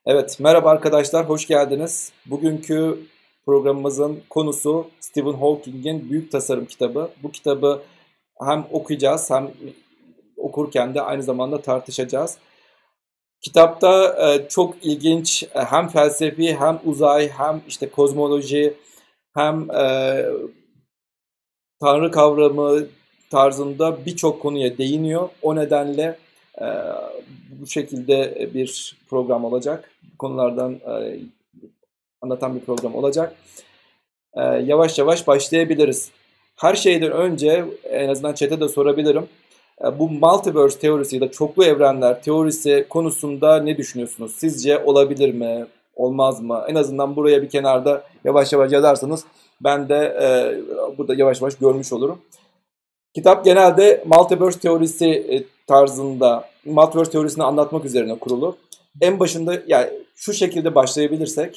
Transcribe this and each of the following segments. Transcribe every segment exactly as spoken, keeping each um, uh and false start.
Evet, merhaba arkadaşlar, hoş geldiniz. Bugünkü programımızın konusu Stephen Hawking'in Büyük Tasarım kitabı. Bu kitabı hem okuyacağız hem okurken de aynı zamanda tartışacağız. Kitapta e, çok ilginç e, hem felsefi hem uzay hem işte kozmoloji hem e, tanrı kavramı tarzında birçok konuya değiniyor. O nedenle e, bu şekilde bir program olacak. Bu konulardan e, anlatan bir program olacak. Ee, yavaş yavaş başlayabiliriz. Her şeyden önce en azından chat'e de sorabilirim. Ee, bu multiverse teorisi ya da çoklu evrenler teorisi konusunda ne düşünüyorsunuz? Sizce olabilir mi? Olmaz mı? En azından buraya bir kenarda yavaş yavaş yazarsanız ben de e, burada yavaş yavaş görmüş olurum. Kitap genelde multiverse teorisi e, tarzında, multiverse teorisini anlatmak üzerine kurulu. En başında yani şu şekilde başlayabilirsek,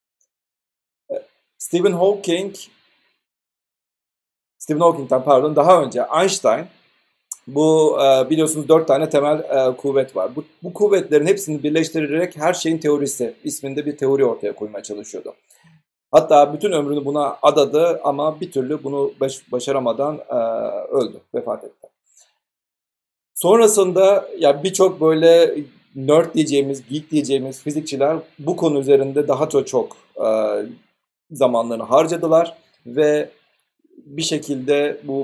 Stephen Hawking, Stephen Hawking'den pardon daha önce Einstein bu e, biliyorsunuz dört tane temel e, kuvvet var. Bu, bu kuvvetlerin hepsini birleştirerek her şeyin teorisi isminde bir teori ortaya koymaya çalışıyordu. Hatta bütün ömrünü buna adadı ama bir türlü bunu baş, başaramadan e, öldü, vefat etti. Sonrasında ya birçok böyle nerd diyeceğimiz, geek diyeceğimiz fizikçiler bu konu üzerinde daha çok çok e, zamanlarını harcadılar ve bir şekilde bu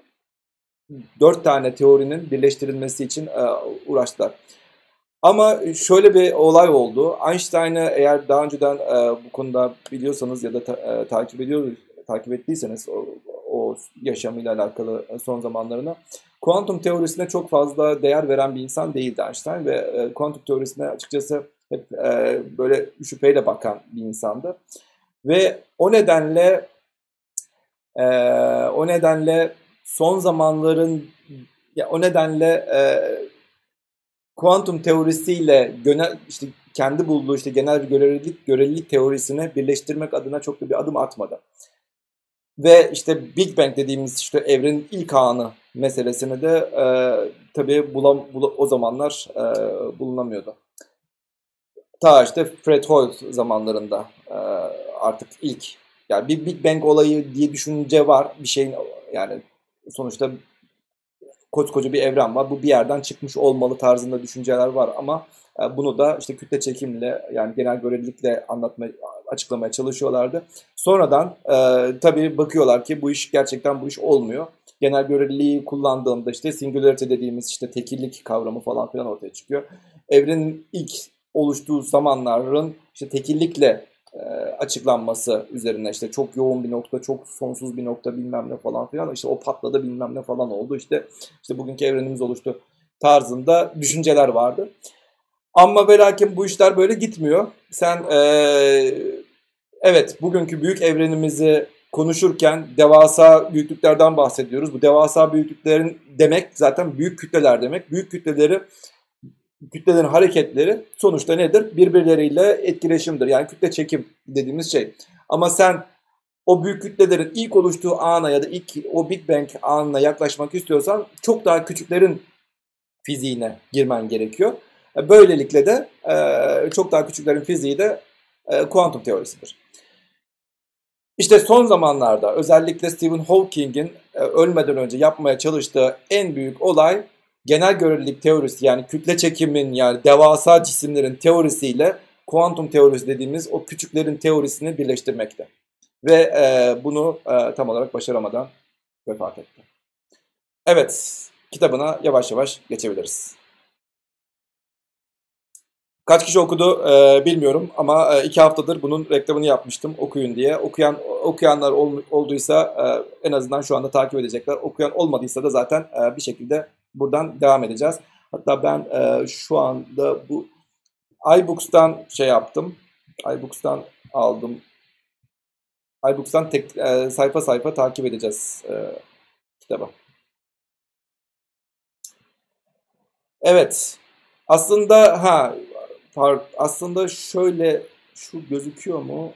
dört tane teorinin birleştirilmesi için e, uğraştılar. Ama şöyle bir olay oldu. Einstein'ı eğer daha önceden e, bu konuda biliyorsanız ya da ta, e, takip ediyor takip ettiyseniz o, o yaşamıyla alakalı son zamanlarına kuantum teorisine çok fazla değer veren bir insan değildi Einstein ve e, kuantum teorisine açıkçası hep e, böyle şüpheyle bakan bir insandı. Ve o nedenle e, o nedenle son zamanların ya o nedenle e, kuantum teorisiyle genel işte kendi bulduğu işte genel görelilik görelilik teorisini birleştirmek adına çok da bir adım atmadı. Ve işte Big Bang dediğimiz işte evrenin ilk anı meselesini de e, tabii bulam, bula, o zamanlar e, bulunamıyordu. Ta işte Fred Hoyle zamanlarında e, artık ilk yani bir Big Bang olayı diye düşünce var bir şeyin yani sonuçta koskoca bir evren var. Bu bir yerden çıkmış olmalı tarzında düşünceler var ama e, bunu da işte kütle çekimle yani genel görelilikle anlatmaya, açıklamaya çalışıyorlardı. Sonradan e, tabii bakıyorlar ki bu iş gerçekten bu iş olmuyor. Genel göreliliği kullandığında işte singularity dediğimiz işte tekillik kavramı falan filan ortaya çıkıyor. Evrenin ilk oluştuğu zamanların işte tekillikle e, açıklanması üzerine işte çok yoğun bir nokta, çok sonsuz bir nokta bilmem ne falan filan işte o patladı bilmem ne falan oldu işte işte bugünkü evrenimiz oluştu tarzında düşünceler vardı. Ama ve lakin bu işler böyle gitmiyor. Sen ee, evet bugünkü büyük evrenimizi konuşurken devasa büyüklüklerden bahsediyoruz. Bu devasa büyüklüklerin demek zaten büyük kütleler demek. Büyük kütleleri kütlelerin hareketleri sonuçta nedir? Birbirleriyle etkileşimdir. Yani kütle çekim dediğimiz şey. Ama sen o büyük kütlelerin ilk oluştuğu ana ya da ilk o Big Bang anına yaklaşmak istiyorsan çok daha küçüklerin fiziğine girmen gerekiyor. Böylelikle de e, çok daha küçüklerin fiziği de e, kuantum teorisidir. İşte son zamanlarda özellikle Stephen Hawking'in e, ölmeden önce yapmaya çalıştığı en büyük olay genel görelilik teorisi yani kütle çekimin yani devasa cisimlerin teorisiyle kuantum teorisi dediğimiz o küçüklerin teorisini birleştirmekte. Ve e, bunu e, tam olarak başaramadan vefat etti. Evet, kitabına yavaş yavaş geçebiliriz. Kaç kişi okudu e, bilmiyorum ama e, iki haftadır bunun reklamını yapmıştım okuyun diye. Okuyan okuyanlar ol, olduysa e, en azından şu anda takip edecekler. Okuyan olmadıysa da zaten e, bir şekilde buradan devam edeceğiz. Hatta ben e, şu anda bu iBooks'tan şey yaptım. iBooks'tan aldım. iBooks'tan tek, e, sayfa sayfa takip edeceğiz e, kitabı. Evet. Aslında ha par, aslında şöyle şu gözüküyor mu?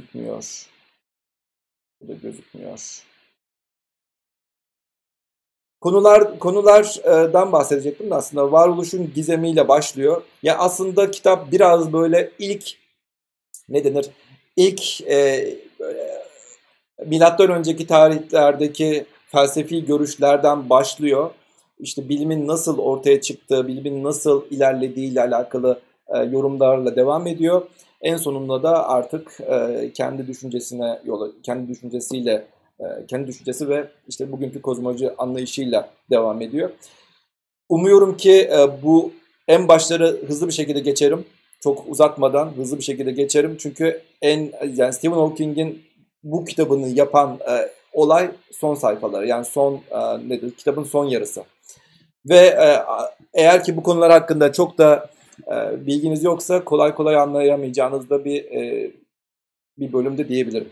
Gözükmüyor. Bu da gözükmüyor. Konular konulardan bahsedecektim de aslında varoluşun gizemiyle başlıyor. Ya aslında kitap biraz böyle ilk ne denir? İlk e, böyle milattan önceki tarihlerdeki felsefi görüşlerden başlıyor. İşte bilimin nasıl ortaya çıktığı, bilimin nasıl ilerlediği ile alakalı e, yorumlarla devam ediyor. En sonunda da artık e, kendi düşüncesine yola, kendi düşüncesiyle, e, kendi düşüncesi ve işte bugünkü kozmoloji anlayışıyla devam ediyor. Umuyorum ki e, bu en başları hızlı bir şekilde geçerim. Çok uzatmadan hızlı bir şekilde geçerim. Çünkü en yani Stephen Hawking'in bu kitabını yapan e, olay son sayfaları. Yani son e, nedir? Kitabın son yarısı. Ve e, eğer ki bu konular hakkında çok da e, bilginiz yoksa kolay kolay anlayamayacağınız da bir e, bir bölümde diyebilirim.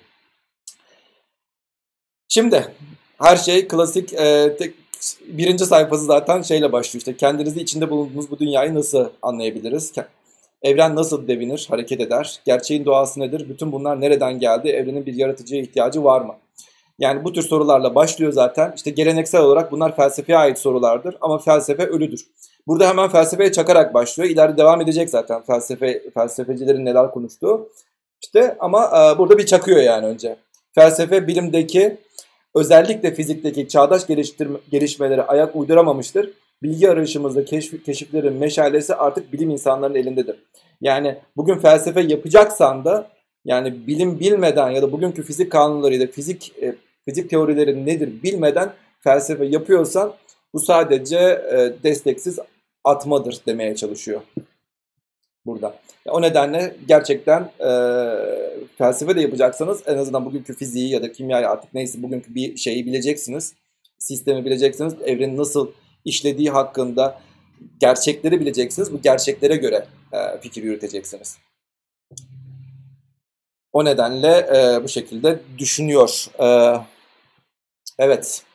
Şimdi her şey klasik e, tek, birinci sayfası zaten şeyle başlıyor. İşte kendinizi içinde bulunduğunuz bu dünyayı nasıl anlayabiliriz? Evren nasıl devinir, hareket eder? Gerçeğin doğası nedir? Bütün bunlar nereden geldi? Evrenin bir yaratıcıya ihtiyacı var mı? Yani bu tür sorularla başlıyor zaten. İşte geleneksel olarak bunlar felsefeye ait sorulardır ama felsefe ölüdür. Burada hemen felsefeye çakarak başlıyor. İleride devam edecek zaten felsefe felsefecilerin neler konuştuğu. İşte ama e, burada bir çakıyor yani önce. Felsefe bilimdeki özellikle fizikteki çağdaş gelişmelere ayak uyduramamıştır. Bilgi arayışımızda keşf, keşiflerin meşalesi artık bilim insanlarının elindedir. Yani bugün felsefe yapacaksan da yani bilim bilmeden ya da bugünkü fizik kanunlarıyla fizik e, fizik teorileri nedir bilmeden felsefe yapıyorsan bu sadece e, desteksiz atmadır demeye çalışıyor burada. O nedenle gerçekten e, felsefe de yapacaksanız en azından bugünkü fiziği ya da kimyayı artık neyse bugünkü bir şeyi bileceksiniz. Sistemi bileceksiniz. Evrenin nasıl işlediği hakkında gerçekleri bileceksiniz. Bu gerçeklere göre e, fikir yürüteceksiniz. O nedenle e, bu şekilde düşünüyor. E, evet.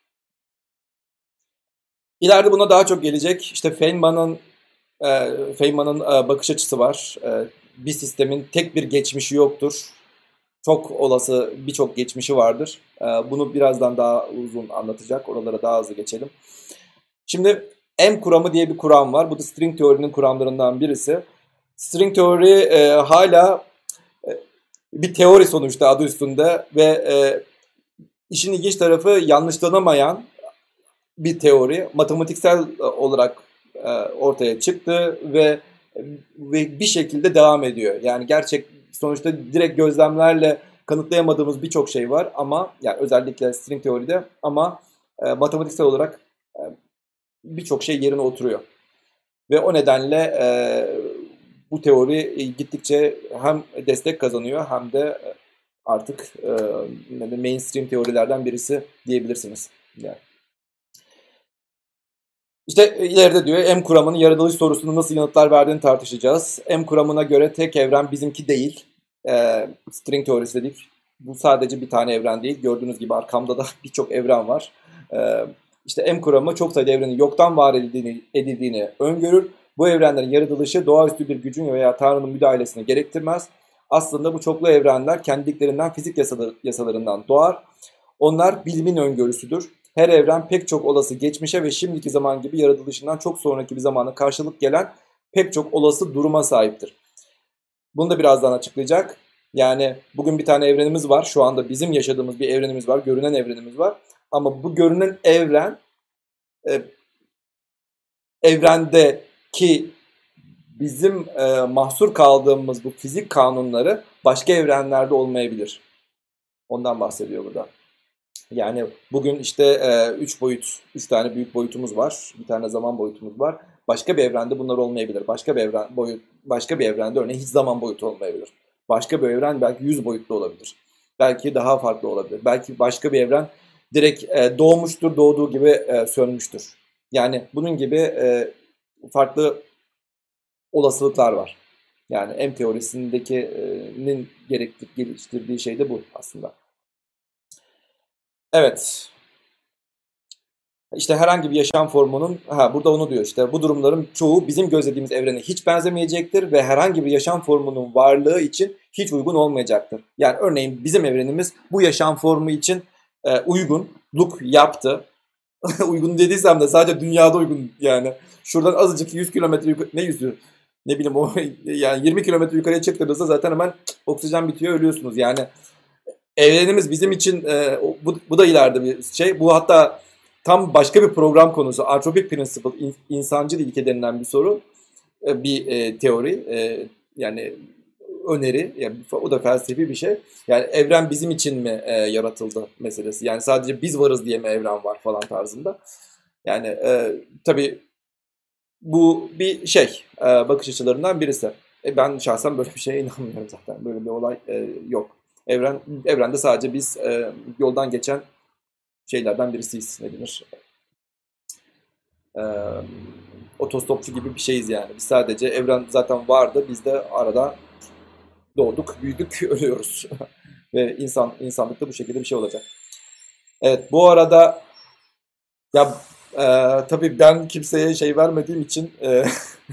İleride buna daha çok gelecek. İşte Feynman'ın e, Feynman'ın e, bakış açısı var. E, bir sistemin tek bir geçmişi yoktur. Çok olası birçok geçmişi vardır. E, bunu birazdan daha uzun anlatacak. Oralara daha hızlı geçelim. Şimdi M kuramı diye bir kuram var. Bu da string teorinin kuramlarından birisi. String teori e, hala e, bir teori sonuçta adı üstünde ve e, işin ilginç tarafı yanlışlanamayan bir teori. Matematiksel olarak e, ortaya çıktı ve ve bir şekilde devam ediyor. Yani gerçek sonuçta direkt gözlemlerle kanıtlayamadığımız birçok şey var ama yani özellikle string teoride ama e, matematiksel olarak e, birçok şey yerine oturuyor. Ve o nedenle e, bu teori gittikçe hem destek kazanıyor hem de artık e, mainstream teorilerden birisi diyebilirsiniz. Yani. İşte ileride diyor M kuramının yaratılış sorusunu nasıl yanıtlar verdiğini tartışacağız. M kuramına göre tek evren bizimki değil. E, string teorisi dedik. Bu sadece bir tane evren değil. Gördüğünüz gibi arkamda da birçok evren var. E, işte M kuramı çok sayıda evrenin yoktan var edildiğini, edildiğini öngörür. Bu evrenlerin yaratılışı doğaüstü bir gücün veya Tanrı'nın müdahalesini gerektirmez. Aslında bu çoklu evrenler kendiliklerinden fizik yasalarından doğar. Onlar bilimin öngörüsüdür. Her evren pek çok olası geçmişe ve şimdiki zaman gibi yaratılışından çok sonraki bir zamana karşılık gelen pek çok olası duruma sahiptir. Bunu da birazdan açıklayacak. Yani bugün bir tane evrenimiz var. Şu anda bizim yaşadığımız bir evrenimiz var. Görünen evrenimiz var. Ama bu görünen evren e, evrendeki bizim e, mahsur kaldığımız bu fizik kanunları başka evrenlerde olmayabilir. Ondan bahsediyor burada. Yani bugün işte üç boyut, üç tane büyük boyutumuz var. Bir tane zaman boyutumuz var. Başka bir evrende bunlar olmayabilir. Başka bir evren boyut, başka bir evrende örneğin hiç zaman boyutu olmayabilir. Başka bir evren belki yüz boyutlu olabilir. Belki daha farklı olabilir. Belki başka bir evren direkt doğmuştur, doğduğu gibi sönmüştür. Yani bunun gibi farklı olasılıklar var. Yani M teorisindekinin gerektirdiği geliştirdiği şey de bu aslında. Evet. İşte herhangi bir yaşam formunun, ha burada onu diyor işte bu durumların çoğu bizim gözlediğimiz evrene hiç benzemeyecektir ve herhangi bir yaşam formunun varlığı için hiç uygun olmayacaktır. Yani örneğin bizim evrenimiz bu yaşam formu için e, uygunluk yaptı. uygun dediysem de sadece dünyada uygun yani. Şuradan azıcık yüz kilometre yukarı, ne yüzü? Ne bileyim o yani yirmi kilometre yukarıya çıktığınızda zaten hemen oksijen bitiyor, ölüyorsunuz. Yani evrenimiz bizim için e, bu, bu da ileride bir şey. Bu hatta tam başka bir program konusu. Anthropic Principle, in, insancıl ilke denilen bir soru. E, bir e, teori. E, yani öneri. Yani o da felsefi bir şey. Yani evren bizim için mi e, yaratıldı meselesi. Yani sadece biz varız diye mi evren var falan tarzında. Yani e, tabii bu bir şey. E, bakış açılarından birisi. E, ben şahsen böyle bir şeye inanmıyorum zaten. Böyle bir olay e, yok. Evren, evrende sadece biz e, yoldan geçen şeylerden birisiyiz. Ne denir? E, otostopçu gibi bir şeyiz yani. Biz sadece evren zaten vardı. Biz de arada doğduk, büyüdük, ölüyoruz. Ve insan insanlıkta bu şekilde bir şey olacak. Evet, bu arada ya e, tabii ben kimseye şey vermediğim için e,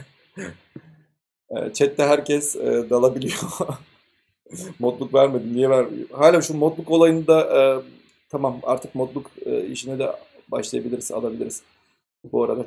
chatte herkes e, dalabiliyor. Modluk vermedim. Niye vermiyor? Hala şu modluk olayında e, tamam artık modluk e, işine de başlayabiliriz, alabiliriz bu arada.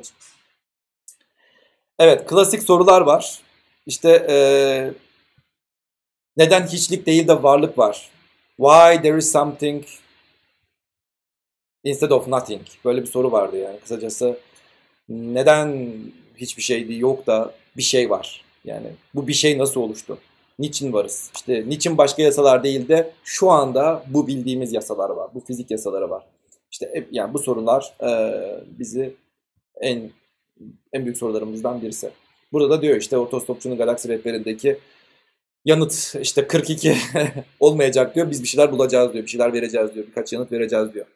Evet, klasik sorular var. İşte e, neden hiçlik değil de varlık var? Why there is something instead of nothing? Böyle bir soru vardı yani. Kısacası neden hiçbir şey değil, yok da bir şey var? Yani bu bir şey nasıl oluştu? Niçin varız? İşte niçin başka yasalar değil de şu anda bu bildiğimiz yasalar var. Bu fizik yasaları var. İşte yani bu sorular e, bizi en en büyük sorularımızdan birisi. Burada da diyor işte Otostopçunun Galaksi Rehberi'ndeki yanıt işte kırk iki olmayacak diyor. Biz bir şeyler bulacağız diyor. Bir şeyler vereceğiz diyor. Birkaç yanıt vereceğiz diyor.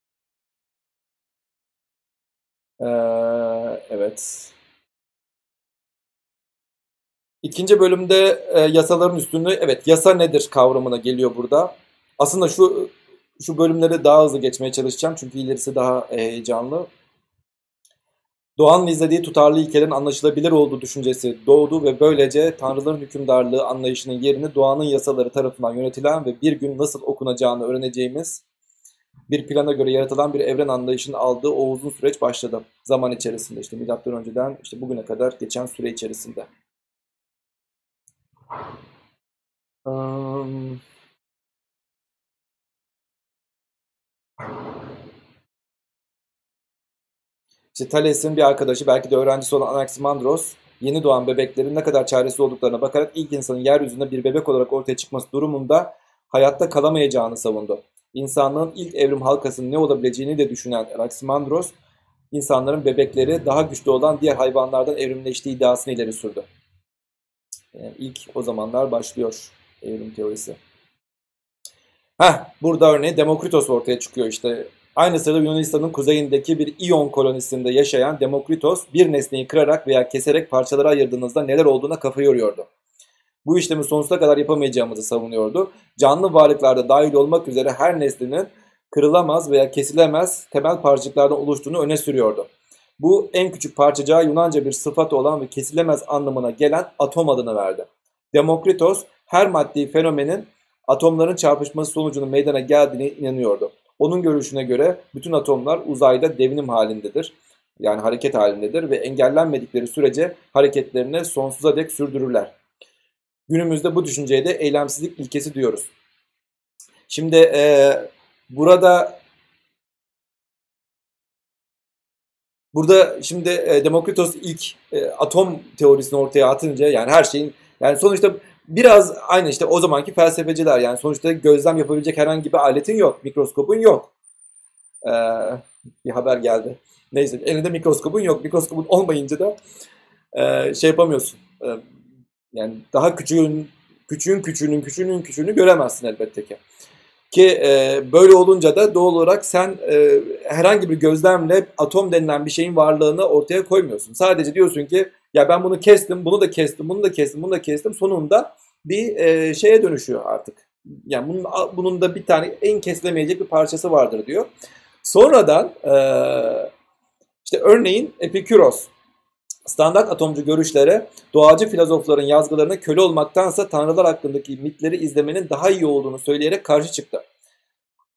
Ee, evet. İkinci bölümde e, yasaların üstünlüğü, evet yasa nedir kavramına geliyor burada. Aslında şu şu bölümleri daha hızlı geçmeye çalışacağım çünkü ilerisi daha e, heyecanlı. Doğanın izlediği tutarlı ilkelerin anlaşılabilir olduğu düşüncesi doğdu ve böylece tanrıların hükümdarlığı anlayışının yerini doğanın yasaları tarafından yönetilen ve bir gün nasıl okunacağını öğreneceğimiz bir plana göre yaratılan bir evren anlayışının aldığı o uzun süreç başladı. Zaman içerisinde işte milattan önceden işte bugüne kadar geçen süre içerisinde. Um, işte Thales'in bir arkadaşı belki de öğrencisi olan Anaximandros yeni doğan bebeklerin ne kadar çaresiz olduklarına bakarak ilk insanın yeryüzünde bir bebek olarak ortaya çıkması durumunda hayatta kalamayacağını savundu. İnsanlığın ilk evrim halkasının ne olabileceğini de düşünen Anaximandros, insanların bebekleri daha güçlü olan diğer hayvanlardan evrimleştiği iddiasını ileri sürdü. Yani ilk o zamanlar başlıyor evrim teorisi. Heh, burada örneğin Demokritos ortaya çıkıyor işte. Aynı sırada Yunanistan'ın kuzeyindeki bir İyon kolonisinde yaşayan Demokritos bir nesneyi kırarak veya keserek parçalara ayırdığınızda neler olduğuna kafa yoruyordu. Bu işlemi sonsuza kadar yapamayacağımızı savunuyordu. Canlı varlıklarda dahil olmak üzere her nesnenin kırılamaz veya kesilemez temel parçacıklardan oluştuğunu öne sürüyordu. Bu en küçük parçacığa Yunanca bir sıfat olan ve kesilemez anlamına gelen atom adını verdi. Demokritos her maddi fenomenin atomların çarpışması sonucunda meydana geldiğine inanıyordu. Onun görüşüne göre bütün atomlar uzayda devinim halindedir. Yani hareket halindedir ve engellenmedikleri sürece hareketlerini sonsuza dek sürdürürler. Günümüzde bu düşünceye de eylemsizlik ilkesi diyoruz. Şimdi e, burada burada şimdi e, Demokritos ilk e, atom teorisini ortaya atınca yani her şeyin yani sonuçta biraz aynı işte o zamanki felsefeciler yani sonuçta gözlem yapabilecek herhangi bir aletin yok, mikroskopun yok. Ee, bir haber geldi. Neyse elinde mikroskopun yok, mikroskopun olmayınca da e, şey yapamıyorsun. E, yani daha küçüğün küçüğün küçüğünün küçüğünün küçüğünü göremezsin elbette ki. Ki e, böyle olunca da doğal olarak sen e, herhangi bir gözlemle atom denilen bir şeyin varlığını ortaya koymuyorsun. Sadece diyorsun ki ya ben bunu kestim, bunu da kestim, bunu da kestim, bunu da kestim. Sonunda bir e, şeye dönüşüyor artık. Yani bunun, bunun da bir tane en kesilemeyecek bir parçası vardır diyor. Sonradan e, işte örneğin Epikuros standart atomcu görüşlere doğacı filozofların yazgılarına köle olmaktansa tanrılar hakkındaki mitleri izlemenin daha iyi olduğunu söyleyerek karşı çıktı.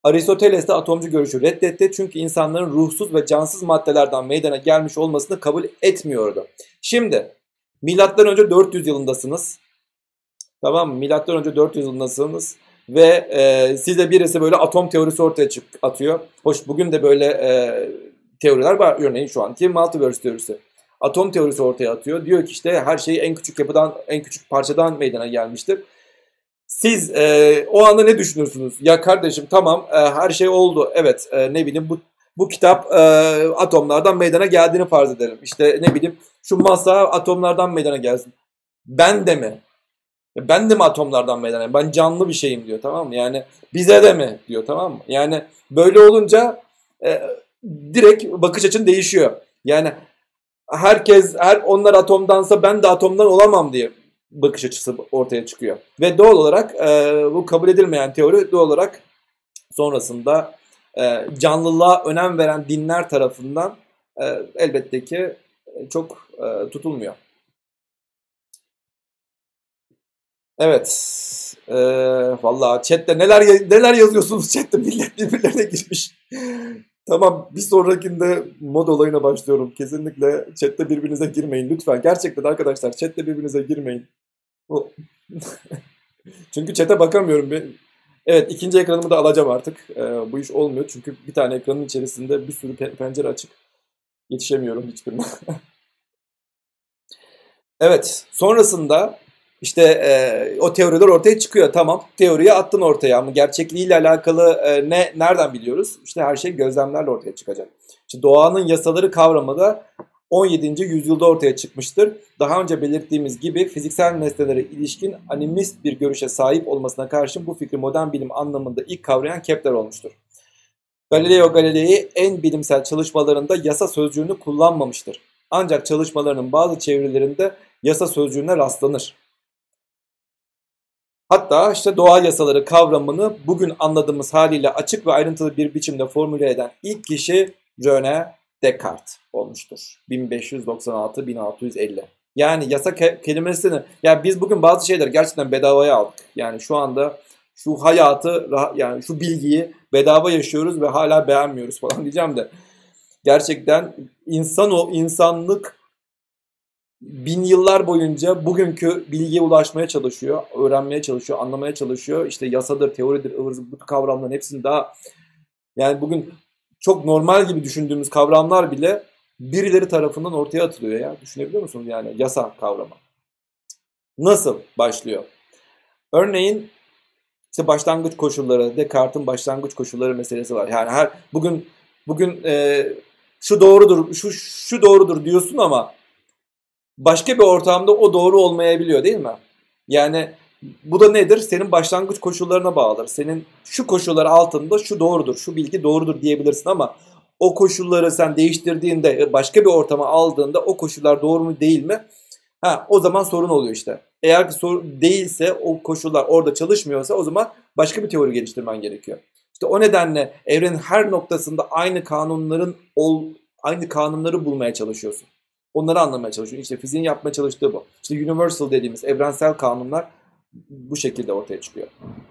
Aristoteles de atomcu görüşü reddetti çünkü insanların ruhsuz ve cansız maddelerden meydana gelmiş olmasını kabul etmiyordu. Şimdi milattan önce dört yüz yılındasınız. Tamam mı? Milattan önce dört yüz yılındasınız ve e, size birisi böyle atom teorisi ortaya çık atıyor. Hoş bugün de böyle e, teoriler var. Örneğin şu anki multiverse teorisi. Atom teorisi ortaya atıyor. Diyor ki işte her şey en küçük yapıdan, en küçük parçadan meydana gelmiştir. Siz e, o anda ne düşünürsünüz? Ya kardeşim tamam e, her şey oldu. Evet e, ne bileyim bu bu kitap e, atomlardan meydana geldiğini farz edelim. İşte ne bileyim şu masa atomlardan meydana gelsin. Ben de mi? Ben de mi atomlardan meydana? Ben canlı bir şeyim diyor, tamam mı? Yani bize de mi diyor, tamam mı? Yani böyle olunca e, direkt bakış açın değişiyor. Yani herkes, her onlar atomdansa ben de atomdan olamam diye bakış açısı ortaya çıkıyor. Ve doğal olarak e, bu kabul edilmeyen teori doğal olarak sonrasında e, canlılığa önem veren dinler tarafından e, elbette ki çok e, tutulmuyor. Evet. Ee, vallahi chatte neler neler yazıyorsunuz chatte, millet birbirlerine girmiş. Tamam, bir sonrakinde mod olayına başlıyorum. Kesinlikle chatte birbirinize girmeyin lütfen. Gerçekten arkadaşlar chatte birbirinize girmeyin. O- Çünkü chat'e bakamıyorum. Ben... Evet, ikinci ekranımı da alacağım artık. Ee, bu iş olmuyor çünkü bir tane ekranın içerisinde bir sürü pe- pencere açık. Yetişemiyorum hiçbirine. Evet, sonrasında işte e, o teoriler ortaya çıkıyor. Tamam, teoriyi attın ortaya ama gerçekliğiyle alakalı e, ne nereden biliyoruz? İşte her şey gözlemlerle ortaya çıkacak. İşte doğanın yasaları kavramı da on yedinci yüzyılda ortaya çıkmıştır. Daha önce belirttiğimiz gibi fiziksel nesnelere ilişkin animist bir görüşe sahip olmasına karşın bu fikri modern bilim anlamında ilk kavrayan Kepler olmuştur. Galileo Galilei en bilimsel çalışmalarında yasa sözcüğünü kullanmamıştır. Ancak çalışmalarının bazı çevrelerinde yasa sözcüğüne rastlanır. Hatta işte doğa yasaları kavramını bugün anladığımız haliyle açık ve ayrıntılı bir biçimde formüle eden ilk kişi René Descartes olmuştur. bin beş yüz doksan altı bin altı yüz elli. Yani yasa ke- kelimesini, yani biz bugün bazı şeyleri gerçekten bedavaya aldık. Yani şu anda şu hayatı, yani şu bilgiyi bedava yaşıyoruz ve hala beğenmiyoruz falan diyeceğim de. Gerçekten insan o insanlık bin yıllar boyunca bugünkü bilgiye ulaşmaya çalışıyor, öğrenmeye çalışıyor, anlamaya çalışıyor. İşte yasadır, teoridir, ıvır zıvır, bu kavramların hepsini daha, yani bugün çok normal gibi düşündüğümüz kavramlar bile birileri tarafından ortaya atılıyor ya. Düşünebiliyor musunuz yani yasa kavramı? Nasıl başlıyor? Örneğin işte başlangıç koşulları, Descartes'in başlangıç koşulları meselesi var. Yani her bugün bugün e, şu doğrudur, şu şu doğrudur diyorsun ama başka bir ortamda o doğru olmayabiliyor değil mi? Yani bu da nedir? Senin başlangıç koşullarına bağlıdır. Senin şu koşullar altında şu doğrudur, şu bilgi doğrudur diyebilirsin ama o koşulları sen değiştirdiğinde, başka bir ortama aldığında o koşullar doğru mu değil mi? Ha, o zaman sorun oluyor işte. Eğer ki sorun değilse, o koşullar orada çalışmıyorsa o zaman başka bir teori geliştirmen gerekiyor. İşte o nedenle evrenin her noktasında aynı kanunların ol, aynı kanunları bulmaya çalışıyorsun. Onları anlamaya çalışıyorsun. İşte fiziğin yapmaya çalıştığı bu. İşte universal dediğimiz evrensel kanunlar bu şekilde ortaya çıkıyor.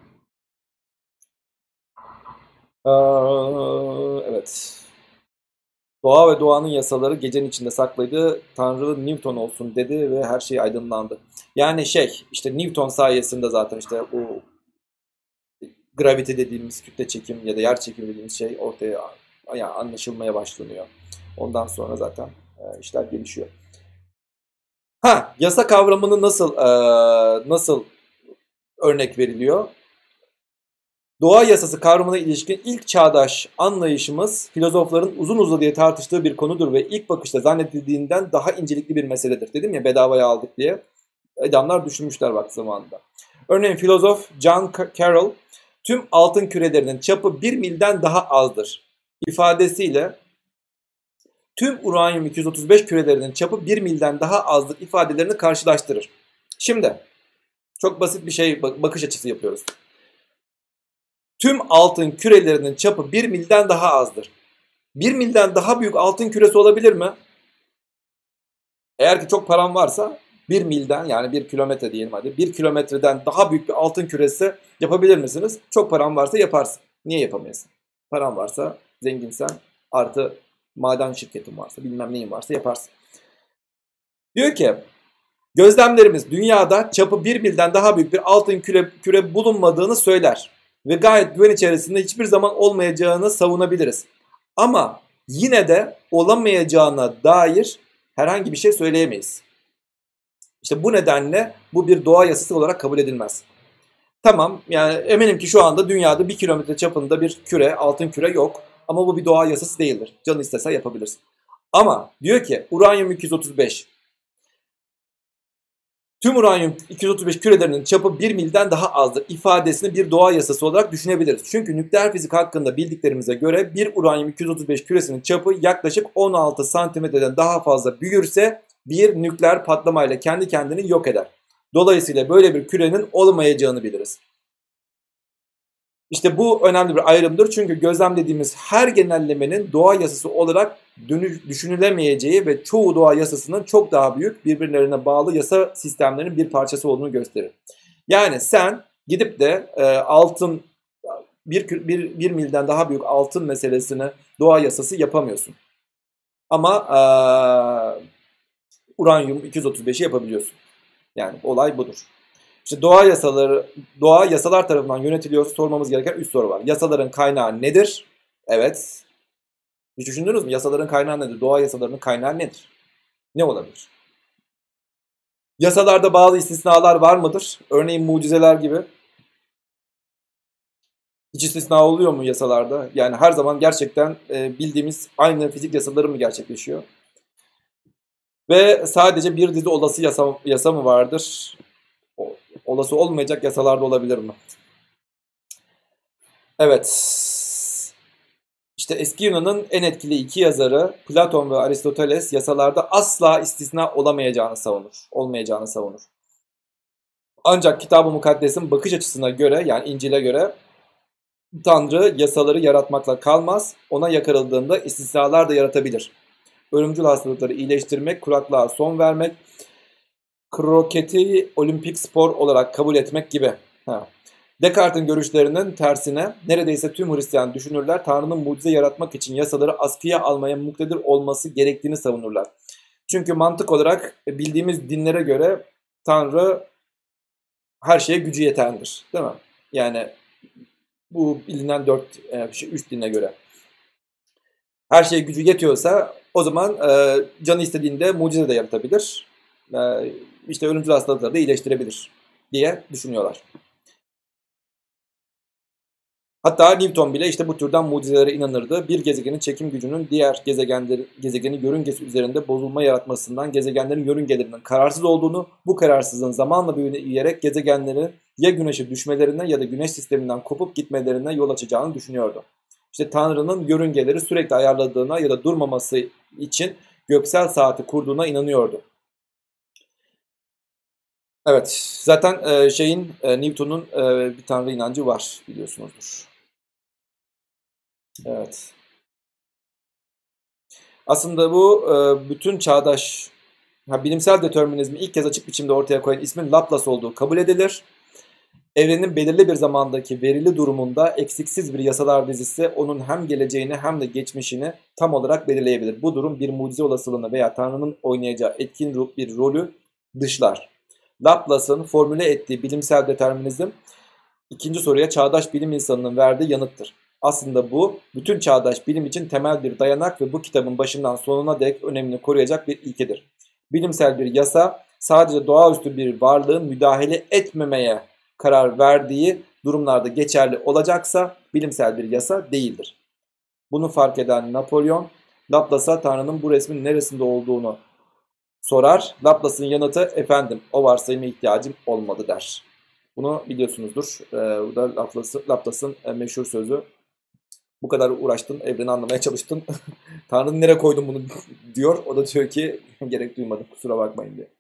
Ee, evet. Doğa ve doğanın yasaları gecenin içinde saklıydı. Tanrı Newton olsun dedi ve her şey aydınlandı. Yani şey işte Newton sayesinde zaten işte o gravity dediğimiz kütle çekim ya da yer çekimi dediğimiz şey ortaya yani anlaşılmaya başlanıyor. Ondan sonra zaten e, işler gelişiyor. Ha, yasa kavramını nasıl e, nasıl örnek veriliyor? Doğa yasası kavramına ilişkin ilk çağdaş anlayışımız filozofların uzun uzadıya tartıştığı bir konudur ve ilk bakışta zannedildiğinden daha incelikli bir meseledir. Dedim ya bedavaya aldık diye. Adamlar düşünmüşler vakti zamanında. Örneğin filozof John Carroll tüm altın kürelerinin çapı bir milden daha azdır ifadesiyle tüm uranyum iki yüz otuz beş kürelerinin çapı bir milden daha azdır ifadelerini karşılaştırır. Şimdi çok basit bir şey bakış açısı yapıyoruz. Tüm altın kürelerinin çapı bir milden daha azdır. bir milden daha büyük altın küresi olabilir mi? Eğer ki çok param varsa bir milden, yani bir kilometre diyelim hadi, bir kilometreden daha büyük bir altın küresi yapabilir misiniz? Çok param varsa yaparsın. Niye yapamayasın? Paran varsa, zenginsen, artı maden şirketin varsa, bilmem neyin varsa yaparsın. Diyor ki, gözlemlerimiz dünyada çapı bir milden daha büyük bir altın küre, küre bulunmadığını söyler. Ve gayet güven içerisinde hiçbir zaman olmayacağını savunabiliriz. Ama yine de olamayacağına dair herhangi bir şey söyleyemeyiz. İşte bu nedenle bu bir doğa yasası olarak kabul edilmez. Tamam, yani eminim ki şu anda dünyada bir kilometre çapında bir küre, altın küre yok. Ama bu bir doğa yasası değildir. Canı istese yapabilirsin. Ama diyor ki uranyum iki yüz otuz beş. Tüm uranyum iki yüz otuz beş kürelerinin çapı bir milden daha azdır ifadesini bir doğa yasası olarak düşünebiliriz. Çünkü nükleer fizik hakkında bildiklerimize göre bir uranyum iki yüz otuz beş küresinin çapı yaklaşık on altı santimetreden daha fazla büyürse bir nükleer patlamayla kendi kendini yok eder. Dolayısıyla böyle bir kürenin olmayacağını biliriz. İşte bu önemli bir ayrımdır. Çünkü gözlemlediğimiz her genellemenin doğa yasası olarak düşünülemeyeceği ve çoğu doğa yasasının çok daha büyük birbirlerine bağlı yasa sistemlerinin bir parçası olduğunu gösterir. Yani sen gidip de e, altın bir, bir, bir milden daha büyük altın meselesini doğa yasası yapamıyorsun. Ama e, uranyum iki yüz otuz beşi yapabiliyorsun. Yani olay budur. İşte doğa yasaları, doğa yasalar tarafından yönetiliyor. Sormamız gereken üç soru var. Yasaların kaynağı nedir? Evet. Hiç düşündünüz mü? Yasaların kaynağı nedir? Doğa yasalarının kaynağı nedir? Ne olabilir? Yasalarda bazı istisnalar var mıdır? Örneğin mucizeler gibi. Hiç istisna oluyor mu yasalarda? Yani her zaman gerçekten bildiğimiz aynı fizik yasaları mı gerçekleşiyor? Ve sadece bir dizi olası yasa, yasa mı vardır? Olası olmayacak yasalar da olabilir mi? Evet. İşte eski Yunan'ın en etkili iki yazarı Platon ve Aristoteles yasalarda asla istisna olamayacağını savunur. Olmayacağını savunur. Ancak Kitab-ı Mukaddes'in bakış açısına göre, yani İncil'e göre Tanrı yasaları yaratmakla kalmaz, ona yakarıldığında istisnalar da yaratabilir. Ölümcül hastalıkları iyileştirmek, kuraklığa son vermek, kroketi olimpik spor olarak kabul etmek gibi. Ha. Descartes'in görüşlerinin tersine neredeyse tüm Hristiyan düşünürler Tanrı'nın mucize yaratmak için yasaları askıya almaya muktedir olması gerektiğini savunurlar. Çünkü mantık olarak bildiğimiz dinlere göre Tanrı her şeye gücü yetendir. Değil mi? Yani bu bilinen dört, üç dine göre. Her şeye gücü yetiyorsa o zaman canı istediğinde mucize de yaratabilir. İşte ölümcül hastalıkları da iyileştirebilir diye düşünüyorlar. Hatta Newton bile işte bu türden mucizelere inanırdı. Bir gezegenin çekim gücünün diğer gezegenleri, gezegenin yörüngesi üzerinde bozulma yaratmasından gezegenlerin yörüngelerinin kararsız olduğunu, bu kararsızlığın zamanla büyüyerek gezegenlerin ya güneşe düşmelerine ya da güneş sisteminden kopup gitmelerine yol açacağını düşünüyordu. İşte Tanrı'nın yörüngeleri sürekli ayarladığına ya da durmaması için göksel saati kurduğuna inanıyordu. Evet, zaten şeyin Newton'un bir Tanrı inancı var, biliyorsunuzdur. Evet. Aslında bu bütün çağdaş ha, bilimsel determinizmi ilk kez açık biçimde ortaya koyan ismin Laplace olduğu kabul edilir. Evrenin belirli bir zamandaki verili durumunda eksiksiz bir yasalar dizisi onun hem geleceğini hem de geçmişini tam olarak belirleyebilir. Bu durum bir mucize olasılığını veya Tanrı'nın oynayacağı etkin bir rolü dışlar. Laplace'ın formüle ettiği bilimsel determinizm ikinci soruya çağdaş bilim insanının verdiği yanıttır. Aslında bu bütün çağdaş bilim için temel bir dayanak ve bu kitabın başından sonuna dek önemini koruyacak bir ilkedir. Bilimsel bir yasa sadece doğaüstü bir varlığın müdahale etmemeye karar verdiği durumlarda geçerli olacaksa bilimsel bir yasa değildir. Bunu fark eden Napolyon, Laplace'a Tanrı'nın bu resmin neresinde olduğunu sorar. Laplace'ın yanıtı efendim o varsayıma ihtiyacım olmadı der. Bunu biliyorsunuzdur. Ee, bu da Laplace'ın meşhur sözü. Bu kadar uğraştın, evreni anlamaya çalıştın. Tanrı'nın nereye koydun bunu diyor. O da diyor ki gerek duymadım, kusura bakmayın diye.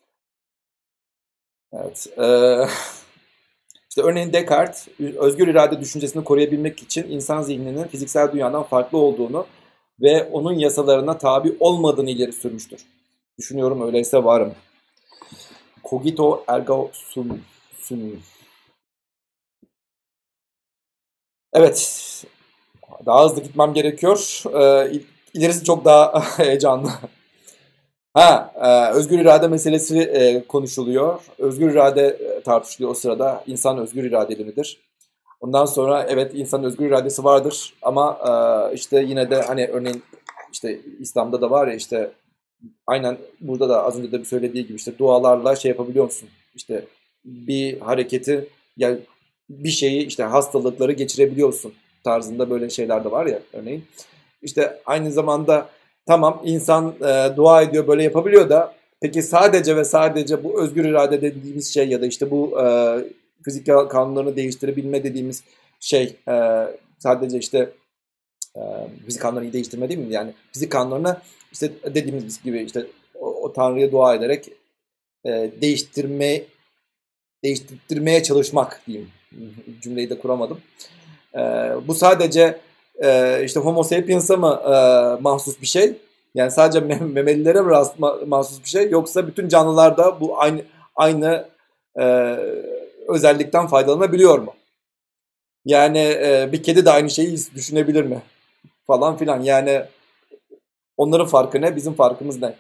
Evet. Ee, işte örneğin Descartes, özgür irade düşüncesini koruyabilmek için insan zihninin fiziksel dünyadan farklı olduğunu ve onun yasalarına tabi olmadığını ileri sürmüştür. Düşünüyorum öyleyse varım. Cogito ergo sum. sum. Evet, daha hızlı gitmem gerekiyor. Ee, il- ilerisi çok daha heyecanlı. Ha, e, özgür irade meselesi e, konuşuluyor. Özgür irade e, tartışılıyor o sırada. İnsan özgür iradeli midir? Ondan sonra evet insanın özgür iradesi vardır ama e, işte yine de hani örneğin işte İslam'da da var ya işte aynen burada da az önce de bir söylediği gibi işte dualarla şey yapabiliyor musun? İşte bir hareketi yani bir şeyi işte hastalıkları geçirebiliyorsun tarzında böyle şeyler de var ya örneğin. İşte aynı zamanda tamam insan e, dua ediyor böyle yapabiliyor da peki sadece ve sadece bu özgür irade dediğimiz şey ya da işte bu e, fizik kanunlarını değiştirebilme dediğimiz şey e, sadece işte e, fizik kanunlarını değiştirme değil mi? Yani fizik kanunlarını işte dediğimiz gibi işte o, o Tanrı'ya dua ederek e, değiştirme değiştirmeye çalışmak diyeyim. Cümleyi de kuramadım. E, bu sadece e, işte Homo sapiens'a mı e, mahsus bir şey? Yani sadece mem memelilere mi rast- mahsus bir şey? Yoksa bütün canlılarda bu aynı aynı e, özellikten faydalanabiliyor mu? Yani e, bir kedi de aynı şeyi düşünebilir mi? Falan filan. Yani onların farkı ne? Bizim farkımız ne?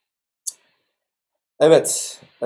Evet. E,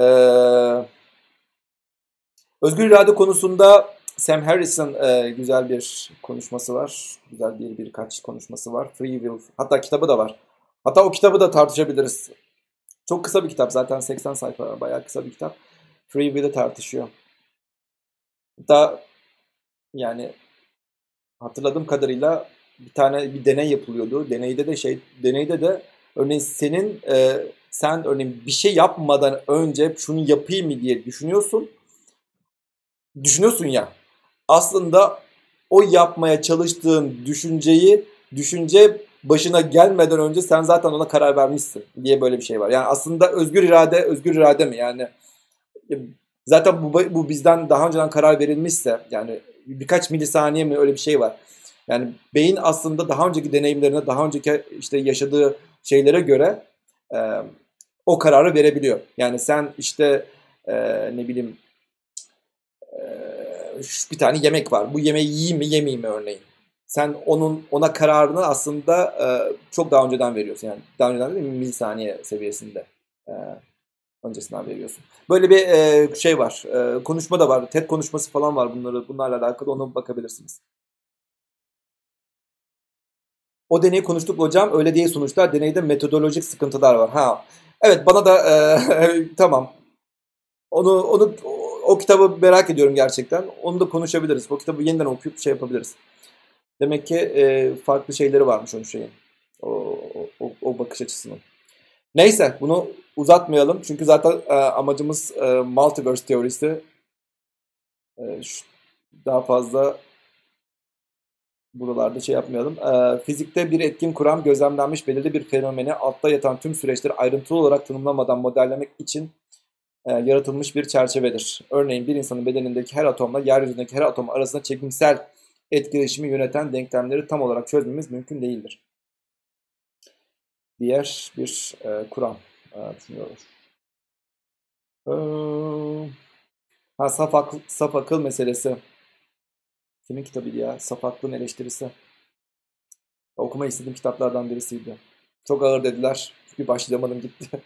özgür irade konusunda Sam Harris'in e, güzel bir konuşması var. Güzel bir birkaç konuşması var. Free Will. Hatta kitabı da var. Hatta o kitabı da tartışabiliriz. Çok kısa bir kitap zaten seksen sayfa. Bayağı kısa bir kitap. Free Will'i tartışıyor. Hatta yani hatırladığım kadarıyla bir tane bir deney yapılıyordu. Deneyde de şey deneyde de örneğin senin e, sen örneğin bir şey yapmadan önce şunu yapayım mı diye düşünüyorsun. Düşünüyorsun ya. Aslında o yapmaya çalıştığın düşünceyi düşünce başına gelmeden önce sen zaten ona karar vermişsin diye böyle bir şey var. Yani aslında özgür irade özgür irade mi? Yani zaten bu, bu bizden daha önceden karar verilmişse yani birkaç milisaniye mi öyle bir şey var. Yani beyin aslında daha önceki deneyimlerine, daha önceki işte yaşadığı şeylere göre e, o kararı verebiliyor. Yani sen işte e, ne bileyim e, bir tane yemek var. Bu yemeği yiyeyim mi yemeyeyim mi örneğin. Sen onun ona kararını aslında e, çok daha önceden veriyorsun. Yani daha önceden değil mi? Milisaniye seviyesinde. E, öncesinden veriyorsun. Böyle bir e, şey var. E, konuşma da var. TED konuşması falan var bunları bunlarla alakalı. Ona bakabilirsiniz. O deneyi konuştuk hocam. Öyle değil sonuçlar. Deneyde metodolojik sıkıntılar var. Ha. Evet bana da e, tamam. Onu onu o, o kitabı merak ediyorum gerçekten. Onu da konuşabiliriz. O kitabı yeniden okuyup şey yapabiliriz. Demek ki e, farklı şeyleri varmış onun şeyin. O, o, o bakış açısının. Neyse bunu uzatmayalım. Çünkü zaten e, amacımız e, multiverse teorisi. E, şu, daha fazla buralarda şey yapmayalım. E, fizikte bir etkin kuram gözlemlenmiş belirli bir fenomeni altta yatan tüm süreçleri ayrıntılı olarak tanımlamadan modellemek için e, yaratılmış bir çerçevedir. Örneğin bir insanın bedenindeki her atomla yeryüzündeki her atom arasında çekimsel etkileşimi yöneten denklemleri tam olarak çözmemiz mümkün değildir. Diğer bir e, kuram e, düşünüyoruz. E, ha, saf, akıl, saf akıl meselesi. Kimin kitabıydı ya? Saf aklın eleştirisi. Okumayı istediğim kitaplardan birisiydi. Çok ağır dediler. Bir başlayamadım gitti.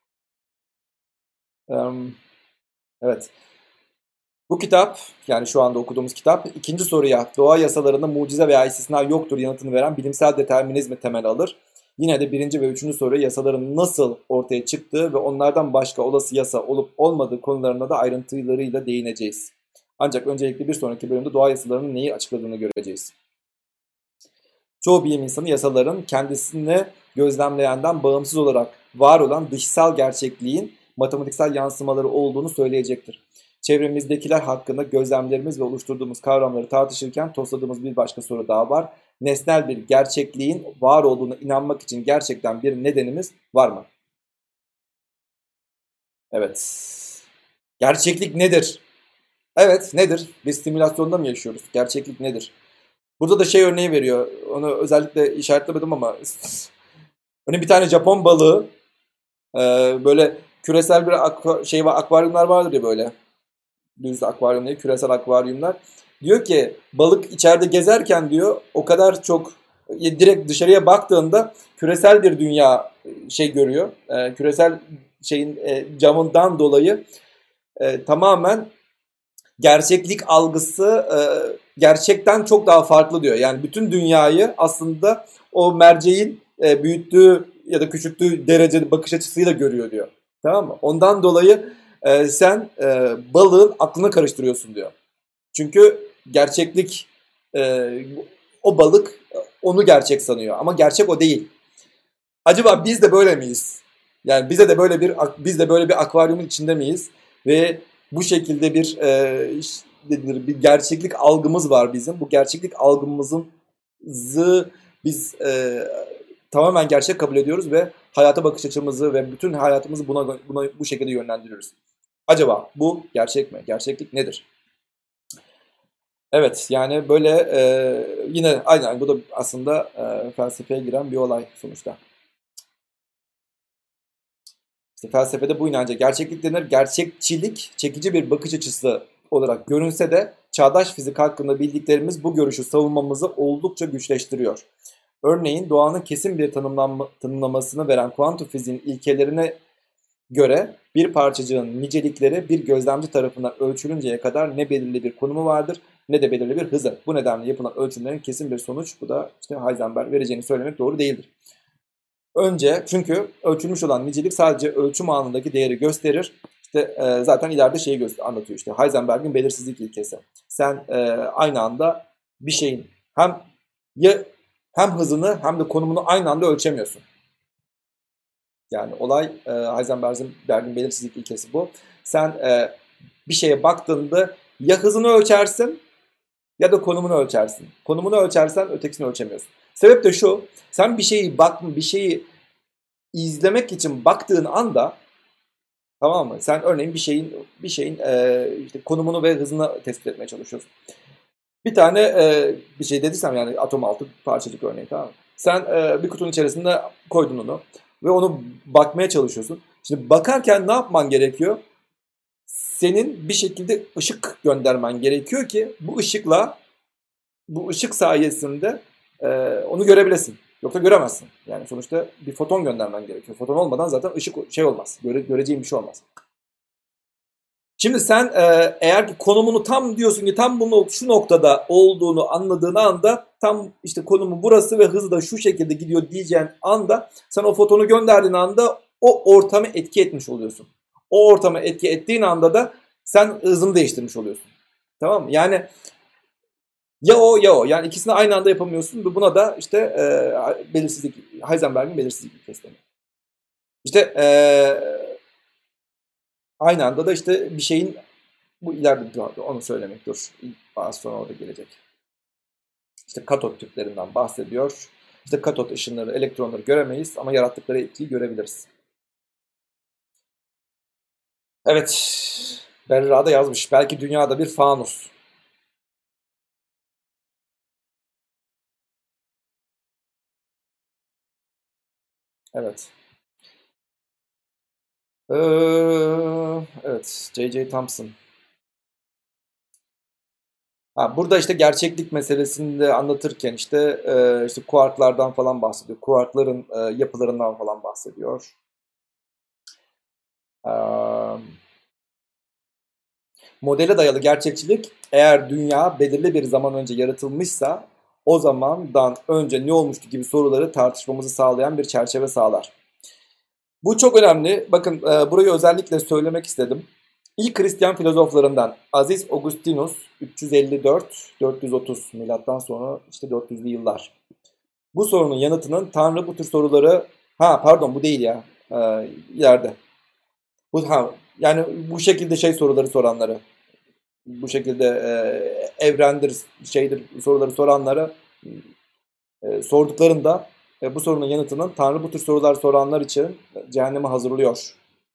um, evet. Bu kitap, yani şu anda okuduğumuz kitap, ikinci soruya doğa yasalarında mucize veya istisna yoktur yanıtını veren bilimsel determinizmi temel alır. Yine de birinci ve üçüncü soruya yasaların nasıl ortaya çıktığı ve onlardan başka olası yasa olup olmadığı konularına da ayrıntılarıyla değineceğiz. Ancak öncelikle bir sonraki bölümde doğa yasalarının neyi açıkladığını göreceğiz. Çoğu bilim insanı yasaların kendisini gözlemleyenden bağımsız olarak var olan dışsal gerçekliğin matematiksel yansımaları olduğunu söyleyecektir. Çevremizdekiler hakkında gözlemlerimiz ve oluşturduğumuz kavramları tartışırken tosladığımız bir başka soru daha var. Nesnel bir gerçekliğin var olduğuna inanmak için gerçekten bir nedenimiz var mı? Evet. Gerçeklik nedir? Evet, nedir? Bir simülasyonda mı yaşıyoruz? Gerçeklik nedir? Burada da şey örneği veriyor. Onu özellikle işaretlemedim ama hani bir tane Japon balığı e, böyle küresel bir akva, şey var, akvaryumlar vardır ya böyle. Düz akvaryum değil, küresel akvaryumlar. Diyor ki balık içeride gezerken diyor o kadar çok e, direkt dışarıya baktığında küresel bir dünya e, şey görüyor. E, küresel şeyin e, camından dolayı e, tamamen gerçeklik algısı e, gerçekten çok daha farklı diyor. Yani bütün dünyayı aslında o merceğin e, büyüttüğü ya da küçülttüğü dereceli bakış açısıyla görüyor diyor. Tamam mı? Ondan dolayı e, sen e, balığın aklını karıştırıyorsun diyor. Çünkü gerçeklik e, o balık onu gerçek sanıyor ama gerçek o değil. Acaba biz de böyle miyiz? Yani bize de böyle bir biz de böyle bir akvaryumun içinde miyiz? Ve bu şekilde bir e, bir gerçeklik algımız var bizim. Bu gerçeklik algımızın zı biz e, tamamen gerçek kabul ediyoruz ve hayata bakış açımızı ve bütün hayatımızı buna buna bu şekilde yönlendiriyoruz. Acaba bu gerçek mi? Gerçeklik nedir? Evet, yani böyle e, yine aynen bu da aslında e, felsefeye giren bir olay sonuçta. İşte felsefede bu inanca gerçeklik denir. Gerçekçilik çekici bir bakış açısı olarak görünse de çağdaş fizik hakkında bildiklerimiz bu görüşü savunmamızı oldukça güçleştiriyor. Örneğin doğanın kesin bir tanımlanma, tanımlamasını veren kuantum fiziğin ilkelerine göre bir parçacığın nicelikleri bir gözlemci tarafından ölçülünceye kadar ne belirli bir konumu vardır ne de belirli bir hızı. Bu nedenle yapılan ölçümlerin kesin bir sonuç, bu da işte Heisenberg vereceğini söylemek doğru değildir. Önce çünkü ölçülmüş olan nicelik sadece ölçüm anındaki değeri gösterir. İşte e, zaten ileride şeyi göster anlatıyor işte Heisenberg'in belirsizlik ilkesi. Sen e, aynı anda bir şeyin hem ya hem hızını hem de konumunu aynı anda ölçemiyorsun. Yani olay e, Heisenberg'in Berg'in belirsizlik ilkesi bu. Sen e, bir şeye baktığında ya hızını ölçersin ya da konumunu ölçersin. Konumunu ölçersen ötekisini ölçemiyorsun. Sebep de şu. Sen bir şeyi bak bir şeyi izlemek için baktığın anda, tamam mı? Sen örneğin bir şeyin bir şeyin e, işte konumunu ve hızını tespit etmeye çalışıyorsun. Bir tane e, bir şey dediysem yani atom altı parçacık örneği, tamam mı? Sen e, bir kutunun içerisinde koydun onu ve onu bakmaya çalışıyorsun. Şimdi bakarken ne yapman gerekiyor? Senin bir şekilde ışık göndermen gerekiyor ki bu ışıkla bu ışık sayesinde e, onu görebilesin. Yoksa göremezsin. Yani sonuçta bir foton göndermen gerekiyor. Foton olmadan zaten ışık şey olmaz. Göre, göreceğin bir şey olmaz. Şimdi sen e, eğer ki konumunu tam diyorsun ki tam bunu şu noktada olduğunu anladığın anda tam işte konumu burası ve hızı da şu şekilde gidiyor diyeceğin anda sen o fotonu gönderdiğin anda o ortamı etki etmiş oluyorsun. O ortamı etki ettiğin anda da sen hızını değiştirmiş oluyorsun. Tamam mı? Yani ya o ya o. Yani ikisini aynı anda yapamıyorsun. Buna da işte e, belirsizlik, Heisenberg'in belirsizlik ilkesi deniyor. İşte e, aynı anda da işte bir şeyin bu ileride onu söylemek dur. Az sonra orada gelecek. İşte katot tüplerinden bahsediyor. İşte katot ışınları, elektronları göremeyiz ama yarattıkları etkiyi görebiliriz. Evet. Berra da yazmış. Belki dünyada bir fanus. Evet. Ee, evet. J J. Thomson. Ha, burada işte gerçeklik meselesini de anlatırken işte e, işte kuarklardan falan bahsediyor. Kuarkların e, yapılarından falan bahsediyor. Ee, modele dayalı gerçekçilik eğer dünya belirli bir zaman önce yaratılmışsa o zamandan önce ne olmuştu gibi soruları tartışmamızı sağlayan bir çerçeve sağlar. Bu çok önemli. Bakın e, burayı özellikle söylemek istedim. İlk Hristiyan filozoflarından Aziz Augustinus üç yüz elli dört dört yüz otuz milattan sonra işte dört yüzlü yıllar. Bu sorunun yanıtının Tanrı bu tür soruları ha pardon bu değil ya ee, ileride. Bu ha yani bu şekilde şey soruları soranları bu şekilde e, evrendir şeydir soruları soranlara e, sorduklarında e, bu sorunun yanıtının Tanrı bu tür sorular soranlar için cehennemi hazırlıyor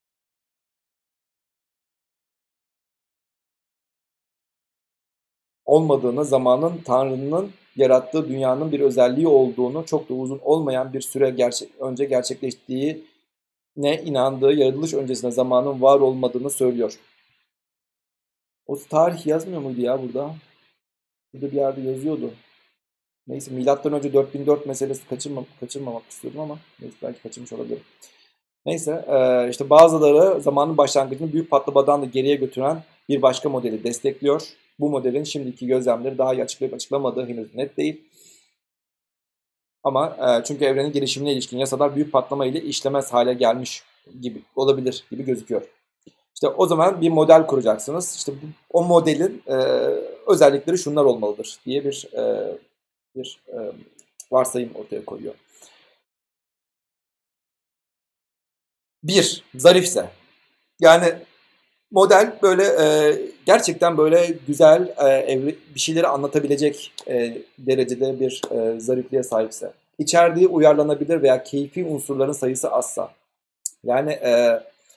olmadığını, zamanın Tanrı'nın yarattığı dünyanın bir özelliği olduğunu, çok da uzun olmayan bir süre gerçek, önce gerçekleştiğine inandığı, yaratılış öncesinde zamanın var olmadığını söylüyor. O tarih yazmıyor muydu ya burada? Burada bir yerde yazıyordu. Neyse milattan önce dört bin dört meselesi kaçırmam, kaçırmamak istiyordum ama neyse belki kaçırmış olabilirim. Neyse e, işte bazıları zamanın başlangıcını büyük patlamadan da geriye götüren bir başka modeli destekliyor. Bu modelin şimdiki gözlemleri daha iyi açıklayıp açıklamadığı henüz net değil. Ama e, çünkü evrenin gelişimine ilişkin yasalar büyük patlama ile işlemez hale gelmiş gibi olabilir gibi gözüküyor. İşte o zaman bir model kuracaksınız. İşte bu, o modelin e, özellikleri şunlar olmalıdır diye bir e, bir e, varsayım ortaya koyuyor. Bir, zarifse. Yani model böyle e, gerçekten böyle güzel e, evre, bir şeyleri anlatabilecek e, derecede bir e, zarifliğe sahipse. İçerdiği uyarlanabilir veya keyfi unsurların sayısı azsa. Yani e,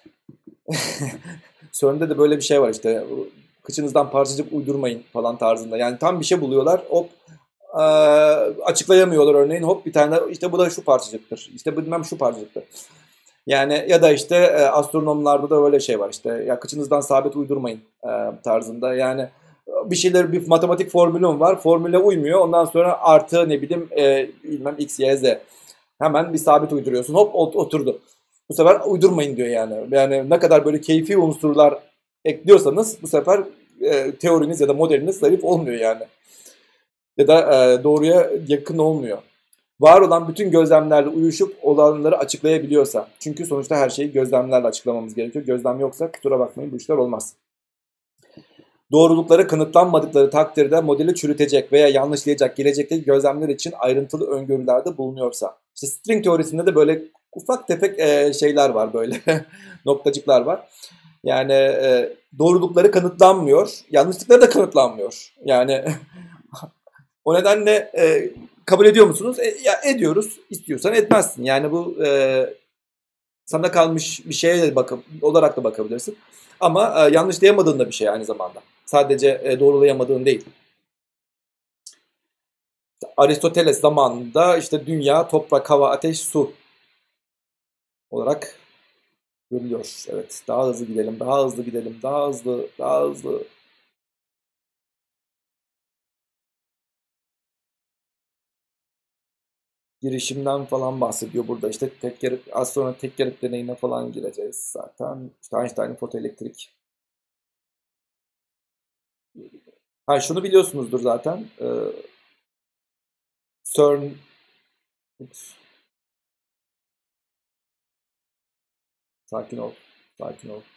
CERN'de de böyle bir şey var işte. Kıçınızdan parçacık uydurmayın falan tarzında. Yani tam bir şey buluyorlar. Hop e, açıklayamıyorlar örneğin. Hop bir tane işte bu da şu parçacıktır. İşte bilmem şu parçacıktır. Yani ya da işte e, astronomlarda da öyle şey var işte. Ya kıçınızdan sabit uydurmayın e, tarzında. Yani bir şeyler bir matematik formülüm var. Formüle uymuyor. Ondan sonra artı ne bileyim e, bilmem x, y, z. Hemen bir sabit uyduruyorsun. Hop oturdu. Bu sefer uydurmayın diyor yani. Yani ne kadar böyle keyfi unsurlar ekliyorsanız bu sefer e, teoriniz ya da modeliniz zayıf olmuyor yani. Ya da e, doğruya yakın olmuyor. Var olan bütün gözlemlerle uyuşup olanları açıklayabiliyorsa. Çünkü sonuçta her şeyi gözlemlerle açıklamamız gerekiyor. Gözlem yoksa kusura bakmayın bu işler olmaz. Doğrulukları kanıtlanmadıkları takdirde modeli çürütecek veya yanlışlayacak gelecekteki gözlemler için ayrıntılı öngörülerde bulunuyorsa. İşte string teorisinde de böyle ufak tefek e, şeyler var böyle noktacıklar var. Yani e, doğrulukları kanıtlanmıyor, yanlışlıkları da kanıtlanmıyor. Yani o nedenle e, kabul ediyor musunuz? E, ya ediyoruz. İstiyorsan etmezsin. Yani bu e, sana kalmış bir şeye de bakıp, olarak da bakabilirsin. Ama e, yanlışlayamadığın da bir şey aynı zamanda. Sadece e, doğrulayamadığın değil. Aristoteles zamanında işte dünya, toprak, hava, ateş, su olarak görülüyor. Evet, daha hızlı gidelim, daha hızlı gidelim, daha hızlı, daha hızlı. Girişimden falan bahsediyor burada. İşte tek yarık, az sonra tek yarık deneyine falan gireceğiz zaten. İşte Einstein'ın fotoelektrik. Ha şunu biliyorsunuzdur zaten. Ee, CERN Ups, sakin ol. Sakin ol.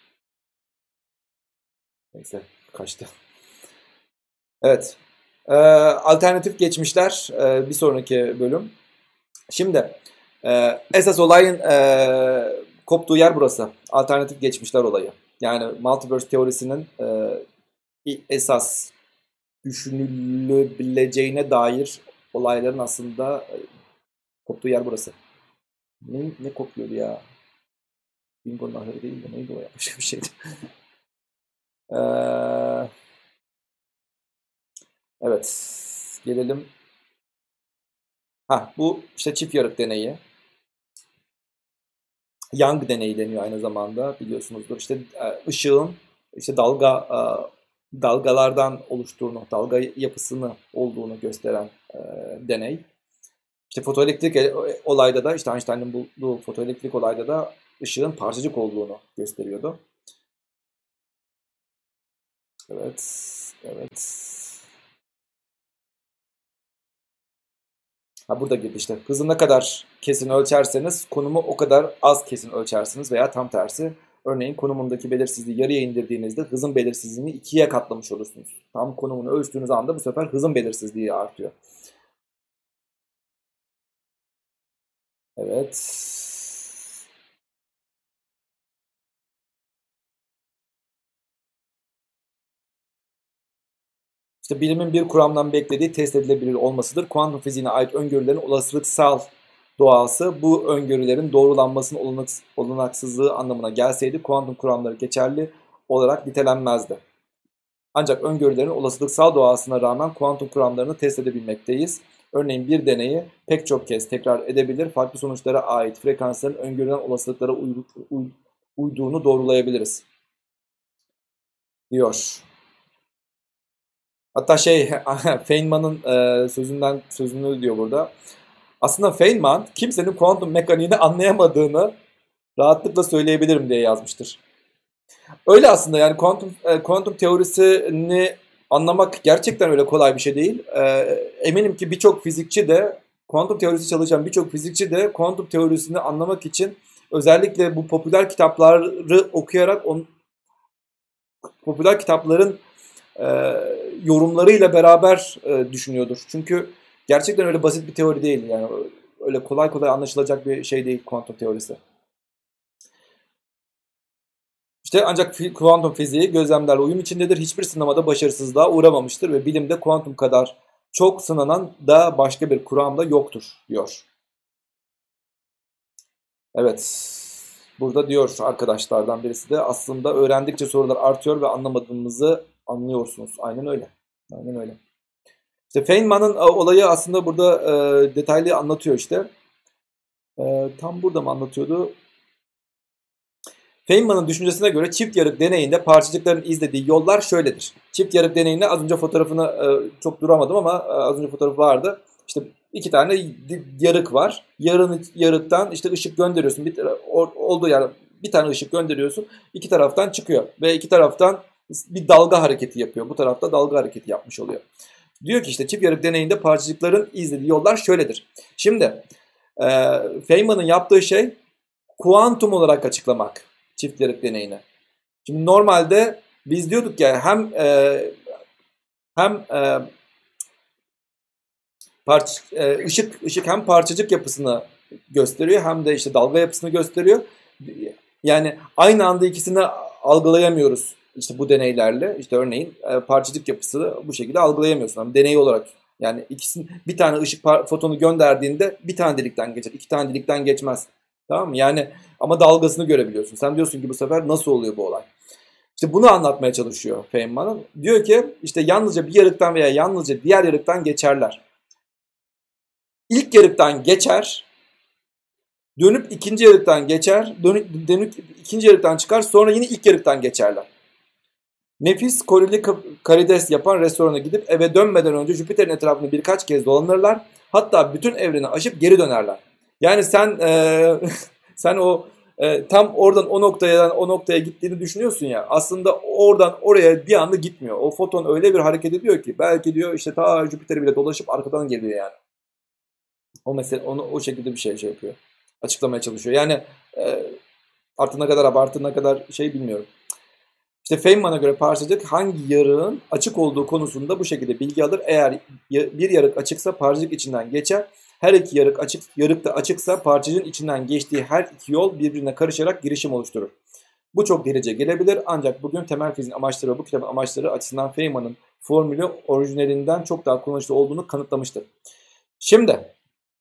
Neyse kaçtı. Evet. Ee, alternatif geçmişler ee, bir sonraki bölüm. Şimdi e, esas olayın e, koptuğu yer burası. Alternatif geçmişler olayı. Yani multiverse teorisinin e, esas düşünülebileceğine dair olayların aslında e, koptuğu yer burası. Ne, ne kopuyordu ya? Bingo nahırı değil de neydi o ya? Başka bir şeydi. Ee, evet. Gelelim. Ha, bu işte çift yarık deneyi. Young deneyi deniyor aynı zamanda biliyorsunuzdur. İşte e, ışığın işte dalga e, dalgalardan oluştuğunu, dalga yapısını olduğunu gösteren e, deney. İşte fotoelektrik e, olayda da işte Einstein'ın bulduğu fotoelektrik olayda da ışığın parçacık olduğunu gösteriyordu. Evet, evet. Ha burada gibi işte. Hızı ne kadar kesin ölçerseniz konumu o kadar az kesin ölçersiniz veya tam tersi. Örneğin konumundaki belirsizliği yarıya indirdiğinizde hızın belirsizliğini ikiye katlamış olursunuz. Tam konumunu ölçtüğünüz anda bu sefer hızın belirsizliği artıyor. Evet. İşte bilimin bir kuramdan beklediği test edilebilir olmasıdır. Kuantum fiziğine ait öngörülerin olasılıksal doğası bu öngörülerin doğrulanmasının olanaksızlığı anlamına gelseydi kuantum kuramları geçerli olarak nitelenmezdi. Ancak öngörülerin olasılıksal doğasına rağmen kuantum kuramlarını test edebilmekteyiz. Örneğin bir deneyi pek çok kez tekrar edebilir, farklı sonuçlara ait frekansların öngörülen olasılıklara uyduğunu doğrulayabiliriz, diyor. Hatta şey Feynman'ın e, sözünden sözünü diyor burada. Aslında Feynman kimsenin kuantum mekaniğini anlayamadığını rahatlıkla söyleyebilirim diye yazmıştır. Öyle aslında yani kuantum e, kuantum teorisini anlamak gerçekten öyle kolay bir şey değil. E, eminim ki birçok fizikçi de kuantum teorisi çalışan birçok fizikçi de kuantum teorisini anlamak için özellikle bu popüler kitapları okuyarak on, popüler kitapların e, yorumlarıyla beraber e, düşünüyordur. Çünkü gerçekten öyle basit bir teori değil. Yani öyle kolay kolay anlaşılacak bir şey değil kuantum teorisi. İşte ancak kuantum fiziği gözlemlerle uyum içindedir. Hiçbir sınamada başarısızlığa uğramamıştır ve bilimde kuantum kadar çok sınanan da başka bir kuram da yoktur diyor. Evet. Burada diyor arkadaşlardan birisi de aslında öğrendikçe sorular artıyor ve anlamadığımızı anlıyorsunuz. Aynen öyle. Aynen öyle. İşte Feynman'ın olayı aslında burada e, detaylı anlatıyor işte. E, tam burada mı anlatıyordu? Feynman'ın düşüncesine göre çift yarık deneyinde parçacıkların izlediği yollar şöyledir. Çift yarık deneyinde az önce fotoğrafını e, çok duramadım ama e, az önce fotoğrafı vardı. İşte iki tane yarık var. Yarın yarıktan işte ışık gönderiyorsun. Bir, olduğu yer bir tane ışık gönderiyorsun. İki taraftan çıkıyor ve iki taraftan bir dalga hareketi yapıyor. Bu tarafta dalga hareketi yapmış oluyor. Diyor ki işte çift yarık deneyinde parçacıkların izlediği yollar şöyledir. Şimdi e, Feynman'ın yaptığı şey kuantum olarak açıklamak çift yarık deneyini. Şimdi normalde biz diyorduk ya hem e, hem e, parç, e, ışık ışık hem parçacık yapısını gösteriyor hem de işte dalga yapısını gösteriyor. Yani aynı anda ikisini algılayamıyoruz işte bu deneylerle. İşte örneğin e, parçacık yapısını bu şekilde algılayamıyorsun. Yani deney olarak yani ikisinin bir tane ışık fotonu gönderdiğinde bir tane delikten geçer, iki tane delikten geçmez. Tamam mı? Yani ama dalgasını görebiliyorsun. Sen diyorsun ki bu sefer nasıl oluyor bu olay? İşte bunu anlatmaya çalışıyor Feynman'ın. Diyor ki işte yalnızca bir yarıktan veya yalnızca diğer yarıktan geçerler. İlk yarıktan geçer, dönüp ikinci yarıktan geçer, dönüp, dönüp ikinci yarıktan çıkar, sonra yine ilk yarıktan geçerler. Nefis korili karides yapan restorana gidip eve dönmeden önce Jüpiter'in etrafını birkaç kez dolanırlar. Hatta bütün evreni aşıp geri dönerler. Yani sen e, sen o e, tam oradan o noktaya o noktaya gittiğini düşünüyorsun ya. Aslında oradan oraya bir anda gitmiyor. O foton öyle bir hareket ediyor ki belki diyor işte ta Jüpiter'i bile dolaşıp arkadan geliyor yani. O mesela onu o şekilde bir şey şey yapıyor. Açıklamaya çalışıyor. Yani e, artık ne kadar abartı ne kadar şey bilmiyorum. İşte Feynman'a göre parçacık hangi yarığın açık olduğu konusunda bu şekilde bilgi alır. Eğer bir yarık açıksa parçacık içinden geçer. Her iki yarık açık, yarık da açıksa parçacığın içinden geçtiği her iki yol birbirine karışarak girişim oluşturur. Bu çok delice gelebilir ancak bugün temel fiziğin amaçları ve bu kitabın amaçları açısından Feynman'ın formülü orijinalinden çok daha kullanışlı olduğunu kanıtlamıştır. Şimdi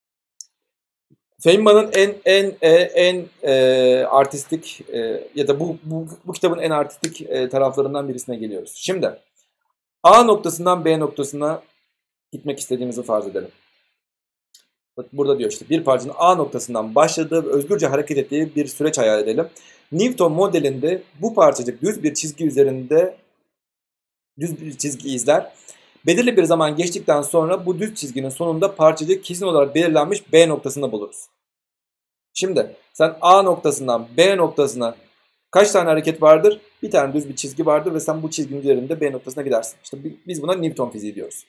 Feynman'ın en en e, en e, artistik e, ya da bu, bu bu kitabın en artistik e, taraflarından birisine geliyoruz. Şimdi A noktasından B noktasına gitmek istediğimizi farz edelim. Bak burada diyor işte bir parçanın A noktasından başladığı ve özgürce hareket ettiği bir süreç hayal edelim. Newton modelinde bu parçacık düz bir çizgi üzerinde düz bir çizgi izler. Belirli bir zaman geçtikten sonra bu düz çizginin sonunda parçacık kesin olarak belirlenmiş B noktasında buluruz. Şimdi sen A noktasından B noktasına kaç tane hareket vardır? Bir tane düz bir çizgi vardır ve sen bu çizginin üzerinde B noktasına gidersin. İşte biz buna Newton fiziği diyoruz.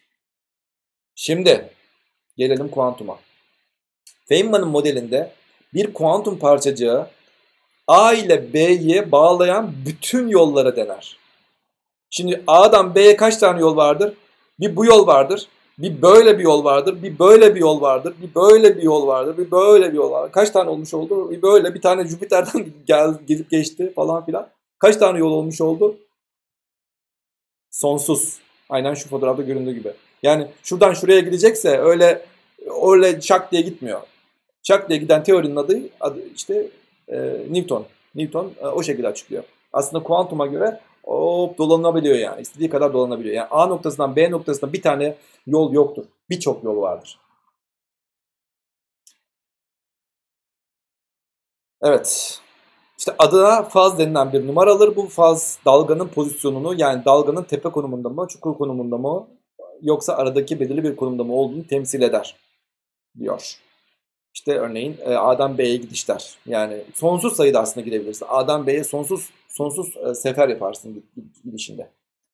Şimdi gelelim kuantuma. Feynman'ın modelinde bir kuantum parçacığı A ile B'ye bağlayan bütün yollara dener. Şimdi A'dan B'ye kaç tane yol vardır? Bir bu yol vardır. Bir böyle bir yol vardır, bir böyle bir yol vardır, bir böyle bir yol vardır, bir böyle bir yol vardır. Kaç tane olmuş oldu? Bir böyle bir tane Jüpiter'den gel, gelip geçti falan filan. Kaç tane yol olmuş oldu? Sonsuz. Aynen şu fotoğrafta göründüğü gibi. Yani şuradan şuraya gidecekse öyle öyle şak diye gitmiyor. Şak diye giden teorinin adı, adı işte e, Newton. Newton e, o şekilde açıklıyor. Aslında kuantuma göre hop dolanabiliyor yani. İstediği kadar dolanabiliyor. Yani A noktasından B noktasına bir tane yol yoktur. Birçok yol vardır. Evet. İşte adına faz denilen bir numara alır. Bu faz dalganın pozisyonunu, yani dalganın tepe konumunda mı, çukur konumunda mı, yoksa aradaki belirli bir konumda mı olduğunu temsil eder diyor. İşte örneğin e, A'dan B'ye gidişler. Yani sonsuz sayıda aslında gidebilirsin. A'dan B'ye sonsuz sonsuz e, sefer yaparsın gidişinde.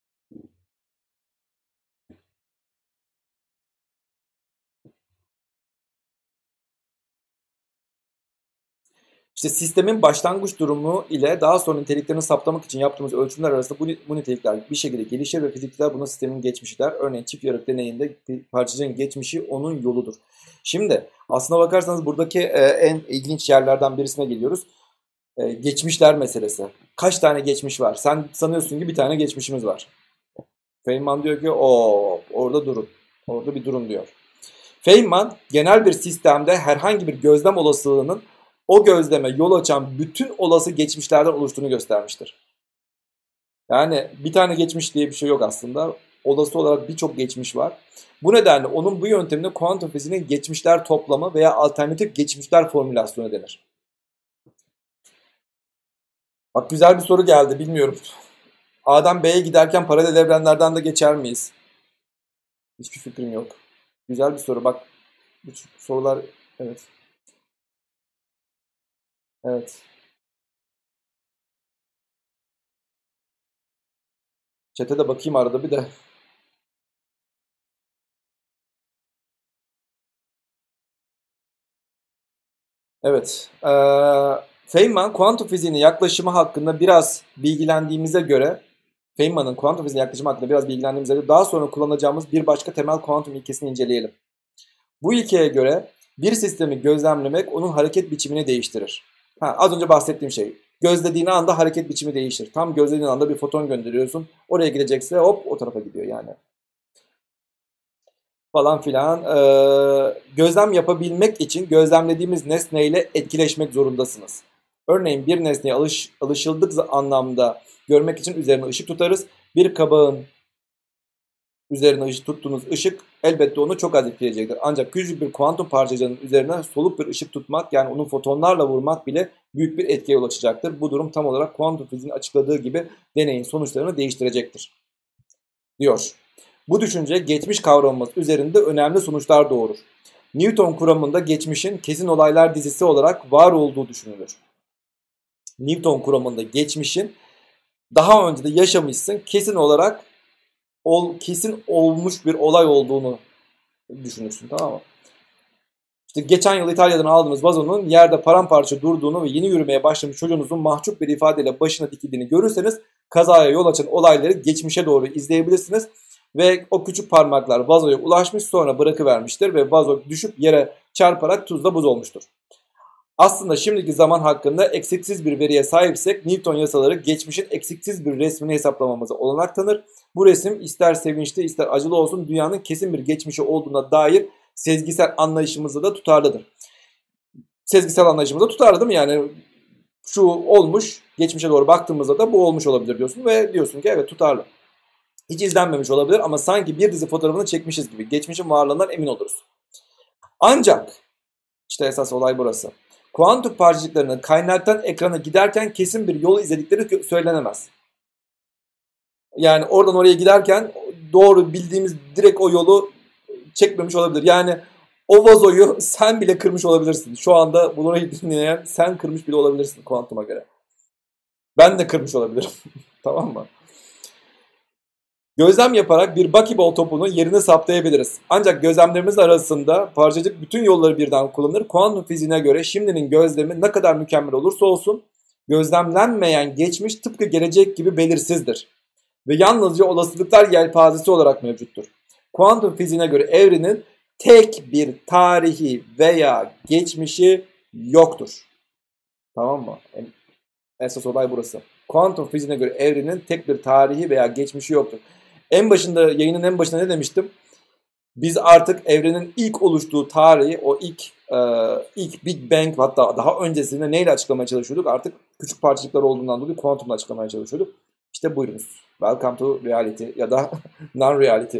İşte sistemin başlangıç durumu ile daha sonra niteliklerini saptamak için yaptığımız ölçümler arasında bu, bu nitelikler bir şekilde gelişir ve fizikçiler buna sistemin geçmişi der. Örneğin çift yarık deneyinde parçacığın geçmişi onun yoludur. Şimdi aslına bakarsanız buradaki e, en ilginç yerlerden birisine geliyoruz. E, geçmişler meselesi. Kaç tane geçmiş var? Sen sanıyorsun ki bir tane geçmişimiz var. Feynman diyor ki o orada durun. Orada bir durun diyor. Feynman genel bir sistemde herhangi bir gözlem olasılığının o gözleme yol açan bütün olası geçmişlerden oluştuğunu göstermiştir. Yani bir tane geçmiş diye bir şey yok aslında. Olası olarak birçok geçmiş var. Bu nedenle onun bu yöntemine kuantum fiziğinin geçmişler toplamı veya alternatif geçmişler formülasyonu denir. Bak güzel bir soru geldi, bilmiyorum. A'dan B'ye giderken paralel evrenlerden de geçer miyiz? Hiçbir fikrim yok. Güzel bir soru. Bak bu sorular, evet. Evet. Chat'e de bakayım arada bir de. Evet. Ee, Feynman kuantum fiziğinin yaklaşımı hakkında biraz bilgilendiğimize göre Feynman'ın kuantum fiziğine yaklaşımı hakkında biraz bilgilendiğimize göre daha sonra kullanacağımız bir başka temel kuantum ilkesini inceleyelim. Bu ilkeye göre bir sistemi gözlemlemek onun hareket biçimini değiştirir. Ha, az önce bahsettiğim şey. Gözlediğin anda hareket biçimi değişir. Tam gözlediğin anda bir foton gönderiyorsun. Oraya gidecekse hop o tarafa gidiyor yani. Falan filan. Ee, gözlem yapabilmek için gözlemlediğimiz nesneyle etkileşmek zorundasınız. Örneğin bir nesneye alış, alışıldık anlamda görmek için üzerine ışık tutarız. Bir kabağın üzerine ışık tuttuğunuz ışık elbette onu çok az etkileyecektir. Ancak küçük bir kuantum parçacığının üzerine soluk bir ışık tutmak, yani onun fotonlarla vurmak bile büyük bir etkiye yol açacaktır. Bu durum tam olarak kuantum fiziğinin açıkladığı gibi deneyin sonuçlarını değiştirecektir diyor. Bu düşünce geçmiş kavramımız üzerinde önemli sonuçlar doğurur. Newton kuramında geçmişin kesin olaylar dizisi olarak var olduğu düşünülür. Newton kuramında geçmişin daha önce de yaşamışsın kesin olarak ol, kesin olmuş bir olay olduğunu düşünürsün, tamam mı? İşte geçen yıl İtalya'dan aldığınız vazonun yerde paramparça durduğunu ve yeni yürümeye başlamış çocuğunuzun mahcup bir ifadeyle başına dikildiğini görürseniz kazaya yol açan olayları geçmişe doğru izleyebilirsiniz. Ve o küçük parmaklar vazoya ulaşmış, sonra bırakıvermiştir ve vazo düşüp yere çarparak tuzla buz olmuştur. Aslında şimdiki zaman hakkında eksiksiz bir veriye sahipsek Newton yasaları geçmişin eksiksiz bir resmini hesaplamamıza olanak tanır. Bu resim ister sevinçli ister acılı olsun dünyanın kesin bir geçmişi olduğuna dair sezgisel anlayışımızda da tutarlıdır. Sezgisel anlayışımızda tutarlı değil mi? Yani şu olmuş, geçmişe doğru baktığımızda da bu olmuş olabilir diyorsun ve diyorsun ki evet tutarlı. Hiç izlenmemiş olabilir ama sanki bir dizi fotoğrafını çekmişiz gibi geçmişin varlığından emin oluruz. Ancak işte esas olay burası. Kuantum parçacıklarının kaynaktan ekrana giderken kesin bir yol izledikleri söylenemez. Yani oradan oraya giderken doğru bildiğimiz direkt o yolu çekmemiş olabilir. Yani o vazoyu sen bile kırmış olabilirsin. Şu anda bunu dinleyen sen kırmış bile olabilirsin kuantuma göre. Ben de kırmış olabilirim. Tamam mı? Gözlem yaparak bir buckyball topunun yerini saptayabiliriz. Ancak gözlemlerimiz arasında parçacık bütün yolları birden kullanır. Kuantum fiziğine göre şimdinin gözlemi ne kadar mükemmel olursa olsun gözlemlenmeyen geçmiş tıpkı gelecek gibi belirsizdir. Ve yalnızca olasılıklar yelpazesi olarak mevcuttur. Kuantum fiziğine göre evrenin tek bir tarihi veya geçmişi yoktur. Tamam mı? Esas olay burası. Kuantum fiziğine göre evrenin tek bir tarihi veya geçmişi yoktur. En başında, yayının en başında ne demiştim? Biz artık evrenin ilk oluştuğu tarihi, o ilk e, ilk Big Bang, hatta daha öncesinde neyle açıklamaya çalışıyorduk? Artık küçük parçacıklar olduğundan dolayı kuantumla açıklamaya çalışıyorduk. İşte buyurunuz. Welcome to reality ya da non-reality.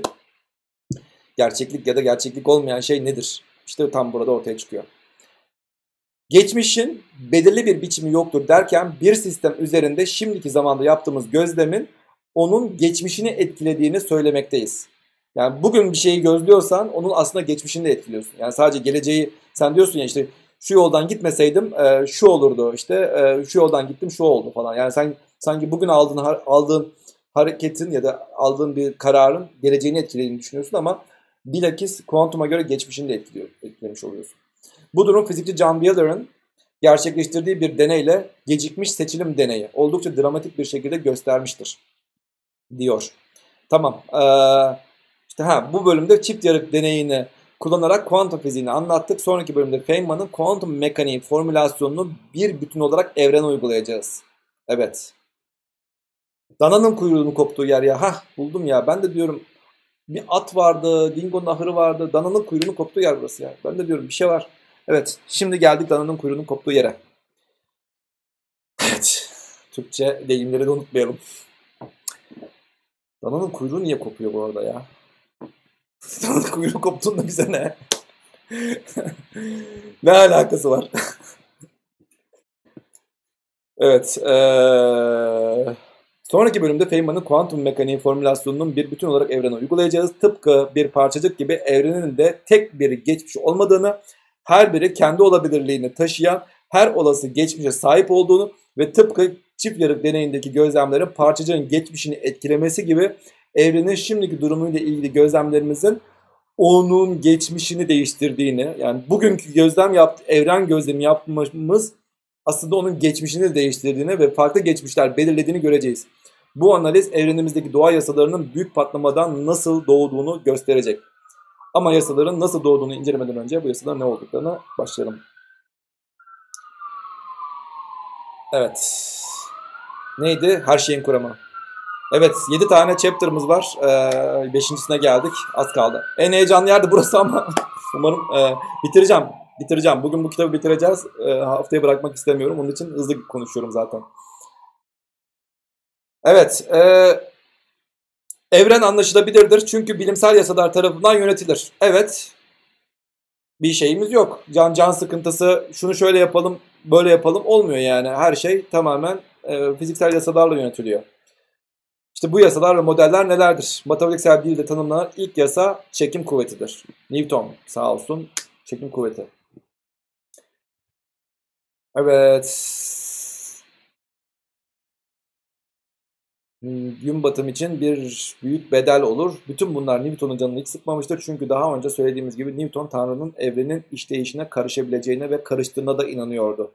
Gerçeklik ya da gerçeklik olmayan şey nedir? İşte tam burada ortaya çıkıyor. Geçmişin belirli bir biçimi yoktur derken bir sistem üzerinde şimdiki zamanda yaptığımız gözlemin onun geçmişini etkilediğini söylemekteyiz. Yani bugün bir şeyi gözlüyorsan onun aslında geçmişini de etkiliyorsun. Yani sadece geleceği sen diyorsun ya işte şu yoldan gitmeseydim e, şu olurdu işte e, şu yoldan gittim şu oldu falan. Yani sen sanki bugün aldığın aldığın hareketin ya da aldığın bir kararın geleceğini etkilediğini düşünüyorsun ama bilakis kuantuma göre geçmişini de etkiliyor, etkilemiş oluyorsun. Bu durum fizikçi John Wheeler'ın gerçekleştirdiği bir deneyle gecikmiş seçilim deneyi oldukça dramatik bir şekilde göstermiştir diyor. Tamam. Ee, işte ha bu bölümde çift yarık deneyini kullanarak kuantum fiziğini anlattık. Sonraki bölümde Feynman'ın kuantum mekaniği formülasyonunu bir bütün olarak evrene uygulayacağız. Evet. Dananın kuyruğunun koptuğu yer ya. Hah buldum ya. Ben de diyorum bir at vardı, dingo nahırı vardı. Dananın kuyruğunun koptuğu yer burası ya. Ben de diyorum bir şey var. Evet, şimdi geldik dananın kuyruğunun koptuğu yere. Evet, Türkçe deyimleri de unutmayalım. Dananın kuyruğu niye kopuyor bu arada ya? Dananın kuyruğu koptuğunda bize ne? Ne alakası var? Evet, ee... sonraki bölümde Feynman'ın kuantum mekaniği formülasyonunun bir bütün olarak evrene uygulayacağız. Tıpkı bir parçacık gibi evrenin de tek bir geçmiş olmadığını, her biri kendi olabilirliğini taşıyan her olası geçmişe sahip olduğunu ve tıpkı çift yarık deneyindeki gözlemlerin parçacığın geçmişini etkilemesi gibi evrenin şimdiki durumuyla ilgili gözlemlerimizin onun geçmişini değiştirdiğini, yani bugünkü gözlem yaptı, evren gözlemi yapmamız aslında onun geçmişini de değiştirdiğini ve farklı geçmişler belirlediğini göreceğiz. Bu analiz evrenimizdeki doğa yasalarının büyük patlamadan nasıl doğduğunu gösterecek. Ama yasaların nasıl doğduğunu incelemeden önce bu yasaların ne olduklarına başlayalım. Evet. Neydi? Her şeyin kuramı. Evet, yedi tane chapter'ımız var. Ee, beşincisine geldik. Az kaldı. En heyecanlı yer de burası ama umarım e, bitireceğim. Bitireceğim. Bugün bu kitabı bitireceğiz. E, haftaya bırakmak istemiyorum. Onun için hızlı konuşuyorum zaten. Evet. E, evren anlaşılabilirdir. Çünkü bilimsel yasalar tarafından yönetilir. Evet. Bir şeyimiz yok. Can can sıkıntısı, şunu şöyle yapalım, böyle yapalım olmuyor yani. Her şey tamamen e, fiziksel yasalarla yönetiliyor. İşte bu yasalar ve modeller nelerdir? Matematiksel dilde tanımlanan ilk yasa çekim kuvvetidir. Newton sağ olsun çekim kuvveti. Evet. Gün batım için bir büyük bedel olur. Bütün bunlar Newton'un canını hiç sıkmamıştır. Çünkü daha önce söylediğimiz gibi Newton Tanrı'nın evrenin işleyişine karışabileceğine ve karıştığına da inanıyordu.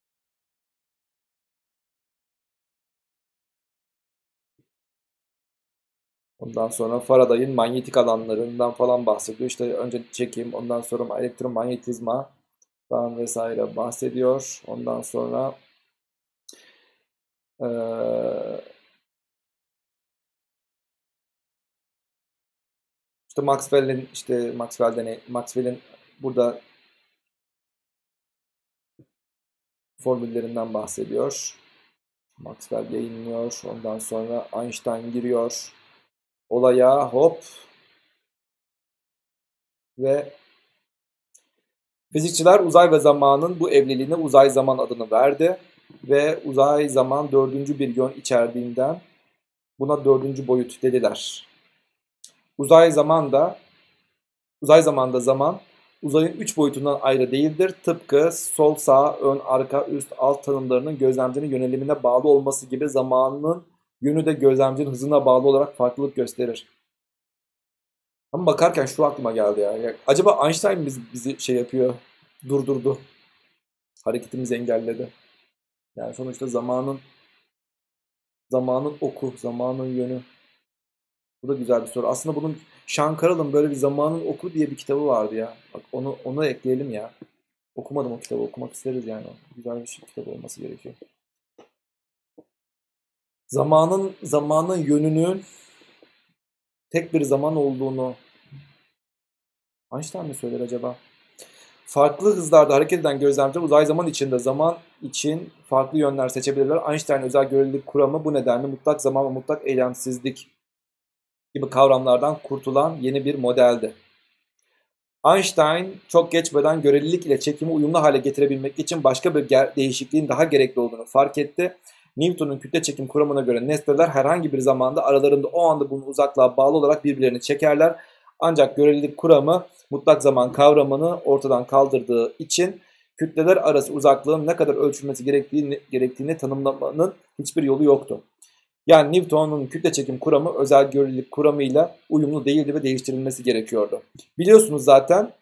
Ondan sonra Faraday'ın manyetik alanlarından falan bahsediyor. İşte önce çekim, ondan sonra elektromanyetizmadan vesaire bahsediyor. Ondan sonra ee, işte Maxwell'in işte Maxwell'den Maxwell'in burada formüllerinden bahsediyor. Maxwell yayınlıyor. Ondan sonra Einstein giriyor olaya hop ve fizikçiler uzay ve zamanın bu evliliğine uzay zaman adını verdi ve uzay zaman dördüncü bir yön içerdiğinden buna dördüncü boyut dediler. Uzay zaman da uzay zamanda zaman uzayın üç boyutundan ayrı değildir. Tıpkı sol, sağ, ön, arka, üst, alt tanımlarının gözlemcinin yönelimine bağlı olması gibi zamanın yönü de gözlemcinin hızına bağlı olarak farklılık gösterir. Ama bakarken şu aklıma geldi ya. ya acaba Einstein bizi, bizi şey yapıyor, durdurdu. Hareketimizi engelledi. Yani sonuçta zamanın zamanın oku, zamanın yönü. Bu da güzel bir soru. Aslında bunun Sean Carroll'ın böyle bir Zamanın Oku diye bir kitabı vardı ya. Bak onu onu ekleyelim ya. Okumadım o kitabı. Okumak isteriz yani. Güzel bir şey, kitap olması gerekiyor. Zamanın zamanın yönünün tek bir zaman olduğunu Einstein mi söyler acaba? Farklı hızlarda hareket eden gözlemciler uzay zaman içinde zaman için farklı yönler seçebilirler. Einstein özel görelilik kuramı bu nedenle mutlak zaman ve mutlak eylemsizlik gibi kavramlardan kurtulan yeni bir modeldi. Einstein çok geçmeden görelilik ile çekimi uyumlu hale getirebilmek için başka bir değişikliğin daha gerekli olduğunu fark etti. Newton'un kütle çekim kuramına göre nesneler herhangi bir zamanda aralarında o anda bulunan uzaklığa bağlı olarak birbirlerini çekerler. Ancak görelilik kuramı mutlak zaman kavramını ortadan kaldırdığı için kütleler arası uzaklığın ne kadar ölçülmesi gerektiğini, gerektiğini tanımlamanın hiçbir yolu yoktu. Yani Newton'un kütle çekim kuramı özel görelilik kuramıyla uyumlu değildi ve değiştirilmesi gerekiyordu. Biliyorsunuz zaten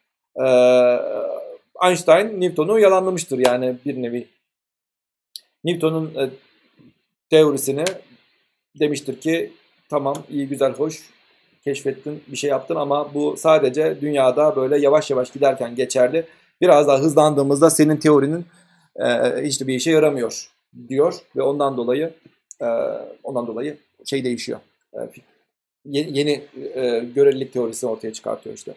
Einstein Newton'u yalanlamıştır yani bir nevi. Newton'un teorisini demiştir ki tamam iyi güzel hoş keşfettin bir şey yaptın ama bu sadece dünyada böyle yavaş yavaş giderken geçerli. Biraz daha hızlandığımızda senin teorinin e, hiçbir bir işe yaramıyor diyor ve ondan dolayı e, ondan dolayı şey değişiyor. E, yeni yeni e, görelilik teorisi ortaya çıkartıyor işte.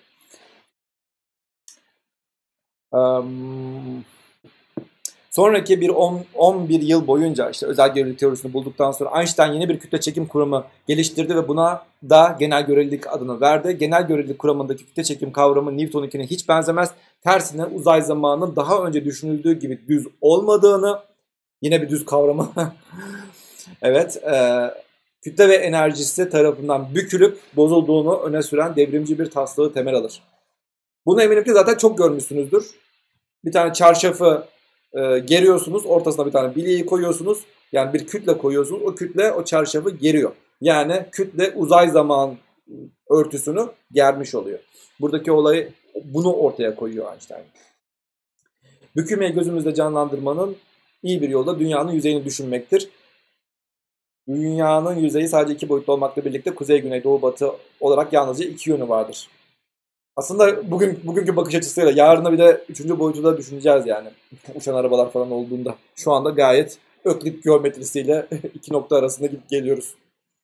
Um, Sonraki bir on bir yıl boyunca işte özel görelilik teorisini bulduktan sonra Einstein yeni bir kütle çekim kuramı geliştirdi ve buna da genel görelilik adını verdi. Genel görelilik kuramındaki kütle çekim kavramı Newton'unkine hiç benzemez. Tersine uzay zamanının daha önce düşünüldüğü gibi düz olmadığını, yine bir düz kavramı, evet, e, kütle ve enerjisi tarafından bükülüp bozulduğunu öne süren devrimci bir taslağı temel alır. Bunu eminim ki zaten çok görmüşsünüzdür. Bir tane çarşafı e, geriyorsunuz, ortasına bir tane bilyeyi koyuyorsunuz. Yani bir kütle koyuyorsunuz, o kütle o çarşafı geriyor. Yani kütle uzay zaman örtüsünü germiş oluyor. Buradaki olayı bunu ortaya koyuyor Einstein. Bükülmeyi gözümüzde canlandırmanın iyi bir yolu da dünyanın yüzeyini düşünmektir. Dünyanın yüzeyi sadece iki boyutlu olmakla birlikte kuzey, güney, doğu, batı olarak yalnızca iki yönü vardır. Aslında bugün bugünkü bakış açısıyla yarına bir de üçüncü boyutu da düşüneceğiz yani. Uçan arabalar falan olduğunda. Şu anda gayet Öklit geometrisiyle iki nokta arasında gidip geliyoruz.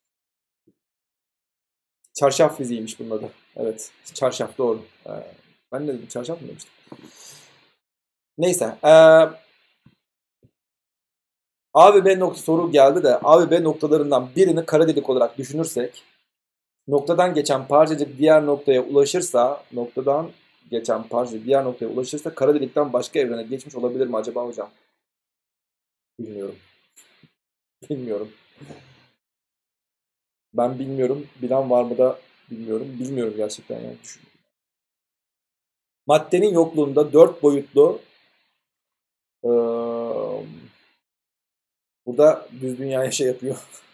Çarşaf fiziğiymiş bunun adı. Evet, çarşaf doğru. Ee, ben ne dedim, çarşaf mı demiştim? Neyse. Ee, A ve B nokta soru geldi de A ve B noktalarından birini kara delik olarak düşünürsek, noktadan geçen parçacık diğer noktaya ulaşırsa, noktadan geçen parçacık diğer noktaya ulaşırsa kara delikten başka evrene geçmiş olabilir mi acaba hocam? Bilmiyorum. Bilmiyorum. Ben bilmiyorum. Bilen var mı da bilmiyorum. Bilmiyorum gerçekten yani. Düşün. Maddenin yokluğunda dört boyutlu ee, burada düz dünyaya şey yapıyor.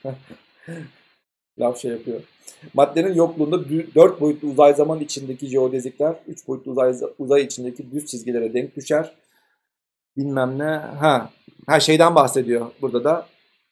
Laf şey yapıyor. Maddenin yokluğunda dört boyutlu uzay zaman içindeki jeodezikler üç boyutlu uzay, uzay içindeki düz çizgilere denk düşer. Bilmem ne. Ha, her şeyden bahsediyor burada da.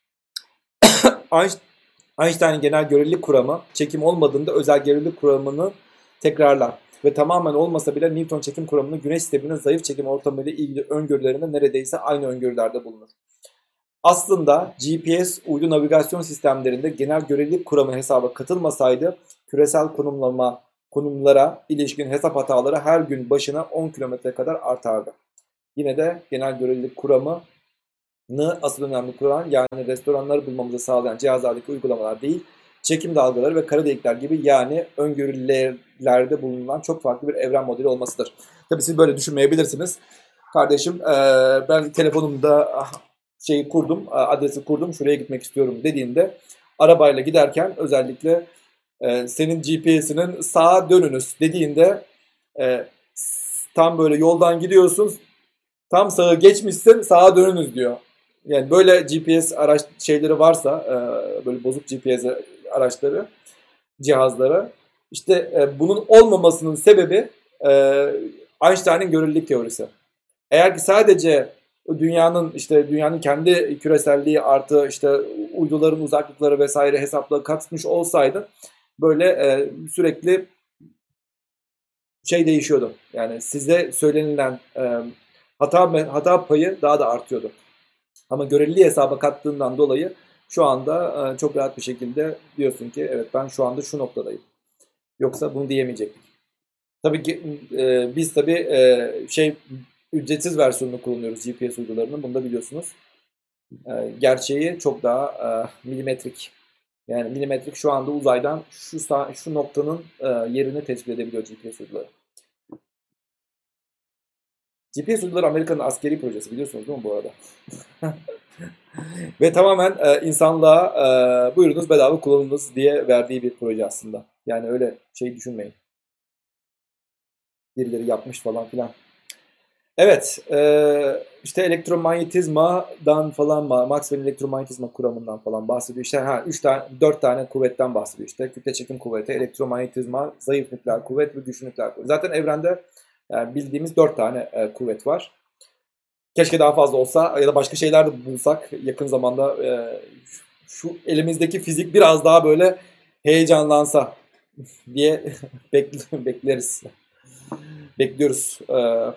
Einstein'ın genel görelilik kuramı çekim olmadığında özel görelilik kuramını tekrarlar. Ve tamamen olmasa bile Newton çekim kuramının Güneş sisteminin zayıf çekim ortamı ile ilgili öngörülerinde neredeyse aynı öngörülerde bulunur. Aslında G P S uydu navigasyon sistemlerinde genel görelilik kuramı hesaba katılmasaydı küresel konumlama konumlara ilişkin hesap hataları her gün başına on kilometre kadar artardı. Yine de genel görelilik kuramını asıl önemli kuran, yani restoranları bulmamızı sağlayan cihazlardaki uygulamalar değil, çekim dalgaları ve kara delikler gibi yani öngörülerde bulunan çok farklı bir evren modeli olmasıdır. Tabii siz böyle düşünmeyebilirsiniz. Kardeşim ben telefonumda şeyi kurdum, adresi kurdum, şuraya gitmek istiyorum dediğinde arabayla giderken özellikle e, senin G P S'inin sağa dönünüz dediğinde e, tam böyle yoldan gidiyorsun, tam sağa geçmişsin, sağa dönünüz diyor. Yani böyle G P S araç şeyleri varsa, e, böyle bozuk G P S araçları, cihazları, işte e, bunun olmamasının sebebi e, Einstein'ın görelilik teorisi. Eğer ki sadece dünyanın işte dünyanın kendi küreselliği artı işte uyduların uzaklıkları vesaire hesapla katmış olsaydı böyle e, sürekli şey değişiyordu. Yani size söylenilen e, hata hata payı daha da artıyordu. Ama göreliliği hesaba kattığından dolayı şu anda e, çok rahat bir şekilde diyorsun ki evet ben şu anda şu noktadayım. Yoksa bunu diyemeyecektik. Tabii ki e, biz tabii e, şey ücretsiz versiyonunu kullanıyoruz G P S uydularının. Bunu da biliyorsunuz. E, gerçeği çok daha e, milimetrik. Yani milimetrik şu anda uzaydan şu şu noktanın e, yerini tespit edebiliyor G P S uyduları. G P S uyduları Amerika'nın askeri projesi, biliyorsunuz değil mi bu arada? Ve tamamen e, insanlığa e, buyurunuz bedava kullanınız diye verdiği bir proje aslında. Yani öyle şey düşünmeyin. Birileri yapmış falan filan. Evet, e, işte elektromanyetizmadan falan, Maxwell'in elektromanyetizma kuramından falan bahsediyor. İşte ha üç tane, dört tane kuvvetten bahsediyor işte. Kütle çekim kuvveti, elektromanyetizma, zayıf nükleer kuvvet ve güçlü nükleer kuvvet. Zaten evrende yani bildiğimiz dört tane e, kuvvet var. Keşke daha fazla olsa ya da başka şeyler de bulsak yakın zamanda e, şu elimizdeki fizik biraz daha böyle heyecanlansa diye bekleriz. Bekliyoruz. Ee,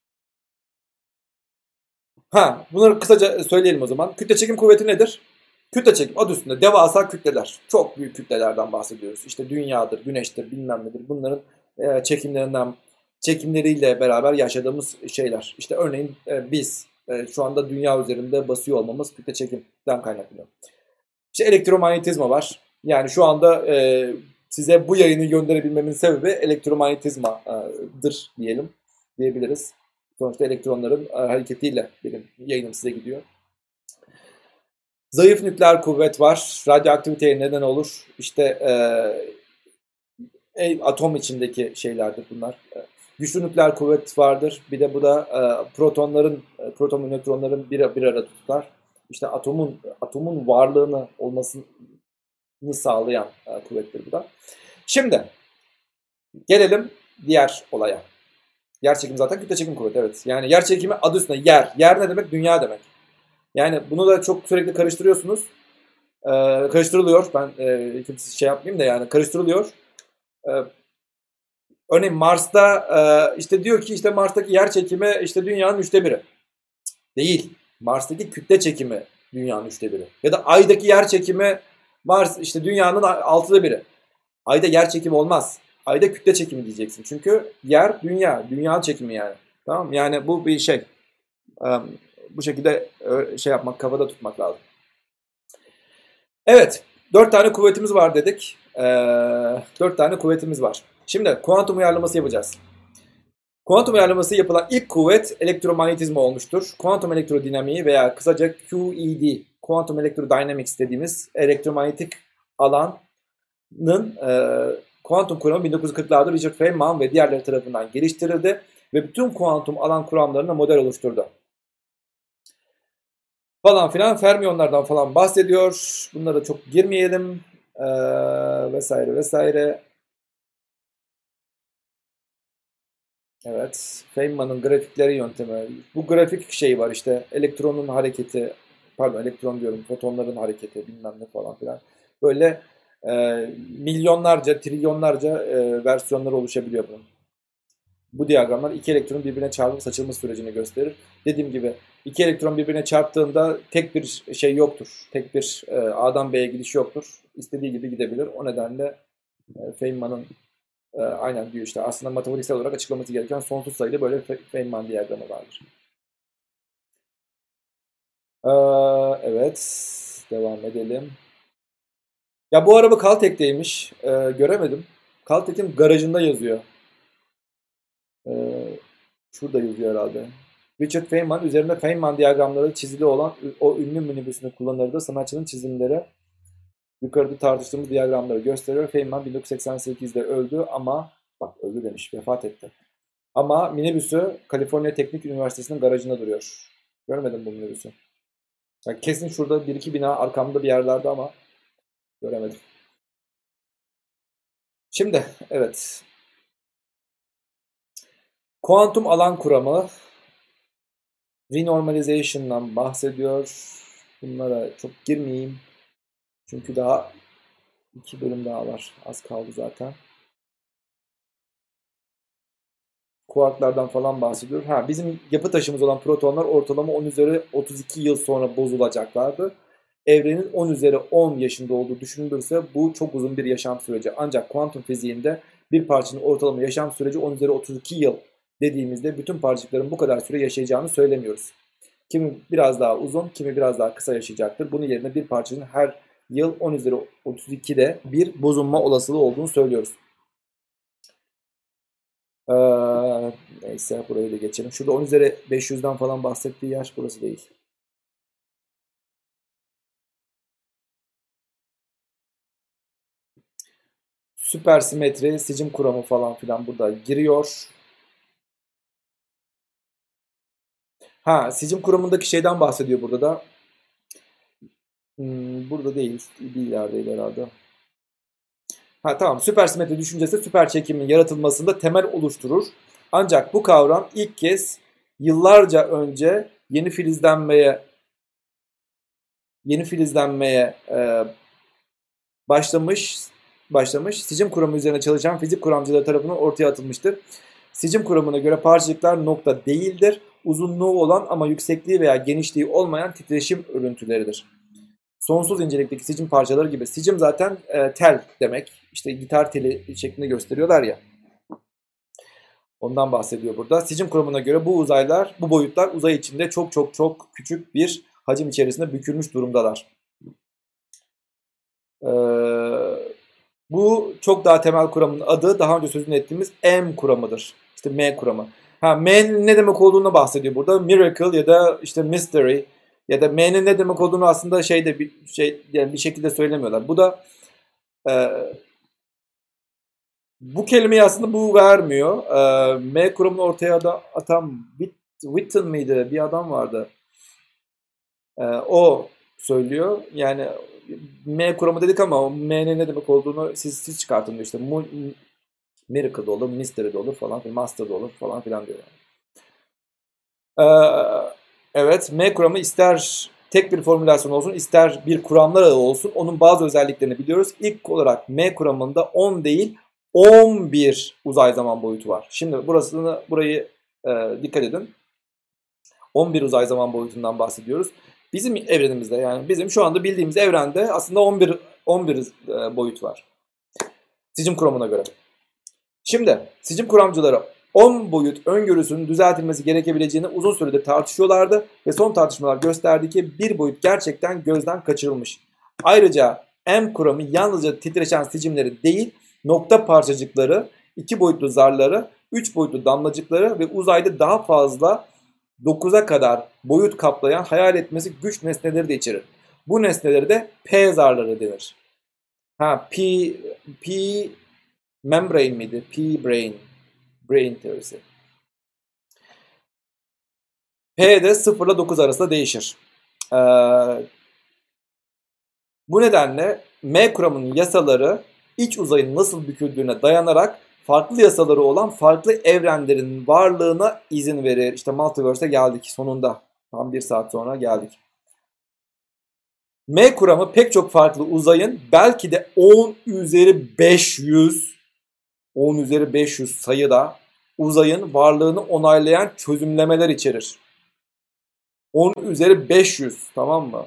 ha, bunları kısaca söyleyelim o zaman. Kütle çekim kuvveti nedir? Kütle çekim adı üstünde devasa kütleler. Çok büyük kütlelerden bahsediyoruz. İşte dünyadır, güneştir, bilmem nedir. Bunların e, çekimlerinden çekimleriyle beraber yaşadığımız şeyler. İşte örneğin e, biz e, şu anda dünya üzerinde basıyor olmamız kütle çekimden kaynaklanıyor. İşte elektromanyetizma var. Yani şu anda e, size bu yayını gönderebilmemin sebebi elektromanyetizmadır diyelim, diyebiliriz. Sonuçta elektronların e, hareketiyle benim yayınım size gidiyor. Zayıf nükleer kuvvet var. Radyoaktiviteye neden olur. İşte e, atom içindeki şeylerdir bunlar. E, güçlü nükleer kuvvet vardır. Bir de bu da e, protonların, e, proton ve nötronların bir, bir arada tutar. İşte atomun atomun varlığını olmasını sağlayan e, kuvvettir bu da. Şimdi gelelim diğer olaya. Yer çekimi zaten kütle çekim kuvveti, evet. Yani yer çekimi adı üstünde yer. Yer ne demek? Dünya demek. Yani bunu da çok sürekli karıştırıyorsunuz. Ee, karıştırılıyor. Ben e, kimse şey yapmayayım da yani karıştırılıyor. Ee, örneğin Mars'ta e, işte diyor ki işte Mars'taki yer çekimi işte dünyanın üçte biri. Değil. Mars'taki kütle çekimi dünyanın üçte biri. Ya da Ay'daki yer çekimi Mars işte dünyanın altıda biri. Ayda yer çekimi olmaz. Ayda kütle çekimi diyeceksin. Çünkü yer dünya. Dünyanın çekimi yani. Tamam mı? Yani bu bir şey. Um, bu şekilde şey yapmak, kafada tutmak lazım. Evet. Dört tane kuvvetimiz var dedik. Ee, dört tane kuvvetimiz var. Şimdi kuantum uyarlaması yapacağız. Kuantum uyarlaması yapılan ilk kuvvet elektromanyetizma olmuştur. Kuantum elektrodinamiği veya kısaca Q E D, Quantum Electrodynamics dediğimiz elektromanyetik alanın e, kuantum kuramı bin dokuz yüz kırklarda Richard Feynman ve diğerleri tarafından geliştirildi ve bütün kuantum alan kuramlarına model oluşturdu. Falan filan fermiyonlardan falan bahsediyor. Bunlara çok girmeyelim. Ee, vesaire vesaire. Evet. Feynman'ın grafikleri yöntemi. Bu grafik şey var işte. Elektronun hareketi. Pardon elektron diyorum. Fotonların hareketi bilmem ne falan filan. Böyle e, milyonlarca, trilyonlarca e, versiyonları oluşabiliyor bunun. Bu diyagramlar iki elektronun birbirine çarpıp saçılma sürecini gösterir. Dediğim gibi iki elektron birbirine çarptığında tek bir şey yoktur. Tek bir e, A'dan B'ye gidiş yoktur. İstediği gibi gidebilir. O nedenle e, Feynman'ın e, aynen diyor işte aslında matematiksel olarak açıklaması gereken sonsuz sayıda böyle Feynman diyagramı vardır. Ee, evet. Devam edelim. Ya bu araba Caltech'teymiş. Ee, göremedim. Caltech'in garajında yazıyor. Ee, şurada yazıyor herhalde. Richard Feynman üzerinde Feynman diyagramları çizili olan o ünlü minibüsünü kullanırdı. Sanatçının çizimleri yukarıda tartıştığımız diyagramları gösteriyor. Feynman bin dokuz yüz seksen sekizde öldü ama bak öldü demiş, vefat etti. Ama minibüsü Kaliforniya Teknik Üniversitesi'nin garajında duruyor. Görmedim bu minibüsü. Yani kesin şurada bir iki bina arkamda bir yerlerde ama göremedim. Şimdi evet. Kuantum alan kuramı renormalization'dan bahsediyor. Bunlara çok girmeyeyim. Çünkü daha iki bölüm daha var. Az kaldı zaten. Kuarklardan falan bahsediyor. Ha, bizim yapı taşımız olan protonlar ortalama on üzeri otuz iki yıl sonra bozulacaklardı. Evrenin on üzeri on yaşında olduğu düşünülürse bu çok uzun bir yaşam süreci. Ancak kuantum fiziğinde bir parçanın ortalama yaşam süreci on üzeri otuz iki yıl dediğimizde bütün parçacıkların bu kadar süre yaşayacağını söylemiyoruz. Kimi biraz daha uzun, kimi biraz daha kısa yaşayacaktır. Bunun yerine bir parçanın her yıl on üzeri otuz ikide bir bozulma olasılığı olduğunu söylüyoruz. Ee, neyse burayı da geçelim. Şurada on üzeri beş yüzden falan bahsettiği yer burası değil. Süpersimetri, sicim kuramı falan filan burada giriyor. Ha, sicim kuramındaki şeyden bahsediyor burada da. Hmm, burada değil, bir yerdeydi herhalde. Ha tamam, süpersimetri düşüncesi süper çekimin yaratılmasında temel oluşturur. Ancak bu kavram ilk kez yıllarca önce yeni filizlenmeye yeni filizlenmeye e, başlamış başlamış sicim kuramı üzerine çalışan fizik kuramcıları tarafından ortaya atılmıştır. Sicim kuramına göre parçacıklar nokta değildir. Uzunluğu olan ama yüksekliği veya genişliği olmayan titreşim örüntüleridir. Sonsuz incelikteki sicim parçaları gibi. Sicim zaten e, tel demek. İşte gitar teli şeklinde gösteriyorlar ya. Ondan bahsediyor burada. Sicim kuramına göre bu uzaylar, bu boyutlar uzay içinde çok çok çok küçük bir hacim içerisinde bükülmüş durumdalar. Ee, bu çok daha temel kuramın adı daha önce sözünü ettiğimiz M kuramıdır. İşte M kuramı. Ha, M'nin ne demek olduğunu bahsediyor burada. Miracle ya da işte mystery ya da M'nin ne demek olduğunu aslında şeyde bir şey yani bir şekilde söylemiyorlar. Bu da e, bu kelimeyi aslında bu vermiyor. E, M kuramını ortaya da atan Witten miydi? Bir adam vardı. E, o söylüyor. Yani M kuramı dedik ama o M'nin ne demek olduğunu siz siz çıkartın diyor. İşte miracle da olur, mystery de olur falan, master da olur falan filan diyor. Yani. Ee, evet, M kuramı ister tek bir formülasyon olsun, ister bir kuramlar ağı olsun. Onun bazı özelliklerini biliyoruz. İlk olarak M kuramında on değil, on bir uzay zaman boyutu var. Şimdi burasını burayı e, dikkat edin. on bir uzay zaman boyutundan bahsediyoruz. Bizim evrenimizde yani bizim şu anda bildiğimiz evrende aslında on bir on bir e, boyut var. Sicim kuramına göre. Şimdi sicim kuramcıları on boyut öngörüsünün düzeltilmesi gerekebileceğini uzun süredir tartışıyorlardı ve son tartışmalar gösterdi ki bir boyut gerçekten gözden kaçırılmış. Ayrıca M kuramı yalnızca titreşen sicimleri değil, nokta parçacıkları, iki boyutlu zarları, üç boyutlu damlacıkları ve uzayda daha fazla dokuza kadar boyut kaplayan hayal etmesi güç nesneleri de içerir. Bu nesneleri de P zarları denir. Ha, P, P membrane miydi? P-brain. Brain teorisi. P de sıfır ile dokuz arasında değişir. Ee, bu nedenle M kuramının yasaları iç uzayın nasıl büküldüğüne dayanarak farklı yasaları olan farklı evrenlerin varlığına izin verir. İşte Multiverse'e geldik sonunda. Tam bir saat sonra geldik. M kuramı pek çok farklı uzayın belki de on üzeri beş yüz on üzeri beş yüz sayıda uzayın varlığını onaylayan çözümlemeler içerir. on üzeri beş yüz, tamam mı?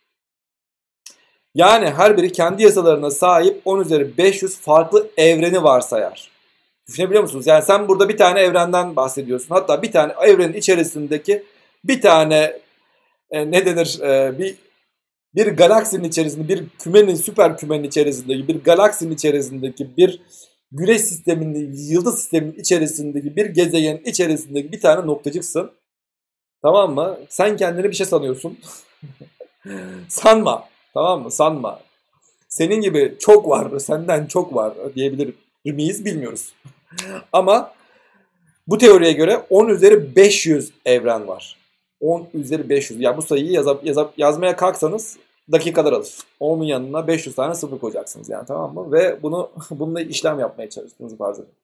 Yani her biri kendi yasalarına sahip on üzeri beş yüz farklı evreni varsayar. Düşünebiliyor musunuz? Yani sen burada bir tane evrenden bahsediyorsun. Hatta bir tane evrenin içerisindeki bir tane e, ne denir e, bir bir galaksinin içerisinde, bir kümenin, süper kümenin içerisindeki, bir galaksinin içerisindeki, bir güneş sisteminin, yıldız sisteminin içerisindeki, bir gezegenin içerisindeki bir tane noktacıksın. Tamam mı? Sen kendini bir şey sanıyorsun. Sanma. Tamam mı? Sanma. Senin gibi çok var, senden çok var diyebilir miyiz bilmiyoruz. Ama bu teoriye göre on üzeri beş yüz evren var. on üzeri beş yüz. Yani bu sayıyı yazap, yazap, yazmaya kalksanız dakikalar alır. onun yanına beş yüz tane sıfır koyacaksınız yani, tamam mı? Ve bunu bununla işlem yapmaya çalıştığınızı farz edin.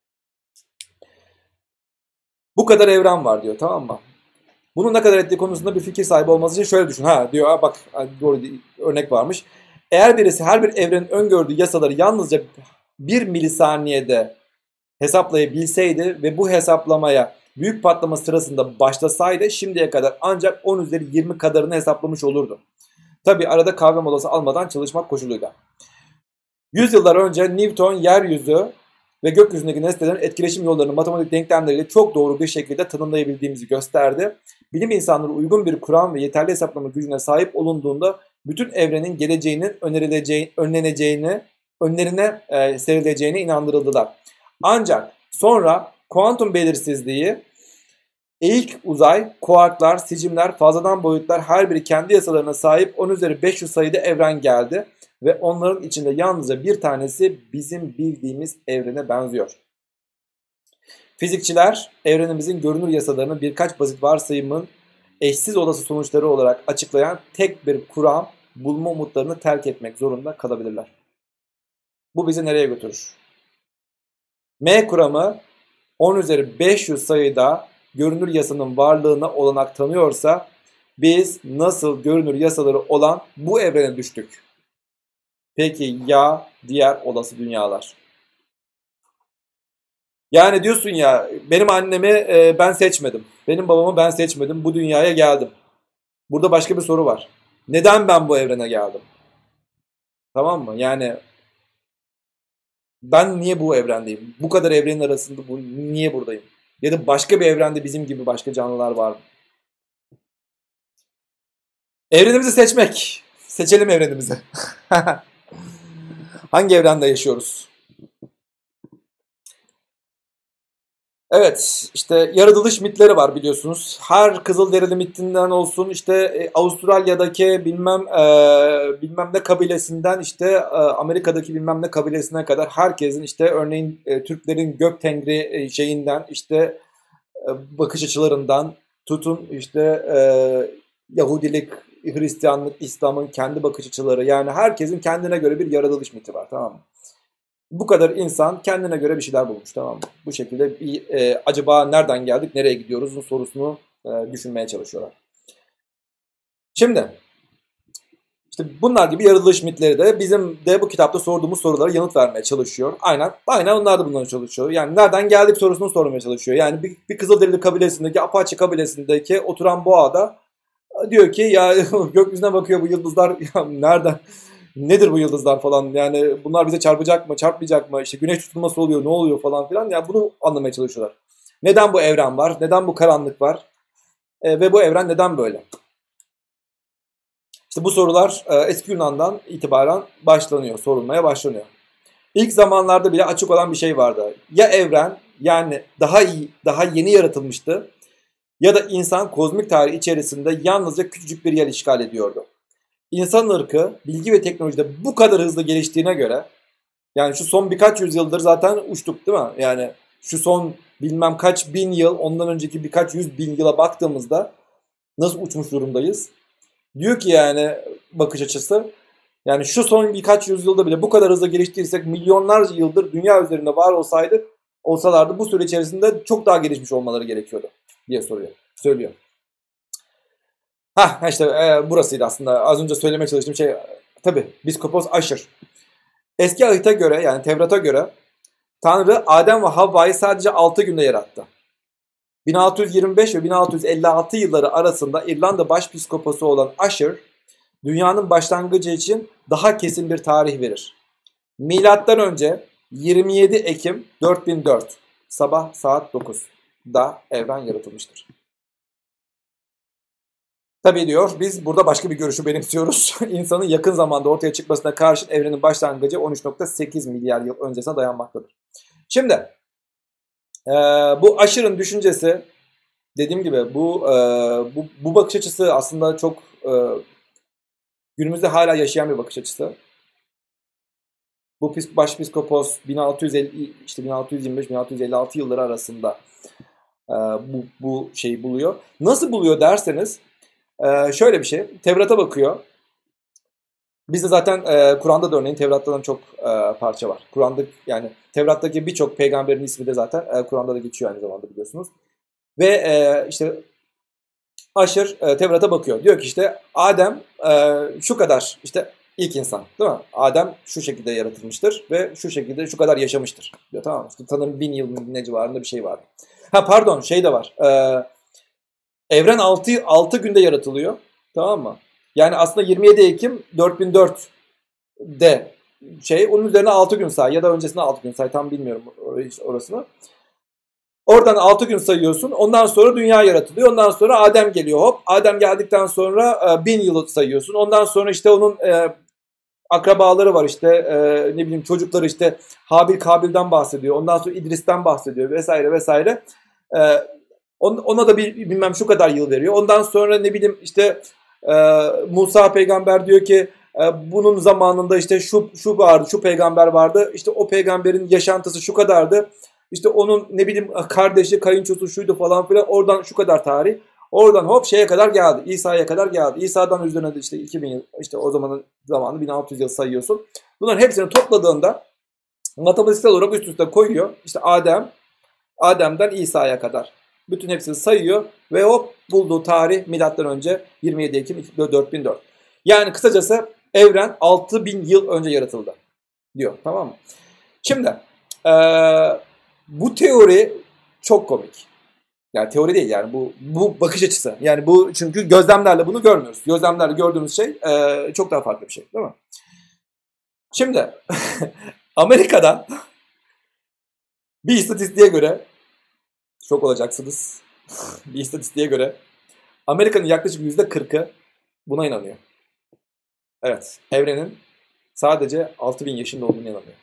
Bu kadar evren var diyor, tamam mı? Bunun ne kadar ettiği konusunda bir fikir sahibi olması için şöyle düşün. Ha diyor, bak doğru örnek varmış. Eğer birisi her bir evrenin öngördüğü yasaları yalnızca bir milisaniyede hesaplayabilseydi ve bu hesaplamaya büyük patlama sırasında başlasaydı şimdiye kadar ancak on üzeri yirmi kadarını hesaplamış olurdu. Tabi arada kahve molası almadan çalışmak koşuluyla. Yüzyıllar önce Newton yeryüzü ve gökyüzündeki nesnelerin etkileşim yollarını matematik denklemleriyle çok doğru bir şekilde tanımlayabildiğimizi gösterdi. Bilim insanları uygun bir kuram ve yeterli hesaplama gücüne sahip olunduğunda bütün evrenin geleceğinin önerileceği, önleneceğini, önlerine e, serileceğine inandırıldılar. Ancak sonra Kuantum belirsizliği, ilk uzay, kuarklar, sicimler, fazladan boyutlar her biri kendi yasalarına sahip on üzeri beş yüz sayıda evren geldi. Ve onların içinde yalnızca bir tanesi bizim bildiğimiz evrene benziyor. Fizikçiler evrenimizin görünür yasalarını birkaç basit varsayımın eşsiz olası sonuçları olarak açıklayan tek bir kuram bulma umutlarını terk etmek zorunda kalabilirler. Bu bizi nereye götürür? M kuramı on üzeri beş yüz sayıda görünür yasanın varlığına olanak tanıyorsa biz nasıl görünür yasaları olan bu evrene düştük? Peki ya diğer olası dünyalar? Yani diyorsun ya benim annemi e, ben seçmedim. Benim babamı ben seçmedim. Bu dünyaya geldim. Burada başka bir soru var. Neden ben bu evrene geldim? Tamam mı? Yani ben niye bu evrendeyim? Bu kadar evrenin arasında bu, niye buradayım? Ya da başka bir evrende bizim gibi başka canlılar var mı? Evrenimizi seçmek. Seçelim evrenimizi. Hangi evrende yaşıyoruz? Evet, işte yaratılış mitleri var biliyorsunuz. Her Kızılderili mitinden olsun, işte e, Avustralya'daki bilmem e, bilmem ne kabilesinden işte e, Amerika'daki bilmem ne kabilesine kadar herkesin işte örneğin e, Türklerin gök tengri e, şeyinden işte e, bakış açılarından tutun işte e, Yahudilik, Hristiyanlık, İslam'ın kendi bakış açıları, yani herkesin kendine göre bir yaratılış miti var, tamam mı? Bu kadar insan kendine göre bir şeyler bulmuş, tamam mı? Bu şekilde bir e, acaba nereden geldik, nereye gidiyoruzun sorusunu e, düşünmeye çalışıyorlar. Şimdi işte bunlar gibi yaratılış mitleri de bizim de bu kitapta sorduğumuz sorulara yanıt vermeye çalışıyor. Aynen, aynen onlar da bunları çalışıyor. Yani nereden geldik sorusunu sormaya çalışıyor. Yani bir, bir Kızılderili kabilesindeki, Apache kabilesindeki oturan boğa da diyor ki ya gökyüzüne bakıyor bu yıldızlar, ya nereden? Nedir bu yıldızlar falan, yani bunlar bize çarpacak mı, çarpmayacak mı, işte güneş tutulması oluyor, ne oluyor falan filan, yani bunu anlamaya çalışıyorlar. Neden bu evren var, neden bu karanlık var e, ve bu evren neden böyle? İşte bu sorular e, eski Yunan'dan itibaren başlanıyor, sorulmaya başlanıyor. İlk zamanlarda bile açık olan bir şey vardı. Ya evren yani daha iyi, daha yeni yaratılmıştı ya da insan kozmik tarih içerisinde yalnızca küçücük bir yer işgal ediyordu. İnsan ırkı bilgi ve teknolojide bu kadar hızlı geliştiğine göre, yani şu son birkaç yüzyıldır zaten uçtuk değil mi? Yani şu son bilmem kaç bin yıl, ondan önceki birkaç yüz bin yıla baktığımızda nasıl uçmuş durumdayız? Diyor ki yani bakış açısı, yani şu son birkaç yüzyılda bile bu kadar hızlı geliştiysek milyonlarca yıldır dünya üzerinde var olsaydık, olsalardı bu süre içerisinde çok daha gelişmiş olmaları gerekiyordu diye soruyor, söylüyor. Ha işte e, burasıydı aslında az önce söylemeye çalıştığım şey. Tabi Biskopos Aşır. Eski ahite göre, yani Tevrat'a göre Tanrı Adem ve Havva'yı sadece altı günde yarattı. bin altı yüz yirmi beş ve bin altı yüz elli altı yılları arasında İrlanda Başpiskoposu olan Aşır, dünyanın başlangıcı için daha kesin bir tarih verir. Milattan önce yirmi yedi Ekim dört bin dört sabah saat dokuzda evren yaratılmıştır. Tabii diyor, biz burada başka bir görüşü benimsiyoruz. İnsanın yakın zamanda ortaya çıkmasına karşın evrenin başlangıcı on üç nokta sekiz milyar yıl öncesine dayanmaktadır. Şimdi e, bu Aşır'ın düşüncesi, dediğim gibi bu, e, bu bu bakış açısı aslında çok e, günümüzde hala yaşayan bir bakış açısı. Bu Başpiskopos bin altı yüz elli işte bin altı yüz yirmi beş bin altı yüz elli altı yılları arasında e, bu bu şeyi buluyor. Nasıl buluyor derseniz, Ee, şöyle bir şey, Tevrat'a bakıyor. Bizde zaten e, Kur'an'da da örneğin Tevrat'tan çok e, parça var. Kur'an'da, yani Tevrat'taki birçok peygamberin ismi de zaten e, Kur'an'da da geçiyor aynı zamanda, biliyorsunuz. Ve e, işte Aşır e, Tevrat'a bakıyor. Diyor ki işte Adem e, şu kadar işte ilk insan, değil mi? Adem şu şekilde yaratılmıştır ve şu şekilde şu kadar yaşamıştır diyor, tamam mı? İşte sanırım bin yıl ne civarında bir şey var. Ha pardon, şey de var. Eee Evren altı günde yaratılıyor. Tamam mı? Yani aslında yirmi yedi Ekim dört bin dört'de şey, onun üzerine altı gün say ya da öncesinde altı gün say, tam bilmiyorum orasını. Oradan altı gün sayıyorsun. Ondan sonra dünya yaratılıyor. Ondan sonra Adem geliyor, hop. Adem geldikten sonra bin yıl sayıyorsun. Ondan sonra işte onun akrabaları var işte, e, ne bileyim çocukları işte Habil Kabil'den bahsediyor. Ondan sonra İdris'ten bahsediyor vesaire vesaire. E, on, ona da bir bilmem şu kadar yıl veriyor. Ondan sonra ne bileyim işte e, Musa peygamber diyor ki e, bunun zamanında işte şu şu vardı, şu peygamber vardı. İşte o peygamberin yaşantısı şu kadardı. İşte onun ne bileyim kardeşi, kayınçosu şuydu falan filan. Oradan şu kadar tarih. Oradan hop şeye kadar geldi. İsa'ya kadar geldi. İsa'dan üzerine de işte iki bin yıl, işte o zamanın zamanı bin altı yüz yıl sayıyorsun. Bunların hepsini topladığında matematiksel olarak üst üste koyuyor. İşte Adem, Adem'den İsa'ya kadar. Bütün hepsini sayıyor ve hop bulduğu tarih milattan önce yirmi yedi Ekim dört bin dört. Yani kısacası evren altı bin yıl önce yaratıldı diyor, tamam mı? Şimdi ee, bu teori çok komik. Yani teori değil, yani bu bu bakış açısı. Yani bu, çünkü gözlemlerle bunu görmüyoruz. Gözlemlerle gördüğümüz şey e, çok daha farklı bir şey, değil mi? Şimdi Amerika'da bir istatistiğe göre, şok olacaksınız. Bir istatistiğe göre Amerika'nın yaklaşık yüzde kırkı buna inanıyor. Evet, evrenin sadece altı bin yaşında olduğunu inanıyor.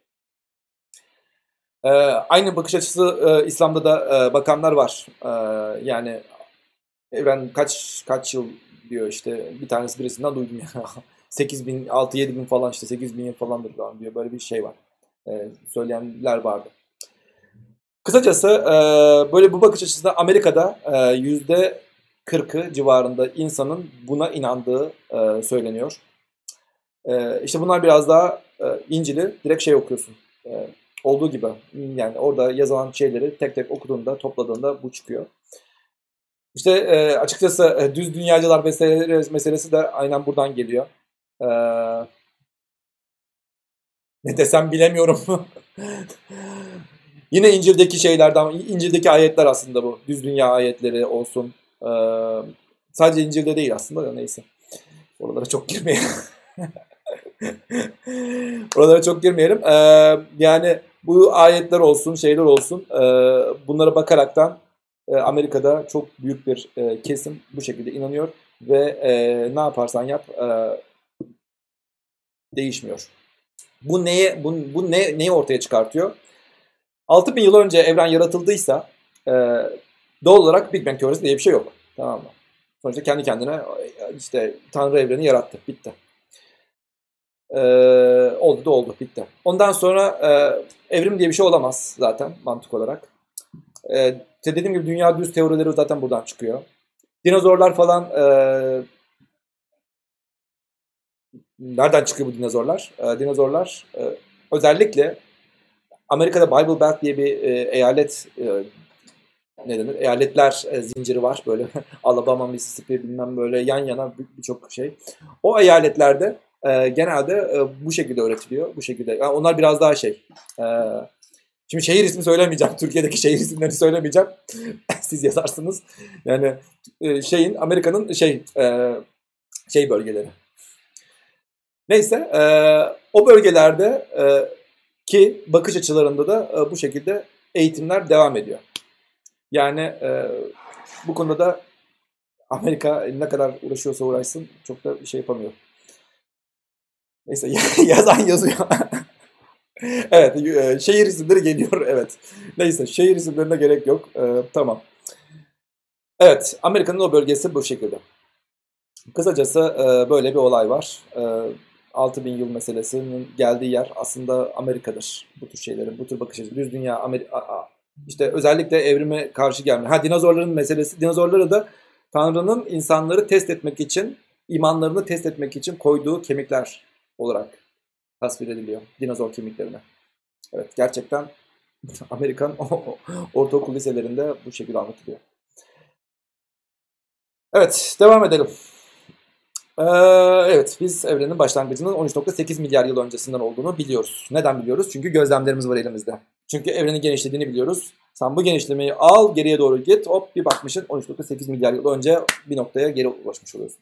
Ee, aynı bakış açısı e, İslam'da da e, bakanlar var. E, yani evren kaç kaç yıl diyor işte, bir tanesi birisinden duydum ya. sekiz bin, altı yedi bin falan, işte sekiz bin yıl falandır falan diyor. Böyle bir şey var. E, söyleyenler vardı. Kısacası e, böyle bu bakış açısında Amerika'da e, yüzde kırkı civarında insanın buna inandığı e, söyleniyor. E, işte bunlar biraz daha e, İncil'i direkt şey okuyorsun. E, olduğu gibi, yani orada yazılan şeyleri tek tek okuduğunda, topladığında bu çıkıyor. İşte e, açıkçası e, düz dünyacılar meselesi, meselesi de aynen buradan geliyor. E, ne desem bilemiyorum. Yine İncil'deki şeylerden, İncil'deki ayetler aslında bu. Düz dünya ayetleri olsun. E, sadece İncil'de değil aslında da, neyse. Oralara çok girmeyelim. Oralara çok girmeyelim. E, yani bu ayetler olsun, şeyler olsun. E, bunlara bakaraktan Amerika'da çok büyük bir e, kesim bu şekilde inanıyor ve e, ne yaparsan yap e, değişmiyor. Bu neye bu, bu ne neyi ortaya çıkartıyor? altı bin yıl önce evren yaratıldıysa e, doğal olarak Big Bang teorisi diye bir şey yok. Tamam mı? Sonuçta kendi kendine işte Tanrı evreni yarattı. Bitti. E, oldu da oldu. Bitti. Ondan sonra e, evrim diye bir şey olamaz zaten mantık olarak. E, dediğim gibi dünya düz teorileri zaten buradan çıkıyor. Dinozorlar falan e, nereden çıkıyor bu dinozorlar? E, dinozorlar e, özellikle Amerika'da Bible Belt diye bir e, eyalet e, ne denir? Eyaletler e, zinciri var böyle. Alabama, Mississippi bilmem böyle yan yana birçok şey. O eyaletlerde e, genelde e, bu şekilde öğretiliyor. Bu şekilde. Yani onlar biraz daha şey. E, şimdi şehir ismi söylemeyeceğim. Türkiye'deki şehir isimlerini söylemeyeceğim. Siz yazarsınız. Yani e, şeyin Amerika'nın şey e, şey bölgeleri. Neyse e, o bölgelerde e, ki bakış açılarında da e, bu şekilde eğitimler devam ediyor. Yani e, bu konuda da Amerika ne kadar uğraşıyorsa uğraşsın çok da bir şey yapamıyor. Neyse yazan yazıyor. Evet, e, şehir isimleri geliyor. Evet. Neyse, şehir isimlerine gerek yok. E, tamam. Evet, Amerika'nın o bölgesi bu şekilde. Kısacası e, böyle bir olay var. E, altı bin yıl meselesinin geldiği yer aslında Amerika'dır. Bu tür şeylerin, bu tür bakış açısı. Düz dünya, Amerika, işte özellikle evrime karşı gelme. Ha, dinozorların meselesi. Dinozorları da Tanrı'nın insanları test etmek için, imanlarını test etmek için koyduğu kemikler olarak tasvir ediliyor. Dinozor kemiklerine. Evet, gerçekten Amerikan ortaokul liselerinde bu şekilde anlatılıyor. Evet, devam edelim. Ee, evet, biz evrenin başlangıcının on üç nokta sekiz milyar yıl öncesinden olduğunu biliyoruz. Neden biliyoruz? Çünkü gözlemlerimiz var elimizde. Çünkü evrenin genişlediğini biliyoruz. Sen bu genişlemeyi al, geriye doğru git, hop bir bakmışsın on üç nokta sekiz milyar yıl önce bir noktaya geri ulaşmış oluyorsun.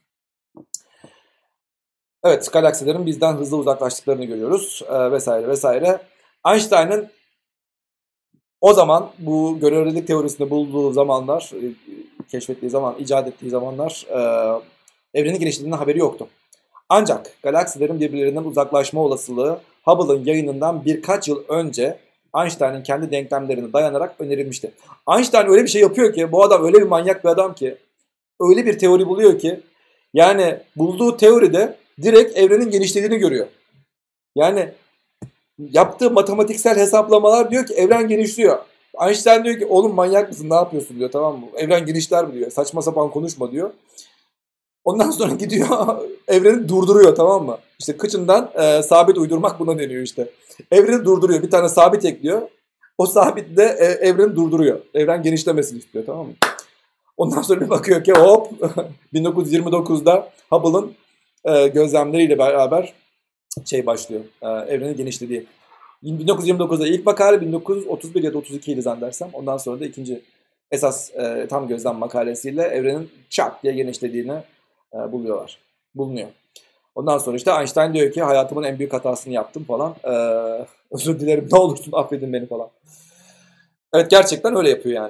Evet, galaksilerin bizden hızlı uzaklaştıklarını görüyoruz e, vesaire vesaire. Einstein'ın o zaman bu görelilik teorisini bulduğu zamanlar, keşfettiği zaman, icat ettiği zamanlar e, evrenin genişlediğinden haberi yoktu. Ancak galaksilerin birbirlerinden uzaklaşma olasılığı Hubble'ın yayınından birkaç yıl önce Einstein'ın kendi denklemlerine dayanarak önerilmişti. Einstein öyle bir şey yapıyor ki, bu adam öyle bir manyak bir adam ki, öyle bir teori buluyor ki, yani bulduğu teoride direkt evrenin genişlediğini görüyor. Yani yaptığı matematiksel hesaplamalar diyor ki evren genişliyor. Einstein diyor ki oğlum manyak mısın, ne yapıyorsun diyor, tamam mı? Evren genişler mi diyor, saçma sapan konuşma diyor. Ondan sonra gidiyor evreni durduruyor, tamam mı? İşte kıçından e, sabit uydurmak buna deniyor işte. Evreni durduruyor, bir tane sabit ekliyor. O sabit de e, evreni durduruyor. Evren genişlemesini istiyor, tamam mı? Ondan sonra bir bakıyor ki hop bin dokuz yüz yirmi dokuzda Hubble'ın e, gözlemleriyle beraber şey başlıyor. E, evrenin genişlediği. bin dokuz yüz yirmi dokuzda ilk makale, bin dokuz yüz otuz bir ya da otuz iki idi zannedersem. Ondan sonra da ikinci esas e, tam gözlem makalesiyle evrenin çak diye genişlediğini e, buluyorlar. Bulunuyor. Ondan sonra işte Einstein diyor ki hayatımın en büyük hatasını yaptım falan. E, özür dilerim, ne olursun affedin beni falan. Evet, gerçekten öyle yapıyor yani.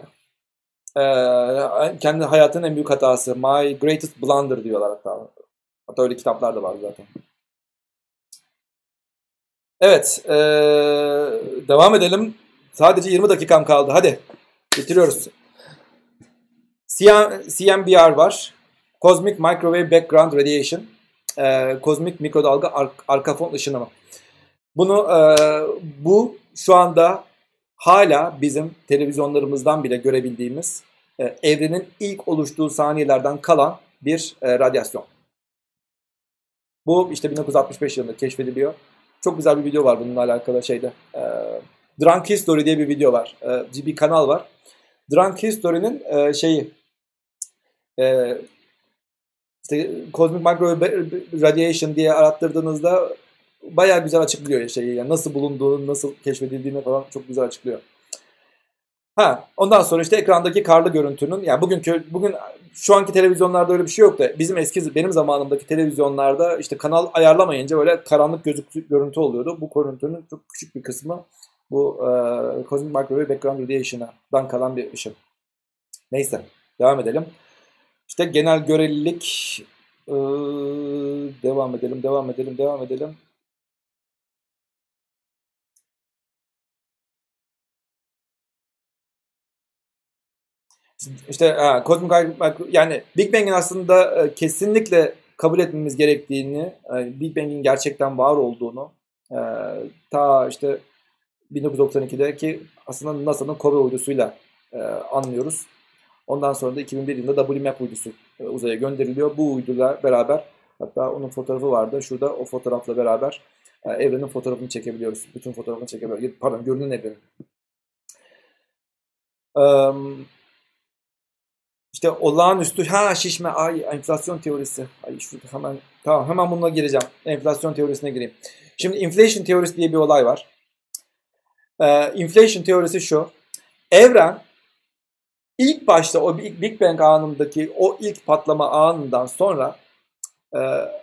E, kendi hayatının en büyük hatası. My greatest blunder diyorlar hatta. Hatta öyle kitaplar da var zaten. Evet. E, devam edelim. Sadece yirmi dakikam kaldı. Hadi. Bitiriyoruz. C M B R var. Cosmic Microwave Background Radiation. Ee, kozmik mikrodalga ar- arka fon ışınımı. Bunu e, bu şu anda hala bizim televizyonlarımızdan bile görebildiğimiz e, evrenin ilk oluştuğu saniyelerden kalan bir e, radyasyon. Bu işte bin dokuz yüz altmış beş yılında keşfediliyor. Çok güzel bir video var bununla alakalı şeyde. E, Drunk History diye bir video var. E, bir kanal var. Drunk History'nin e, şeyi e, işte Cosmic Microwave Radiation diye arattırdığınızda bayağı güzel açıklıyor şeyi. Yani nasıl bulunduğunu, nasıl keşfedildiğini falan çok güzel açıklıyor. Ha, ondan sonra işte ekrandaki karlı görüntünün, yani bugünkü bugün şu anki televizyonlarda öyle bir şey yok da bizim eski benim zamanımdaki televizyonlarda işte kanal ayarlamayınca böyle karanlık gözük görüntü oluyordu. Bu görüntünün çok küçük bir kısmı bu e, Cosmic Microwave Background Radiation'dan kalan bir ışık. Neyse, devam edelim. İşte genel görelilik, ee, devam edelim, devam edelim, devam edelim. İşte ha, Cosmic, yani Big Bang'in aslında e, kesinlikle kabul etmemiz gerektiğini, e, Big Bang'in gerçekten var olduğunu, e, ta işte bin dokuz yüz doksan ikideki aslında NASA'nın Cove uydusuyla e, anlıyoruz. Ondan sonra da iki bin bir yılında W MAP uydusu e, uzaya gönderiliyor. Bu uyduyla beraber, hatta onun fotoğrafı vardı. Şurada o fotoğrafla beraber e, evrenin fotoğrafını çekebiliyoruz. Bütün fotoğrafını çekebiliyoruz. Pardon, görünen evrenin. Um, işte olağanüstü, ha şişme, ay enflasyon teorisi. Ay şurada hemen, tamam hemen bununla gireceğim. Enflasyon teorisine gireyim. Şimdi inflation teorisi diye bir olay var. E, inflation teorisi şu. Evren İlk başta o Big Bang anındaki o ilk patlama anından sonra e,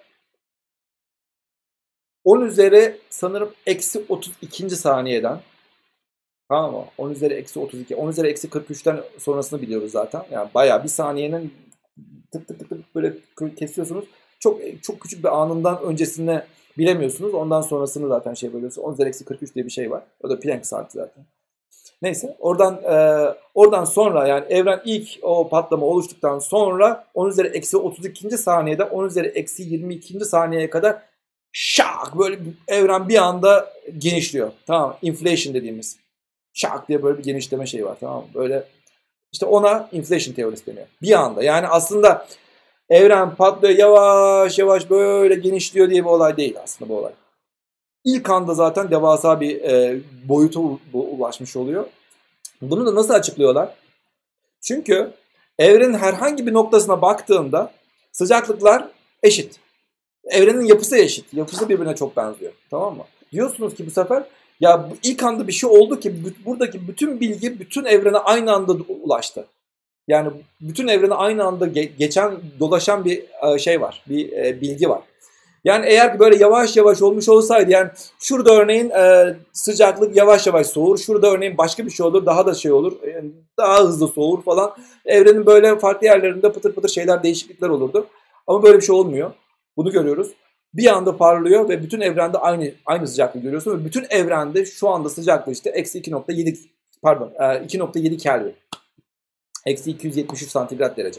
on üzeri sanırım eksi otuz ikinci saniyeden, tamam mı? on üzeri eksi otuz iki, on üzeri eksi kırk üçten sonrasını biliyoruz zaten. Yani bayağı bir saniyenin tık tık tık tık böyle kesiyorsunuz. Çok çok küçük bir anından öncesini bilemiyorsunuz. Ondan sonrasını zaten şey bölüyorsunuz. on üzeri eksi kırk üç diye bir şey var. O da Planck saati zaten. Neyse oradan e, oradan sonra, yani evren ilk o patlama oluştuktan sonra on üzeri eksi otuz ikinci saniyede on üzeri eksi yirmi ikinci saniyeye kadar şak böyle evren bir anda genişliyor. Tamam, inflation dediğimiz şak diye böyle bir genişleme şeyi var, tamam mı? Böyle işte ona inflation teorisi deniyor. Bir anda, yani aslında evren patlıyor yavaş yavaş böyle genişliyor diye bir olay değil aslında bu olay. İlk anda zaten devasa bir e, boyuta ulaşmış oluyor. Bunu da nasıl açıklıyorlar? Çünkü evrenin herhangi bir noktasına baktığında sıcaklıklar eşit. Evrenin yapısı eşit. Yapısı birbirine çok benziyor. Tamam mı? Diyorsunuz ki bu sefer ya ilk anda bir şey oldu ki buradaki bütün bilgi bütün evrene aynı anda ulaştı. Yani bütün evrene aynı anda geçen, dolaşan bir şey var. Bir bilgi var. Yani eğer böyle yavaş yavaş olmuş olsaydı, yani şurada örneğin e, sıcaklık yavaş yavaş soğur, şurada örneğin başka bir şey olur, daha da şey olur, yani daha hızlı soğur falan. Evrenin böyle farklı yerlerinde pıtır pıtır şeyler, değişiklikler olurdu. Ama böyle bir şey olmuyor. Bunu görüyoruz. bir anda parlıyor ve bütün evrende aynı aynı sıcaklığı görüyorsun ve bütün evrende şu anda sıcaklığı işte eksi iki nokta yedi pardon iki nokta yedi Kelvin. Eksi iki yüz yetmiş üç santigrat derece.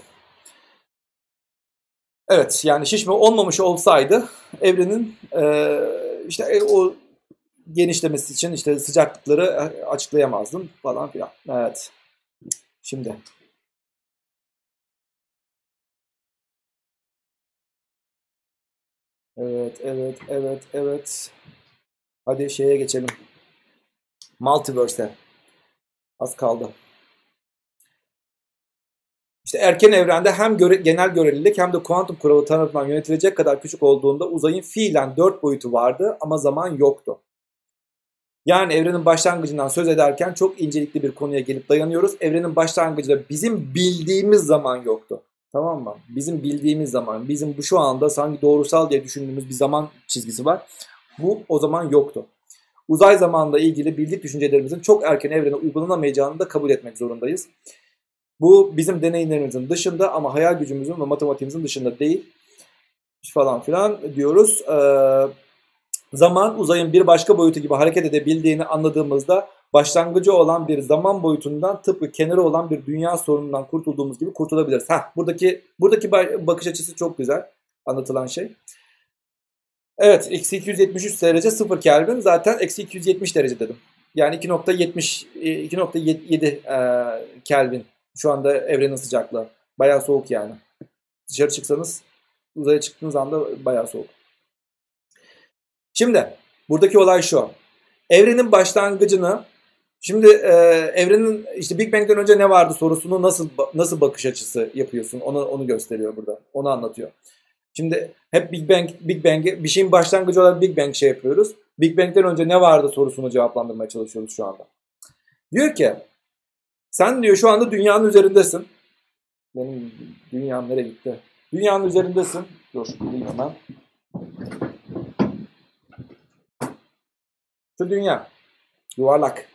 Evet, yani şişme olmamış olsaydı evrenin e, işte e, o genişlemesi için işte sıcaklıkları açıklayamazdım falan filan. Evet. Şimdi. Evet, evet, evet, evet. Hadi şeye geçelim. Multiverse'e. Az kaldı. İşte erken evrende hem göre, genel görelilik hem de kuantum kuralı tarafından yönetilecek kadar küçük olduğunda uzayın fiilen dört boyutu vardı ama zaman yoktu. Yani evrenin başlangıcından söz ederken çok incelikli bir konuya gelip dayanıyoruz. Evrenin başlangıcında bizim bildiğimiz zaman yoktu. Tamam mı? Bizim bildiğimiz zaman, bizim bu şu anda sanki doğrusal diye düşündüğümüz bir zaman çizgisi var. Bu o zaman yoktu. Uzay zamanla ilgili bildik düşüncelerimizin çok erken evrene uygulanamayacağını da kabul etmek zorundayız. Bu bizim deneyimlerimizin dışında ama hayal gücümüzün ve matematiğimizin dışında değil falan filan diyoruz. Ee, zaman uzayın bir başka boyutu gibi hareket edebildiğini anladığımızda başlangıcı olan bir zaman boyutundan tıpkı kenarı olan bir dünya sorunundan kurtulduğumuz gibi kurtulabiliriz. Heh, buradaki buradaki bakış açısı çok güzel anlatılan şey. Evet, eksi iki yüz yetmiş üç derece sıfır Kelvin, zaten eksi iki yüz yetmiş derece dedim. Yani iki nokta yetmiş iki nokta yedi e, Kelvin şu anda evrenin sıcaklığı. Bayağı soğuk yani. Dışarı çıksanız, uzaya çıktığınız anda bayağı soğuk. Şimdi buradaki olay şu. Evrenin başlangıcını, şimdi e, evrenin işte Big Bang'den önce ne vardı sorusunu nasıl nasıl bakış açısı yapıyorsun? Onu onu gösteriyor burada. Onu anlatıyor. Şimdi hep Big Bang Big Bang'e bir şeyin başlangıcı olarak Big Bang şey yapıyoruz. Big Bang'den önce ne vardı sorusunu cevaplandırmaya çalışıyoruz şu anda. Diyor ki sen diyor şu anda dünyanın üzerindesin. Benim dünyam nereye gitti? Dünyanın üzerindesin. Dur bileyim hemen. Şu dünya. Yuvarlak.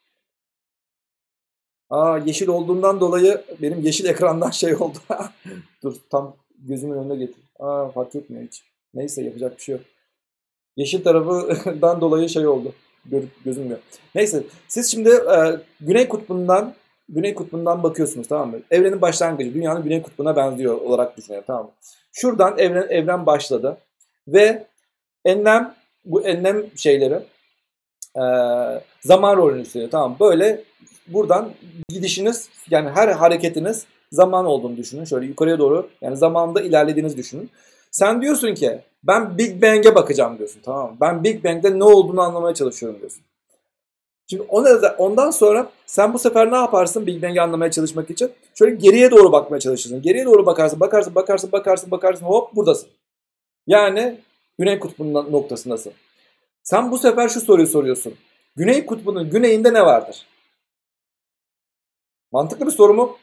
Aa, yeşil olduğundan dolayı benim yeşil ekrandan şey oldu. Dur tam gözümün önüne getir. Aa, fark etmiyor hiç. Neyse yapacak bir şey yok. Yeşil tarafından dolayı şey oldu. Gör, gözünmüyor. Neyse siz şimdi e, Güney Kutbu'ndan Güney Kutbu'ndan bakıyorsunuz, tamam mı? Evrenin başlangıcı dünyanın Güney Kutbu'na benziyor olarak düşünüyor, tamam mı? Şuradan evren evren başladı ve enlem bu enlem şeyleri e, zaman rolünü üstleniyor, tamam mı? Böyle buradan gidişiniz, yani her hareketiniz zaman olduğunu düşünün. Şöyle yukarıya doğru, yani zamanda ilerlediğinizi düşünün. Sen diyorsun ki ben Big Bang'e bakacağım diyorsun, tamam mı? Ben Big Bang'de ne olduğunu anlamaya çalışıyorum diyorsun. Şimdi ondan sonra sen bu sefer ne yaparsın Big Bang'i anlamaya çalışmak için? Şöyle geriye doğru bakmaya çalışırsın. Geriye doğru bakarsın, bakarsın, bakarsın, bakarsın, bakarsın, hop buradasın. Yani Güney Kutbu'nun noktasındasın. Sen bu sefer şu soruyu soruyorsun. Güney Kutbu'nun güneyinde ne vardır? Mantıklı bir soru mu?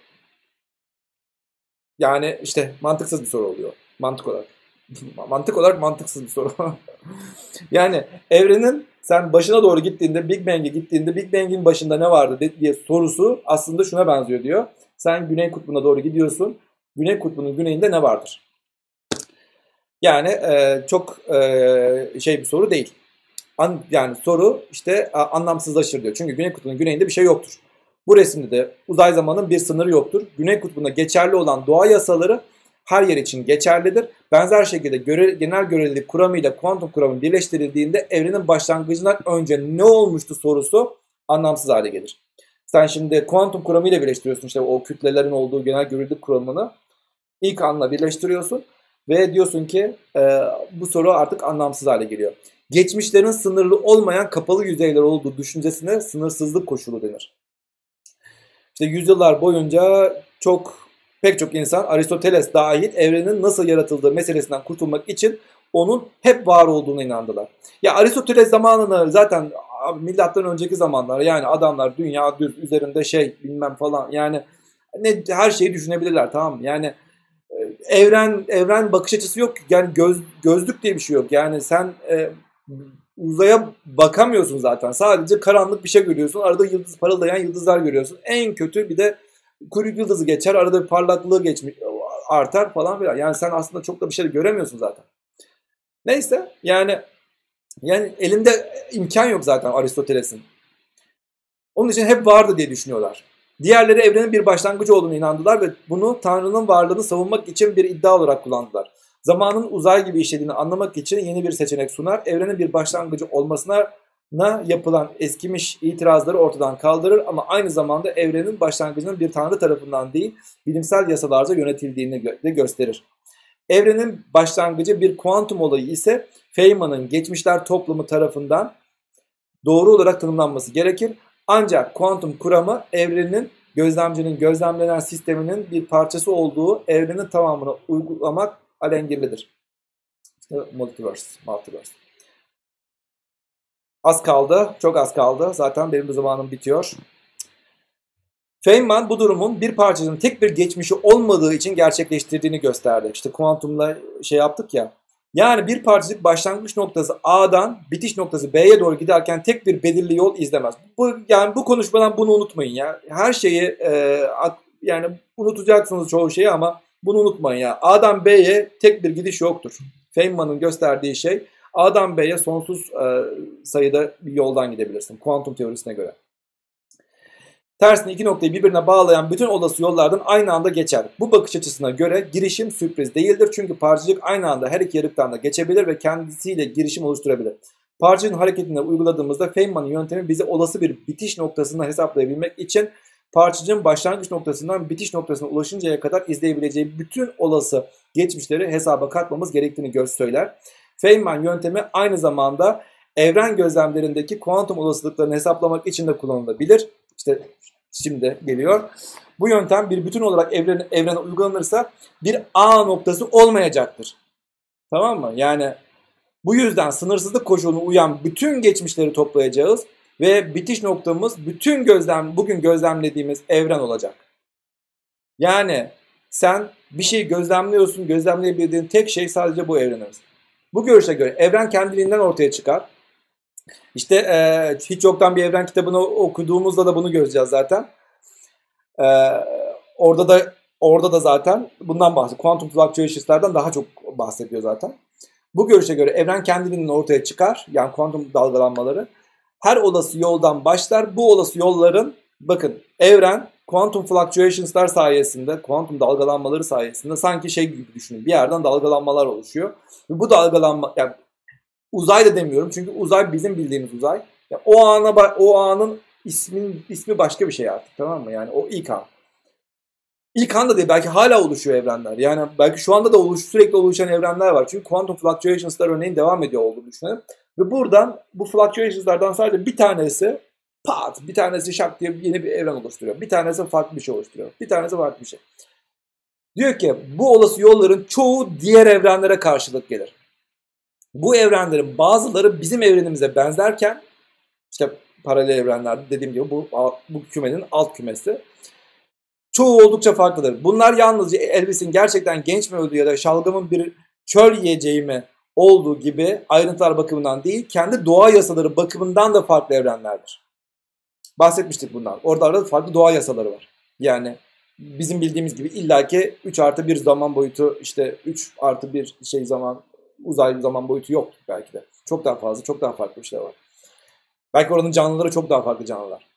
Yani işte mantıksız bir soru oluyor. Mantık olarak. Mantık olarak mantıksız bir soru. Yani evrenin sen başına doğru gittiğinde, Big Bang'e gittiğinde Big Bang'in başında ne vardı diye sorusu aslında şuna benziyor diyor. Sen Güney Kutbu'na doğru gidiyorsun. Güney Kutbu'nun güneyinde ne vardır? Yani e, çok e, şey bir soru değil. An, yani soru işte anlamsızlaşır diyor. Çünkü Güney Kutbu'nun güneyinde bir şey yoktur. Bu resimde de uzay zamanın bir sınırı yoktur. Güney Kutbu'nda geçerli olan doğa yasaları her yer için geçerlidir. Benzer şekilde göre, genel görelilik kuramı ile kuantum kuramı birleştirildiğinde evrenin başlangıcından önce ne olmuştu sorusu anlamsız hale gelir. Sen şimdi kuantum kuramı ile birleştiriyorsun işte o kütlelerin olduğu genel görelilik kuramını ilk anla birleştiriyorsun ve diyorsun ki e, bu soru artık anlamsız hale geliyor. Geçmişlerin sınırlı olmayan kapalı yüzeyler olduğu düşüncesine sınırsızlık koşulu denir. İşte yüzyıllar boyunca çok pek çok insan Aristoteles dahil evrenin nasıl yaratıldığı meselesinden kurtulmak için onun hep var olduğuna inandılar. Ya Aristoteles zamanını zaten milattan önceki zamanlar, yani adamlar dünya düz üzerinde şey bilmem falan, yani ne her şeyi düşünebilirler, tamam mı? Yani evren evren bakış açısı yok. Yani göz gözlük diye bir şey yok. Yani sen e, uzaya bakamıyorsun zaten. Sadece karanlık bir şey görüyorsun. Arada yıldız parıldayan yıldızlar görüyorsun. En kötü bir de kuyruk yıldızı geçer. Arada bir parlaklığı geçmiş artar falan filan. Yani sen aslında çok da bir şey göremiyorsun zaten. Neyse yani yani elinde imkan yok zaten Aristoteles'in. Onun için hep vardı diye düşünüyorlar. Diğerleri evrenin bir başlangıcı olduğunu inandılar ve bunu Tanrı'nın varlığını savunmak için bir iddia olarak kullandılar. Zamanın uzay gibi işlediğini anlamak için yeni bir seçenek sunar, evrenin bir başlangıcı olmasına yapılan eskimiş itirazları ortadan kaldırır ama aynı zamanda evrenin başlangıcının bir Tanrı tarafından değil, bilimsel yasalarca yönetildiğini de gösterir. Evrenin başlangıcı bir kuantum olayı ise Feynman'ın geçmişler toplumu tarafından doğru olarak tanımlanması gerekir. Ancak kuantum kuramı evrenin gözlemcinin gözlemlenen sisteminin bir parçası olduğu evrenin tamamını uygulamak alengirlidir. İşte multiverse, multiverse. Az kaldı, çok az kaldı. Zaten benim bu zamanım bitiyor. Feynman bu durumun bir parçanın tek bir geçmişi olmadığı için gerçekleştirdiğini gösterdi. İşte kuantumla şey yaptık ya. Yani bir parçacık başlangıç noktası A'dan bitiş noktası B'ye doğru giderken tek bir belirli yol izlemez. Bu yani bu konuşmadan bunu unutmayın ya. Her şeyi e, yani unutacaksınız çoğu şeyi ama bunu unutmayın ya. A'dan B'ye tek bir gidiş yoktur. Feynman'ın gösterdiği şey A'dan B'ye sonsuz e, sayıda bir yoldan gidebilirsin kuantum teorisine göre. Tersine iki noktayı birbirine bağlayan bütün olası yollardan aynı anda geçer. Bu bakış açısına göre girişim sürpriz değildir. Çünkü parçacık aynı anda her iki yarıktan da geçebilir ve kendisiyle girişim oluşturabilir. Parçacığın hareketini uyguladığımızda Feynman'ın yöntemi bize olası bir bitiş noktasını hesaplayabilmek için parçacığın başlangıç noktasından bitiş noktasına ulaşıncaya kadar izleyebileceği bütün olası geçmişleri hesaba katmamız gerektiğini söyler. Feynman yöntemi aynı zamanda evren gözlemlerindeki kuantum olasılıklarını hesaplamak için de kullanılabilir. İşte şimdi geliyor. Bu yöntem bir bütün olarak evrene, evrene uygulanırsa bir A noktası olmayacaktır. Tamam mı? Yani bu yüzden sınırsızlık koşuluna uyan bütün geçmişleri toplayacağız ve bitiş noktamız bütün gözlem bugün gözlemlediğimiz evren olacak. Yani sen bir şeyi gözlemliyorsun, gözlemleyebildiğin tek şey sadece bu evrenimiz. Bu görüşe göre evren kendiliğinden ortaya çıkar. İşte e, hiç yoktan bir evren kitabını okuduğumuzda da bunu göreceğiz zaten. E, orada da orada da zaten bundan bahsediyor. Quantum fluctuations'lardan daha çok bahsediyor zaten. Bu görüşe göre evren kendiliğinden ortaya çıkar. Yani kuantum dalgalanmaları. Her olası yoldan başlar. Bu olası yolların bakın evren quantum fluctuations'lar sayesinde, kuantum dalgalanmaları sayesinde sanki şey gibi düşünün. Bir yerden dalgalanmalar oluşuyor. Ve bu dalgalanma yani uzay da demiyorum çünkü uzay bizim bildiğimiz uzay. Yani o ana o anın ismin ismi başka bir şey artık, tamam mı? Yani o ilk an. İlk anda değil, belki hala oluşuyor evrenler. Yani belki şu anda da oluş, sürekli oluşan evrenler var. Çünkü quantum fluctuations'lar örneğin devam ediyor olduğunu düşünelim. Ve buradan bu fluctuations'lardan sadece bir tanesi pat, bir tanesi şak diye yeni bir evren oluşturuyor. Bir tanesi farklı bir şey oluşturuyor. Bir tanesi farklı bir şey. Diyor ki bu olası yolların çoğu diğer evrenlere karşılık gelir. Bu evrenlerin bazıları bizim evrenimize benzerken işte paralel evrenler dediğim gibi bu, bu kümenin alt kümesi. Çoğu oldukça farklıdır. Bunlar yalnızca Elvis'in gerçekten genç mi öldüğü ya da şalgamın bir çöl yiyeceği mi olduğu gibi ayrıntılar bakımından değil, kendi doğa yasaları bakımından da farklı evrenlerdir. Bahsetmiştik bundan. Orada arada farklı doğa yasaları var. Yani bizim bildiğimiz gibi illaki üç artı bir zaman boyutu, işte üç artı bir şey zaman, uzaylı zaman boyutu yok belki de. Çok daha fazla, çok daha farklı bir şey var. Belki oranın canlıları çok daha farklı canlılar.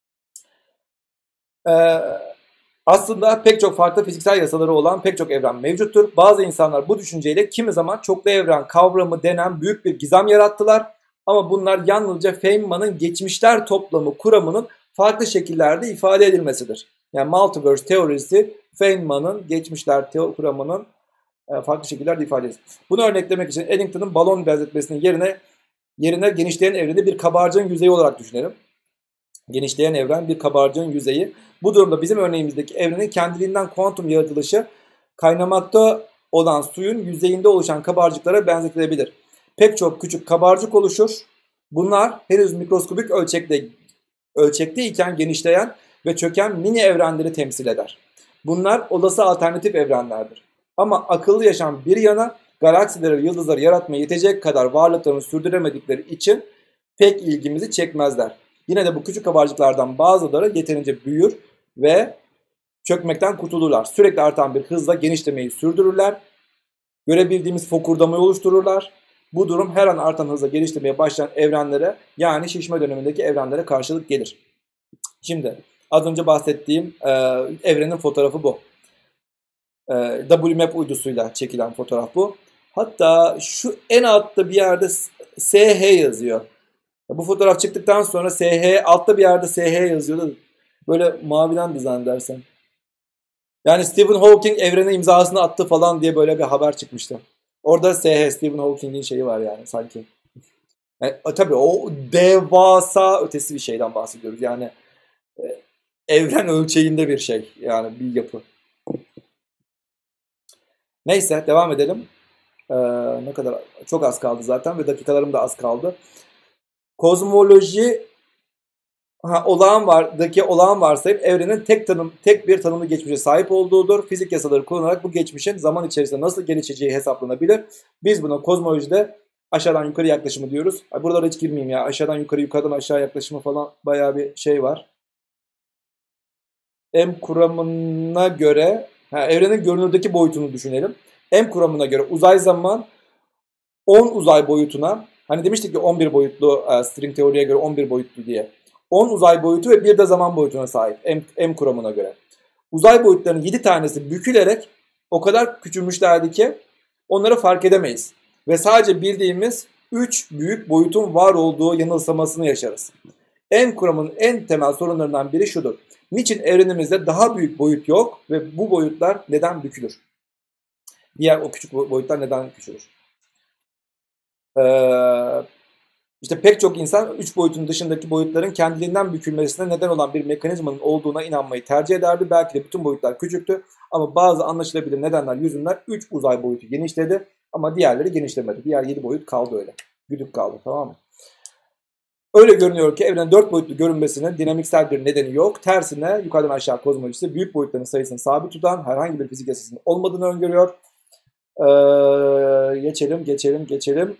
Ee, aslında pek çok farklı fiziksel yasaları olan pek çok evren mevcuttur. Bazı insanlar bu düşünceyle kimi zaman çoklu evren kavramı denen büyük bir gizem yarattılar. Ama bunlar yalnızca Feynman'ın geçmişler toplamı kuramının farklı şekillerde ifade edilmesidir. Yani multiverse teorisi Feynman'ın geçmişler kuramının farklı şekillerde ifade edilir. Bunu örneklemek için Eddington'un balon benzetmesinin yerine yerine genişleyen evreni bir kabarcığın yüzeyi olarak düşünelim. Genişleyen evren bir kabarcığın yüzeyi. Bu durumda bizim örneğimizdeki evrenin kendiliğinden kuantum yaratılışı kaynamakta olan suyun yüzeyinde oluşan kabarcıklara benzetilebilir. Pek çok küçük kabarcık oluşur. Bunlar henüz mikroskobik ölçekte, ölçekte iken genişleyen ve çöken mini evrenleri temsil eder. Bunlar olası alternatif evrenlerdir. Ama akıllı yaşam bir yana galaksileri ve yıldızları yaratmaya yetecek kadar varlıklarını sürdüremedikleri için pek ilgimizi çekmezler. Yine de bu küçük kabarcıklardan bazıları yeterince büyür ve çökmekten kurtulurlar. Sürekli artan bir hızla genişlemeyi sürdürürler. Görebildiğimiz fokurdamayı oluştururlar. Bu durum her an artan hızla geliştirmeye başlayan evrenlere, yani şişme dönemindeki evrenlere karşılık gelir. Şimdi az önce bahsettiğim e, evrenin fotoğrafı bu. E, W MAP uydusuyla çekilen fotoğraf bu. Hatta şu en altta bir yerde S H yazıyor. Bu fotoğraf çıktıktan sonra S H, altta bir yerde S H yazıyordu. Böyle maviden bir zannedersem. Yani Stephen Hawking evrene imzasını attı falan diye böyle bir haber çıkmıştı. Orada S H, Stephen Hawking'in şeyi var yani sanki. Yani, tabii o devasa ötesi bir şeyden bahsediyoruz. Yani e, evren ölçeğinde bir şey. Yani bir yapı. Neyse devam edelim. Ee, ne kadar çok az kaldı zaten ve dakikalarım da az kaldı. Kozmoloji ha, olağan vardaki olağan varsayıp evrenin tek tanım tek bir tanımlı geçmişe sahip olduğudur. Fizik yasaları kullanarak bu geçmişin zaman içerisinde nasıl gelişeceği hesaplanabilir. Biz buna kozmolojide aşağıdan yukarı yaklaşımı diyoruz. Buralara hiç girmeyeyim ya. Aşağıdan yukarı, yukarıdan aşağı yaklaşımı falan bayağı bir şey var. M kuramına göre ha, evrenin görünürdeki boyutunu düşünelim. M kuramına göre uzay zaman on uzay boyutuna, hani demiştik ki on bir boyutlu string teoriye göre on bir boyutlu diye. on uzay boyutu ve bir de zaman boyutuna sahip M, M kuramına göre. Uzay boyutlarının yedi tanesi bükülerek o kadar küçülmüşlerdi ki onları fark edemeyiz. Ve sadece bildiğimiz üç büyük boyutun var olduğu yanılsamasını yaşarız. M kuramının en temel sorunlarından biri şudur. Niçin evrenimizde daha büyük boyut yok ve bu boyutlar neden bükülür? Diğer o küçük boyutlar neden küçülür? Ee, işte pek çok insan üç boyutun dışındaki boyutların kendiliğinden bükülmesine neden olan bir mekanizmanın olduğuna inanmayı tercih ederdi. Belki de bütün boyutlar küçüktü ama bazı anlaşılabilir nedenler yüzünden üç uzay boyutu genişledi ama diğerleri genişlemedi. Diğer yedi boyut kaldı öyle. Güdük kaldı, tamam mı? Öyle görünüyor ki evrenin dört boyutlu görünmesinin dinamiksel bir nedeni yok. Tersine yukarıdan aşağı kozmolojisi büyük boyutların sayısını sabit tutan herhangi bir fizik yasasının olmadığını öngörüyor. Ee, geçelim, geçelim, geçelim.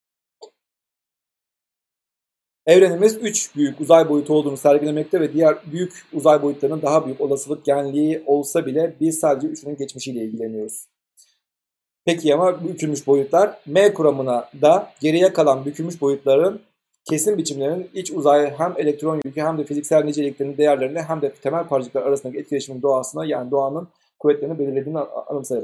Evrenimiz üç büyük uzay boyutu olduğunu sergilemekte ve diğer büyük uzay boyutlarının daha büyük olasılık genliği olsa bile biz sadece üçünün geçmişiyle ilgileniyoruz. Peki ama bükülmüş boyutlar M kuramına da geriye kalan bükülmüş boyutların kesin biçimlerinin iç uzay hem elektron yükü hem de fiziksel niceliklerinin değerlerini hem de temel parçacıklar arasındaki etkileşimin doğasına, yani doğanın kuvvetlerini belirlediğini anımsayalım.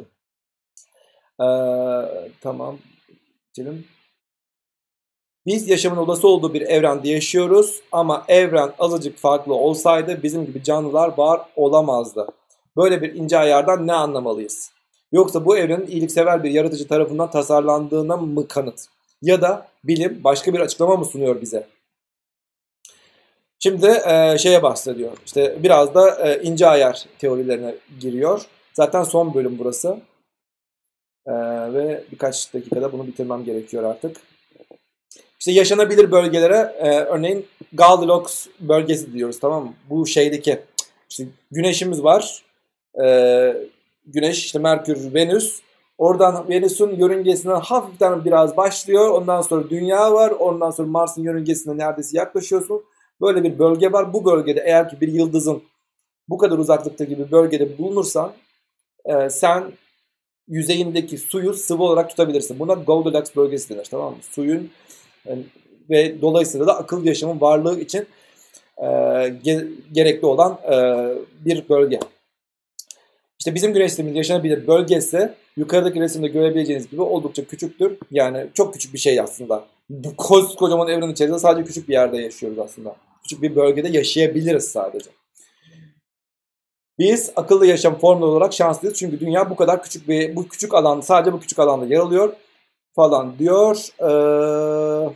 Ee, tamam. Geçelim. Biz yaşamın olası olduğu bir evrende yaşıyoruz ama evren azıcık farklı olsaydı bizim gibi canlılar var olamazdı. Böyle bir ince ayardan ne anlamalıyız? Yoksa bu evrenin iyiliksever bir yaratıcı tarafından tasarlandığına mı kanıt? Ya da bilim başka bir açıklama mı sunuyor bize? Şimdi e, şeye bahsediyor. İşte biraz da e, ince ayar teorilerine giriyor. Zaten son bölüm burası. E, ve birkaç dakikada bunu bitirmem gerekiyor artık. İşte yaşanabilir bölgelere e, örneğin Goldilocks bölgesi diyoruz, tamam mı? Bu şeydeki işte güneşimiz var. E, güneş, işte Merkür, Venüs. Oradan Venüs'ün yörüngesinden hafiften biraz başlıyor. Ondan sonra Dünya var. Ondan sonra Mars'ın yörüngesine neredeyse yaklaşıyorsun. Böyle bir bölge var. Bu bölgede eğer ki bir yıldızın bu kadar uzaklıkta gibi bir bölgede bulunursan e, sen yüzeyindeki suyu sıvı olarak tutabilirsin. Buna Goldilocks bölgesi denir, tamam mı? Suyun e, ve dolayısıyla da akıl yaşamın varlığı için e, ge- gerekli olan e, bir bölge. İşte bizim güneş sistemimiz yaşanabilir bölgesi yukarıdaki resimde görebileceğiniz gibi oldukça küçüktür. Yani çok küçük bir şey aslında. Bu koskocaman evrenin içerisinde sadece küçük bir yerde yaşıyoruz aslında. Küçük bir bölgede yaşayabiliriz sadece. Biz akıllı yaşam formları olarak şanslıyız çünkü dünya bu kadar küçük bir, bu küçük alanda, sadece bu küçük alanda yer alıyor falan diyor. Ee...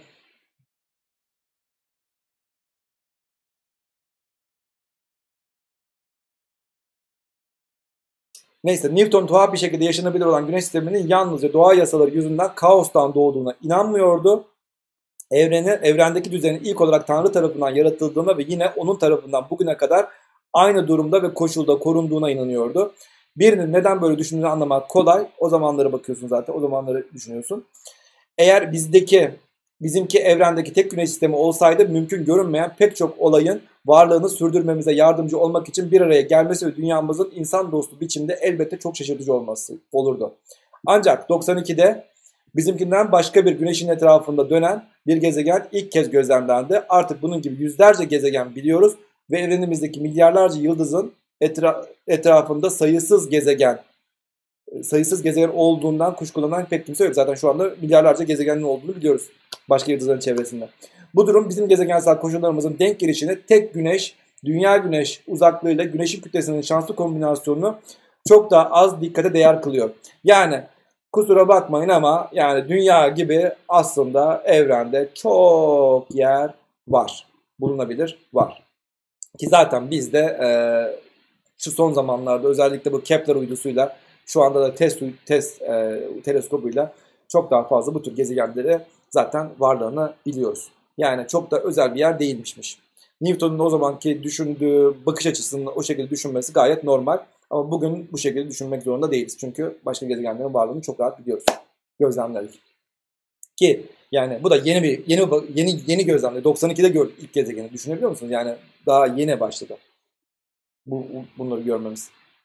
Neyse, Newton tuhaf bir şekilde yaşanabilir olan güneş sisteminin yalnızca doğa yasaları yüzünden kaostan doğduğuna inanmıyordu. Evrenin, evrendeki düzenin ilk olarak Tanrı tarafından yaratıldığına ve yine onun tarafından bugüne kadar aynı durumda ve koşulda korunduğuna inanıyordu. Birinin neden böyle düşündüğünü anlamak kolay. O zamanlara bakıyorsun zaten, o zamanları düşünüyorsun. Eğer bizdeki, bizimki evrendeki tek güneş sistemi olsaydı mümkün görünmeyen pek çok olayın varlığını sürdürmemize yardımcı olmak için bir araya gelmesi ve dünyamızın insan dostu biçimde elbette çok şaşırtıcı olması olurdu. Ancak doksan ikide Bizimkinden başka bir güneşin etrafında dönen bir gezegen ilk kez gözlemlendi. Artık bunun gibi yüzlerce gezegen biliyoruz ve evrenimizdeki milyarlarca yıldızın etra etrafında sayısız gezegen sayısız gezegen olduğundan kuşkulanan pek kimse yok. Zaten şu anda milyarlarca gezegenin olduğunu biliyoruz başka yıldızların çevresinde. Bu durum bizim gezegensel koşullarımızın denk gelişini tek güneş, dünya güneş uzaklığıyla güneşin kütlesinin şanslı kombinasyonunu çok daha az dikkate değer kılıyor. Yani kusura bakmayın ama yani dünya gibi aslında evrende çok yer var. Bulunabilir, var. Ki zaten biz de e, şu son zamanlarda özellikle bu Kepler uydusuyla şu anda da TESS, TESS e, teleskobuyla çok daha fazla bu tür gezegenleri zaten varlığını biliyoruz. Yani çok da özel bir yer değilmişmiş. Newton'un o zamanki düşündüğü bakış açısını o şekilde düşünmesi gayet normal. Ama bugün bu şekilde düşünmek zorunda değiliz. Çünkü başka gezegenlerin varlığını çok rahat biliyoruz. Gözlemledik. Ki yani bu da yeni bir yeni yeni yeni gözlemle. doksan ikide gördük ilk gezegeni. Düşünebiliyor musunuz? Yani daha yeni başladı. Bu bunları görmemiz.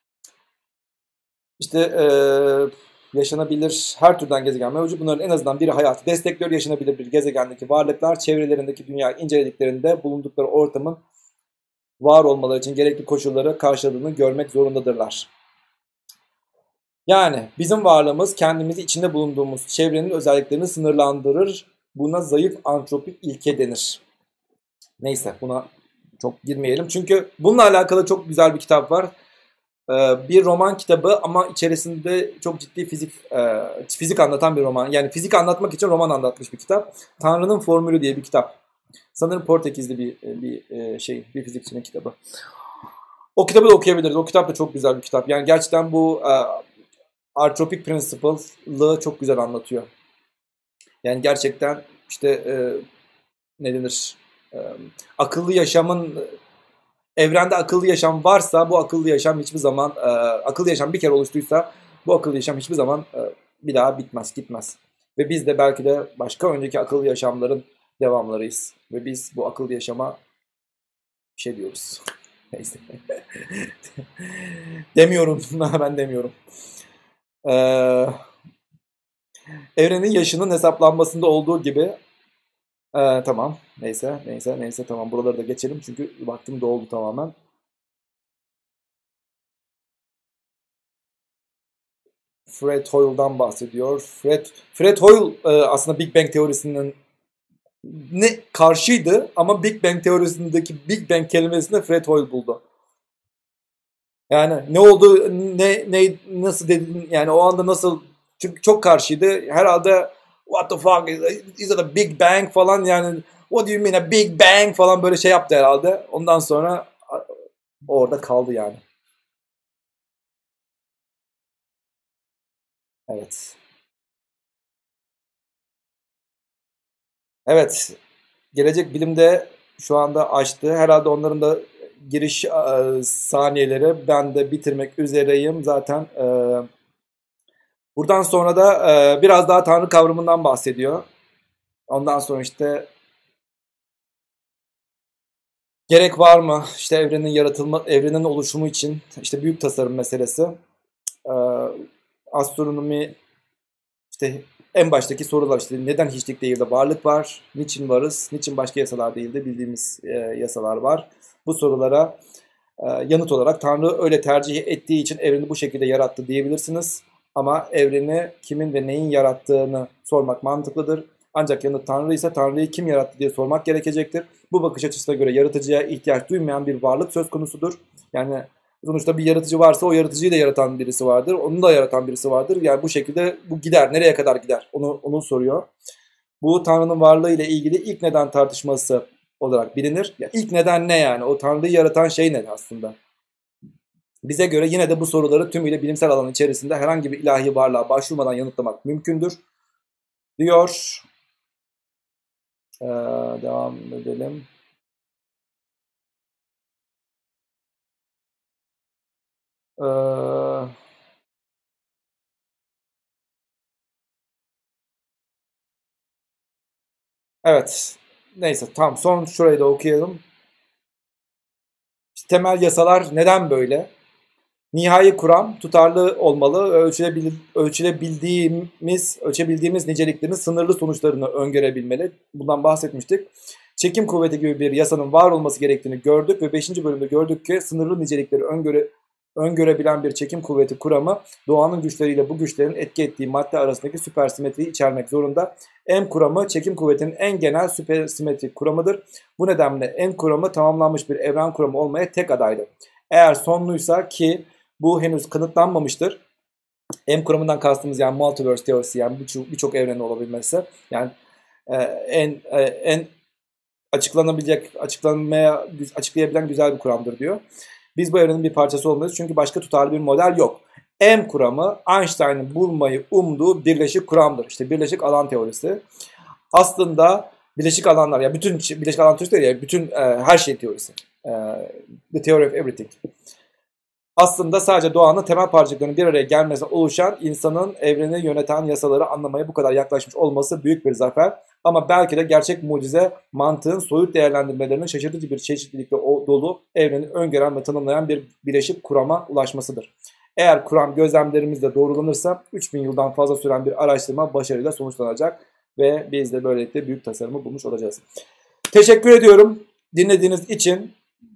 İşte ee, yaşanabilir her türden gezegen mevcut. Bunların en azından biri hayatı destekliyor. Yaşanabilir bir gezegendeki varlıklar çevrelerindeki dünyayı incelediklerinde bulundukları ortamın var olmaları için gerekli koşulları karşıladığını görmek zorundadırlar. Yani bizim varlığımız kendimizi içinde bulunduğumuz çevrenin özelliklerini sınırlandırır. Buna zayıf antropik ilke denir. Neyse buna çok girmeyelim. Çünkü bununla alakalı çok güzel bir kitap var. Bir roman kitabı ama içerisinde çok ciddi fizik fizik anlatan bir roman. Yani fizik anlatmak için roman anlatmış bir kitap. Tanrı'nın Formülü diye bir kitap. Sanırım Portekizli bir bir şey, bir fizikçinin kitabı. O kitabı da okuyabiliriz. O kitap da çok güzel bir kitap. Yani gerçekten bu Anthropic Principle'ı çok güzel anlatıyor. Yani gerçekten işte ne denir? Akıllı yaşamın evrende akıllı yaşam varsa bu akıllı yaşam hiçbir zaman e, akıllı yaşam bir kere oluştuysa bu akıllı yaşam hiçbir zaman e, bir daha bitmez, gitmez. Ve biz de belki de başka önceki akıllı yaşamların devamlarıyız. Ve biz bu akıllı yaşama bir şey diyoruz. Neyse. Demiyorum. Ben demiyorum. Ee, evrenin yaşının hesaplanmasında olduğu gibi ee, tamam. Neyse, neyse, neyse tamam. Buraları da geçelim çünkü vaktim doldu tamamen. Fred Hoyle'dan bahsediyor. Fred Fred Hoyle e, aslında Big Bang teorisinin ne karşıydı ama Big Bang teorisindeki Big Bang kelimesini Fred Hoyle buldu. Yani ne oldu, ne ne nasıl dedin yani o anda nasıl, çünkü çok karşıydı. Herhalde what the fuck is it a Big Bang falan, yani what do you mean a Big Bang falan böyle şey yaptı herhalde. Ondan sonra orada kaldı yani. Evet. Evet. Gelecek Bilim'de şu anda açtı. Herhalde onların da giriş e, saniyeleri, ben de bitirmek üzereyim zaten. E, buradan sonra da e, biraz daha Tanrı kavramından bahsediyor. Ondan sonra işte gerek var mı işte evrenin yaratılma, evrenin oluşumu için işte büyük tasarım meselesi. E, astronomi, işte en baştaki sorular, işte neden hiçlik değil de varlık var? Niçin varız? Niçin başka yasalar değil de bildiğimiz e, yasalar var? Bu sorulara e, yanıt olarak Tanrı öyle tercih ettiği için evreni bu şekilde yarattı diyebilirsiniz. Ama evreni kimin ve neyin yarattığını sormak mantıklıdır. Ancak yanıt Tanrı ise Tanrı'yı kim yarattı diye sormak gerekecektir. Bu bakış açısına göre yaratıcıya ihtiyaç duymayan bir varlık söz konusudur. Yani sonuçta bir yaratıcı varsa o yaratıcıyı da yaratan birisi vardır. Onu da yaratan birisi vardır. Yani bu şekilde bu gider. Nereye kadar gider? Onu, onu soruyor. Bu Tanrı'nın varlığı ile ilgili ilk neden tartışması olarak bilinir. Ya ilk neden ne yani? O Tanrı'yı yaratan şey ne aslında? Bize göre yine de bu soruları tümüyle bilimsel alan içerisinde herhangi bir ilahi varlığa başvurmadan yanıtlamak mümkündür diyor. Ee, devam edelim. Ee, evet. Neyse tam son şurayı da okuyalım. İşte temel yasalar neden böyle? Nihai kuram tutarlı olmalı. Ölçülebil, ölçülebildiğimiz, ölçebildiğimiz niceliklerin sınırlı sonuçlarını öngörebilmeli. Bundan bahsetmiştik. Çekim kuvveti gibi bir yasanın var olması gerektiğini gördük ve beşinci bölümde gördük ki sınırlı nicelikleri öngöre, öngörebilen bir çekim kuvveti kuramı doğanın güçleriyle bu güçlerin etki ettiği madde arasındaki süpersimetriyi içermek zorunda. M kuramı çekim kuvvetinin en genel süpersimetrik kuramıdır. Bu nedenle M kuramı tamamlanmış bir evren kuramı olmaya tek adaydır. Eğer sonluysa ki bu henüz kanıtlanmamıştır. M kuramından kastımız yani multiverse teorisi, yani birçok birçok evrenin olabilmesi. Yani e, en e, en açıklanabilecek, açıklanmaya açıklayabilen güzel bir kuramdır diyor. Biz bu evrenin bir parçası olmalıyız çünkü başka tutarlı bir model yok. M kuramı Einstein'ın bulmayı umduğu birleşik kuramdır. İşte birleşik alan teorisi. Aslında birleşik alanlar, ya bütün birleşik alan teorisi değil, ya bütün e, her şey teorisi. E, the theory of everything. Aslında sadece doğanın temel parçacıklarının bir araya gelmesinden oluşan insanın evreni yöneten yasaları anlamaya bu kadar yaklaşmış olması büyük bir zafer. Ama belki de gerçek mucize mantığın soyut değerlendirmelerinin şaşırtıcı bir çeşitlilikle dolu evreni öngören ve tanımlayan bir birleşik kurama ulaşmasıdır. Eğer kuram gözlemlerimizle doğrulanırsa üç bin yıldan fazla süren bir araştırma başarıyla sonuçlanacak ve biz de böylelikle büyük tasarımı bulmuş olacağız. Teşekkür ediyorum dinlediğiniz için.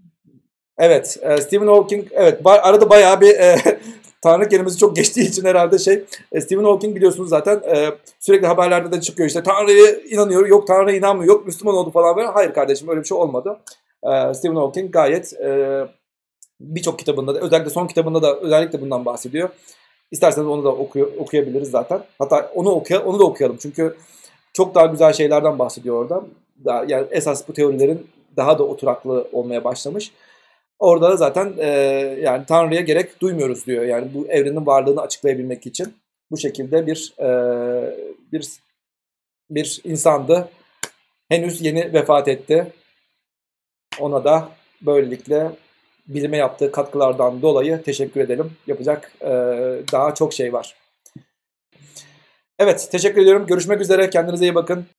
Evet, Stephen Hawking, evet arada bayağı bir e, Tanrı kelimesi çok geçtiği için herhalde şey, e, Stephen Hawking biliyorsunuz zaten e, sürekli haberlerde de çıkıyor işte Tanrı'ya inanıyor, yok Tanrı'ya inanmıyor, yok Müslüman oldu falan böyle. Hayır kardeşim, öyle bir şey olmadı. E, Stephen Hawking gayet e, birçok kitabında da, özellikle son kitabında da özellikle bundan bahsediyor. İsterseniz onu da okuyor, okuyabiliriz zaten. Hatta onu okuya, onu da okuyalım çünkü çok daha güzel şeylerden bahsediyor orada. Daha, yani esas bu teorilerin daha da oturaklı olmaya başlamış. Orada da zaten e, yani Tanrı'ya gerek duymuyoruz diyor. Yani bu evrenin varlığını açıklayabilmek için bu şekilde bir e, bir bir insandı. Henüz yeni vefat etti. Ona da böylelikle bilime yaptığı katkılardan dolayı teşekkür edelim. Yapacak e, daha çok şey var. Evet, teşekkür ediyorum. Görüşmek üzere. Kendinize iyi bakın.